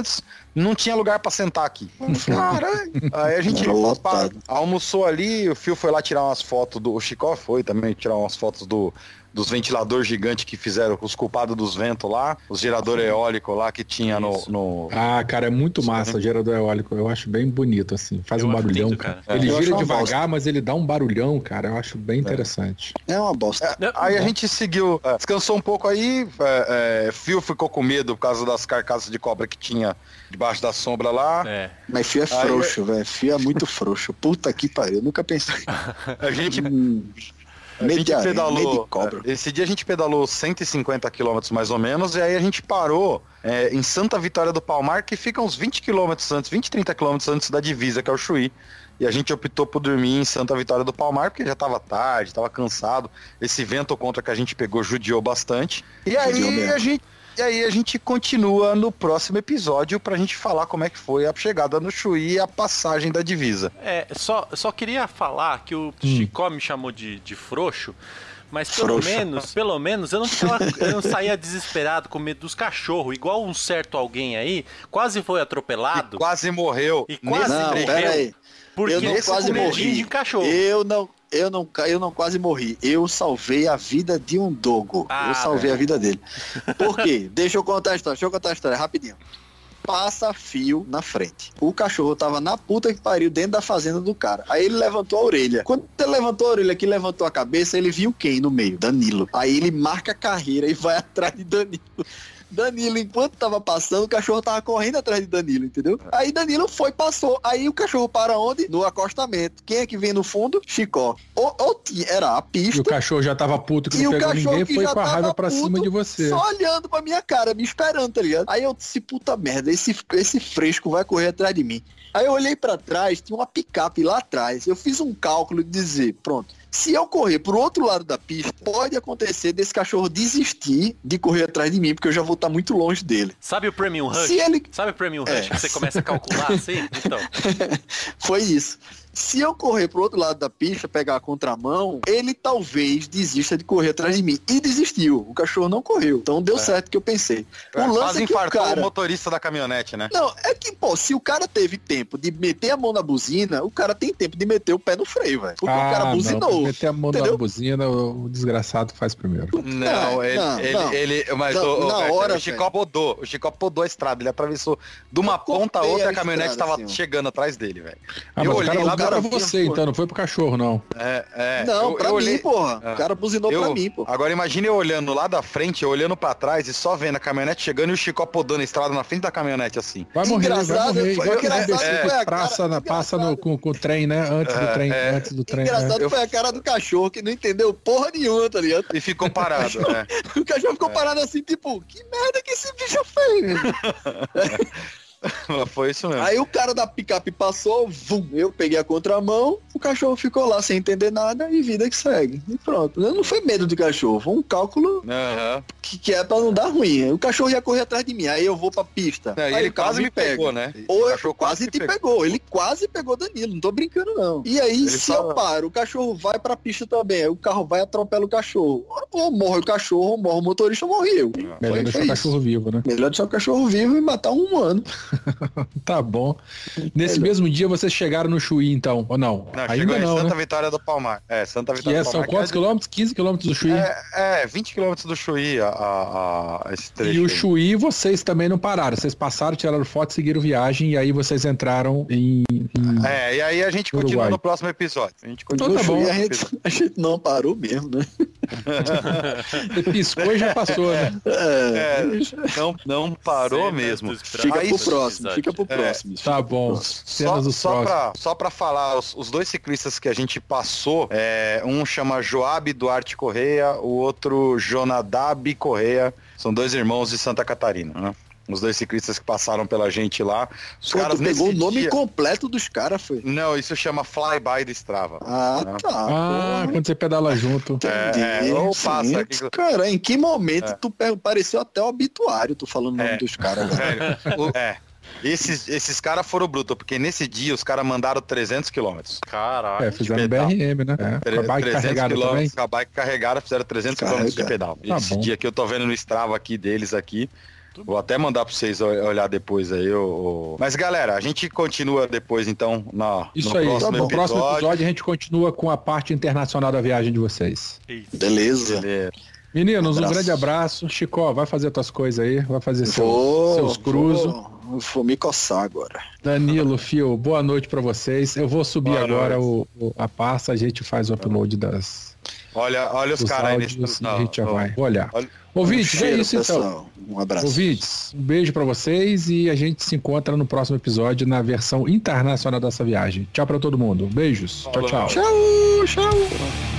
S4: não tinha lugar pra sentar aqui. Caralho. Aí a gente opa, almoçou ali, o Fio foi lá tirar umas fotos do... O Chicó foi também tirar umas fotos do... dos ventiladores gigantes que fizeram os culpados dos ventos lá, os geradores eólicos lá que tinha no, no...
S2: Ah, cara, é muito massa o gerador eólico. Eu acho bem bonito, assim. Faz
S5: Eu
S2: um
S5: acho
S2: barulhão,
S5: lindo,
S2: cara.
S4: cara.
S2: Ele
S3: É. Eu
S2: gira
S3: acho uma
S2: devagar, mas ele dá um barulhão, cara. Eu acho bem interessante.
S3: É uma bosta.
S4: É, aí a gente seguiu, é, descansou um pouco aí, é, é, Fio ficou com medo por causa das carcaças de cobra que tinha debaixo da sombra lá.
S5: É.
S3: Mas Fio é
S4: Aí-
S3: frouxo, velho. Fio é muito frouxo. Puta que pariu. Eu nunca pensei.
S4: A gente...
S3: Hum,
S4: A
S3: medo
S4: gente
S3: de aranha, medo
S4: pedalou,
S3: de cobra.
S4: esse dia a gente pedalou cento e cinquenta quilômetros mais ou menos, e aí a gente parou é, em Santa Vitória do Palmar, que fica uns vinte quilômetros antes, vinte, trinta quilômetros antes da divisa, que é o Chuí. E a gente optou por dormir em Santa Vitória do Palmar, porque já tava tarde, tava cansado. Esse vento contra que a gente pegou judiou bastante. E
S3: Judiou
S4: aí
S3: mesmo.
S4: a gente... E aí a gente continua no próximo episódio pra gente falar como é que foi a chegada no Chuí e a passagem da divisa.
S5: É, só, só queria falar que o Chicó me chamou de, de frouxo, mas pelo
S3: Frouxo.
S5: menos, pelo menos, eu não, ficava, eu não saía desesperado com medo dos cachorros, igual um certo alguém aí, quase foi atropelado
S4: E quase morreu.
S5: e quase
S3: Não,
S5: morreu,
S3: pera aí.
S5: porque
S3: Eu não
S5: esse
S3: quase
S5: com medinho
S3: morri.
S5: de cachorro.
S3: Eu não, eu não, ca- eu não quase morri. Eu salvei a vida de um dogo.
S5: Ah,
S3: eu salvei
S5: velho.
S3: a vida dele. Por quê? Deixa eu contar a história. Deixa eu contar a história rapidinho. Passa Fio na frente. O cachorro tava na puta que pariu dentro da fazenda do cara. Aí ele levantou a orelha. Quando ele levantou a orelha, que levantou a cabeça, ele viu quem no meio? Danilo. Aí ele marca a carreira e vai atrás de Danilo. Danilo, enquanto tava passando, o cachorro tava correndo atrás de Danilo, entendeu? Aí Danilo foi, passou. Aí o cachorro para onde? No acostamento. Quem é que vem no fundo? Chicó. Ou, ou tinha- era a
S2: E
S3: pista.
S2: o cachorro já tava puto que
S3: E
S2: não
S3: o
S2: pegou
S3: cachorro
S2: ninguém,
S3: que
S2: foi
S3: já
S2: com a raiva
S3: tava
S2: pra
S3: puto,
S2: cima de você.
S3: Só olhando pra minha cara, me esperando, tá ligado? Aí eu disse, puta merda, esse, esse fresco vai correr atrás de mim. Aí eu olhei pra trás, tinha uma picape lá atrás. Eu fiz um cálculo de dizer, pronto, se eu correr pro outro lado da pista, pode acontecer desse cachorro desistir de correr atrás de mim, porque eu já vou estar muito longe dele.
S5: Sabe o Premium Rush?
S3: Se ele...
S5: Sabe o Premium
S3: É.
S5: Rush que você começa a calcular assim? Então,
S3: Foi isso. Se eu correr pro outro lado da pista, pegar a contramão, ele talvez desista de correr atrás de mim. E desistiu. O cachorro não correu. Então deu certo o que eu pensei.
S4: É,
S3: O lance
S4: quase
S3: é que o
S4: infartou
S3: cara...
S4: o motorista da caminhonete, né?
S3: Não, é que, pô, se o cara teve tempo de meter a mão na buzina, o cara tem tempo de meter o pé no freio, velho. Porque o cara
S2: Ah,
S3: buzinou.
S2: não, meter a mão
S3: entendeu?
S2: na buzina, o desgraçado faz primeiro.
S4: Não, ele,
S3: não,
S4: ele,
S3: não.
S4: ele, mas
S3: Não,
S4: o, o,
S3: na
S4: velho,
S3: hora,
S4: o Chicó podou, o Chicó podou a estrada, ele atravessou de uma
S3: Eu
S4: ponta a
S3: cortei
S4: outra,
S3: a
S4: a caminhonete
S3: estrada,
S4: tava
S3: assim, ó.
S4: chegando atrás dele, velho.
S2: Ah,
S4: Eu
S2: mas o
S4: olhei
S2: cara
S4: lá,
S2: bugou pra
S3: cara,
S2: você,
S3: pô.
S2: então, não foi pro cachorro, não.
S4: É, é,
S3: Não,
S4: eu,
S3: pra
S4: eu
S3: mim,
S4: olhei,
S3: porra.
S4: É.
S3: O cara buzinou
S4: eu,
S3: pra mim, pô.
S4: Agora imagine eu olhando lá da frente, eu olhando pra trás e só vendo a caminhonete chegando e o Chicó podando a estrada na frente da caminhonete assim.
S2: Vai morrer, vai
S3: Engraçado
S2: morrer.
S3: foi-
S2: Igual aquele
S3: engraçado
S2: imbecil
S3: foi
S2: que
S3: a
S2: praça,
S3: cara-
S2: na- passa no,
S3: engraçado.
S2: com, com o trem, né? Antes do
S4: É,
S2: trem,
S4: é.
S2: antes do trem.
S3: Engraçado
S2: né?
S3: foi a cara do cachorro que não entendeu porra nenhuma, tá ligado?
S4: E ficou parado, né?
S3: O cachorro ficou parado assim, tipo, que merda que esse bicho fez, velho?
S4: Foi isso mesmo.
S3: Aí o cara da picape passou, vum, eu peguei a contramão, o cachorro ficou lá sem entender nada e vida que segue. E pronto. Não foi medo do cachorro, foi um cálculo
S4: Aham.
S3: que, que é pra não dar ruim. O cachorro ia correr atrás de mim, aí eu vou pra pista.
S4: É, e
S3: aí
S4: ele
S3: o carro
S4: quase me
S3: pega.
S4: pegou, né?
S3: Ou
S4: O
S3: eu
S4: cachorro
S3: quase
S4: me
S3: te pegou. Ele quase pegou Danilo, não tô brincando não. E aí,
S4: Ele
S3: se
S4: só-
S3: eu paro, o cachorro vai pra pista também, aí o carro vai e atropela o cachorro. Ou morre o cachorro, ou morre o motorista, ou morre eu.
S2: Melhor
S3: Foi-
S2: deixar
S3: foi
S2: o
S3: isso.
S2: cachorro vivo, né?
S3: Melhor deixar o cachorro vivo e matar um humano.
S2: Tá bom. Nesse
S3: Melhor.
S2: mesmo dia vocês chegaram no Chuí, então, ou não?
S4: Não,
S2: Ainda
S4: chegou em
S2: não,
S4: Santa
S2: né?
S4: Vitória do Palmar. É, Santa
S2: Que
S4: Vitória
S2: é,
S4: do
S2: são
S4: Palmar.
S2: quantos
S4: que é de-
S2: quilômetros? quinze quilômetros do Chuí.
S4: É, é, vinte quilômetros do Chuí, a, a, a, esse trecho.
S2: E o
S4: aí.
S2: Chuí vocês também não pararam. Vocês passaram, tiraram foto, seguiram viagem e aí vocês entraram em... em-
S4: É, e aí a gente
S2: Uruguai.
S4: continua no próximo episódio. A gente continua
S2: Então tá
S4: no
S2: bom.
S3: E a
S4: próximo
S3: gente,
S4: episódio.
S3: a gente não parou mesmo, né?
S2: Piscou e já passou, né?
S3: É,
S4: É, não, não parou
S5: cenas
S4: mesmo.
S5: dos
S3: fica
S4: Aí
S3: pro
S4: isso-
S3: próximo, fica pro
S4: É,
S3: próximo.
S2: Tá
S3: fica pro
S2: bom.
S3: próximo.
S2: Cenas
S4: Só,
S2: dos
S4: só,
S2: próximos.
S4: pra, só pra falar, os, os dois ciclistas que a gente passou, é, um chama Joab Duarte Correia, o outro Jonadab Correia, são dois irmãos de Santa Catarina, né? Os dois ciclistas que passaram pela gente lá. Os
S3: Pô,
S4: caras
S3: tu pegou o
S4: nesse
S3: nome
S4: dia-
S3: completo dos caras, foi?
S4: Não, isso chama Flyby do Strava.
S3: Ah,
S4: Não.
S3: tá.
S2: Ah,
S3: porra.
S2: quando você pedala junto.
S4: É, é, ou passa aqui-
S3: Cara, em que momento
S4: É.
S3: tu pe- pareceu até o obituário, tu falando o nome
S4: É.
S3: dos caras, velho?
S4: Velho, o- é. Esses, esses caras foram brutos, porque nesse dia os caras mandaram trezentos quilômetros.
S5: caralho.
S2: É, fizeram
S4: pedal.
S2: B R M, né? É, com a bike carregada também.
S4: quilômetros, com a bike carregada, fizeram trezentos quilômetros de
S3: Carregada.
S4: pedal.
S2: Tá
S4: Esse
S2: bom.
S4: dia que eu tô vendo no Strava aqui deles aqui, Vou até mandar pra vocês olhar depois aí. O... Mas, galera, a gente continua depois, então, na,
S2: Isso
S4: no
S2: aí.
S4: próximo
S2: No
S4: episódio.
S2: próximo episódio a gente continua com a parte internacional da viagem de vocês.
S5: Isso.
S3: Beleza.
S4: Beleza.
S2: Meninos,
S3: Um
S2: um
S3: abraço.
S2: grande abraço. Chicó, vai fazer tuas coisas aí, vai fazer seus,
S3: Vou,
S2: seus cruzos.
S3: Vou, vou me coçar agora.
S2: Danilo, Fio, boa noite pra vocês. Eu vou subir
S4: Boa
S2: agora
S4: noite.
S2: o, o- a pasta, a gente faz o upload das,
S4: Olha, olha os
S2: dos
S4: caras aí nesse...
S2: áudios e
S4: não,
S2: a gente já
S4: não.
S2: vai. Vou olhar.
S4: Olha-
S2: Ouvintes, é
S3: Cheiro,
S2: isso então.
S3: pessoal. Um abraço.
S2: Ouvintes, um beijo pra vocês e a gente se encontra no próximo episódio na versão internacional dessa viagem. Tchau pra todo mundo. Beijos. Tchau,
S4: Falou.
S2: tchau.
S3: Tchau, tchau.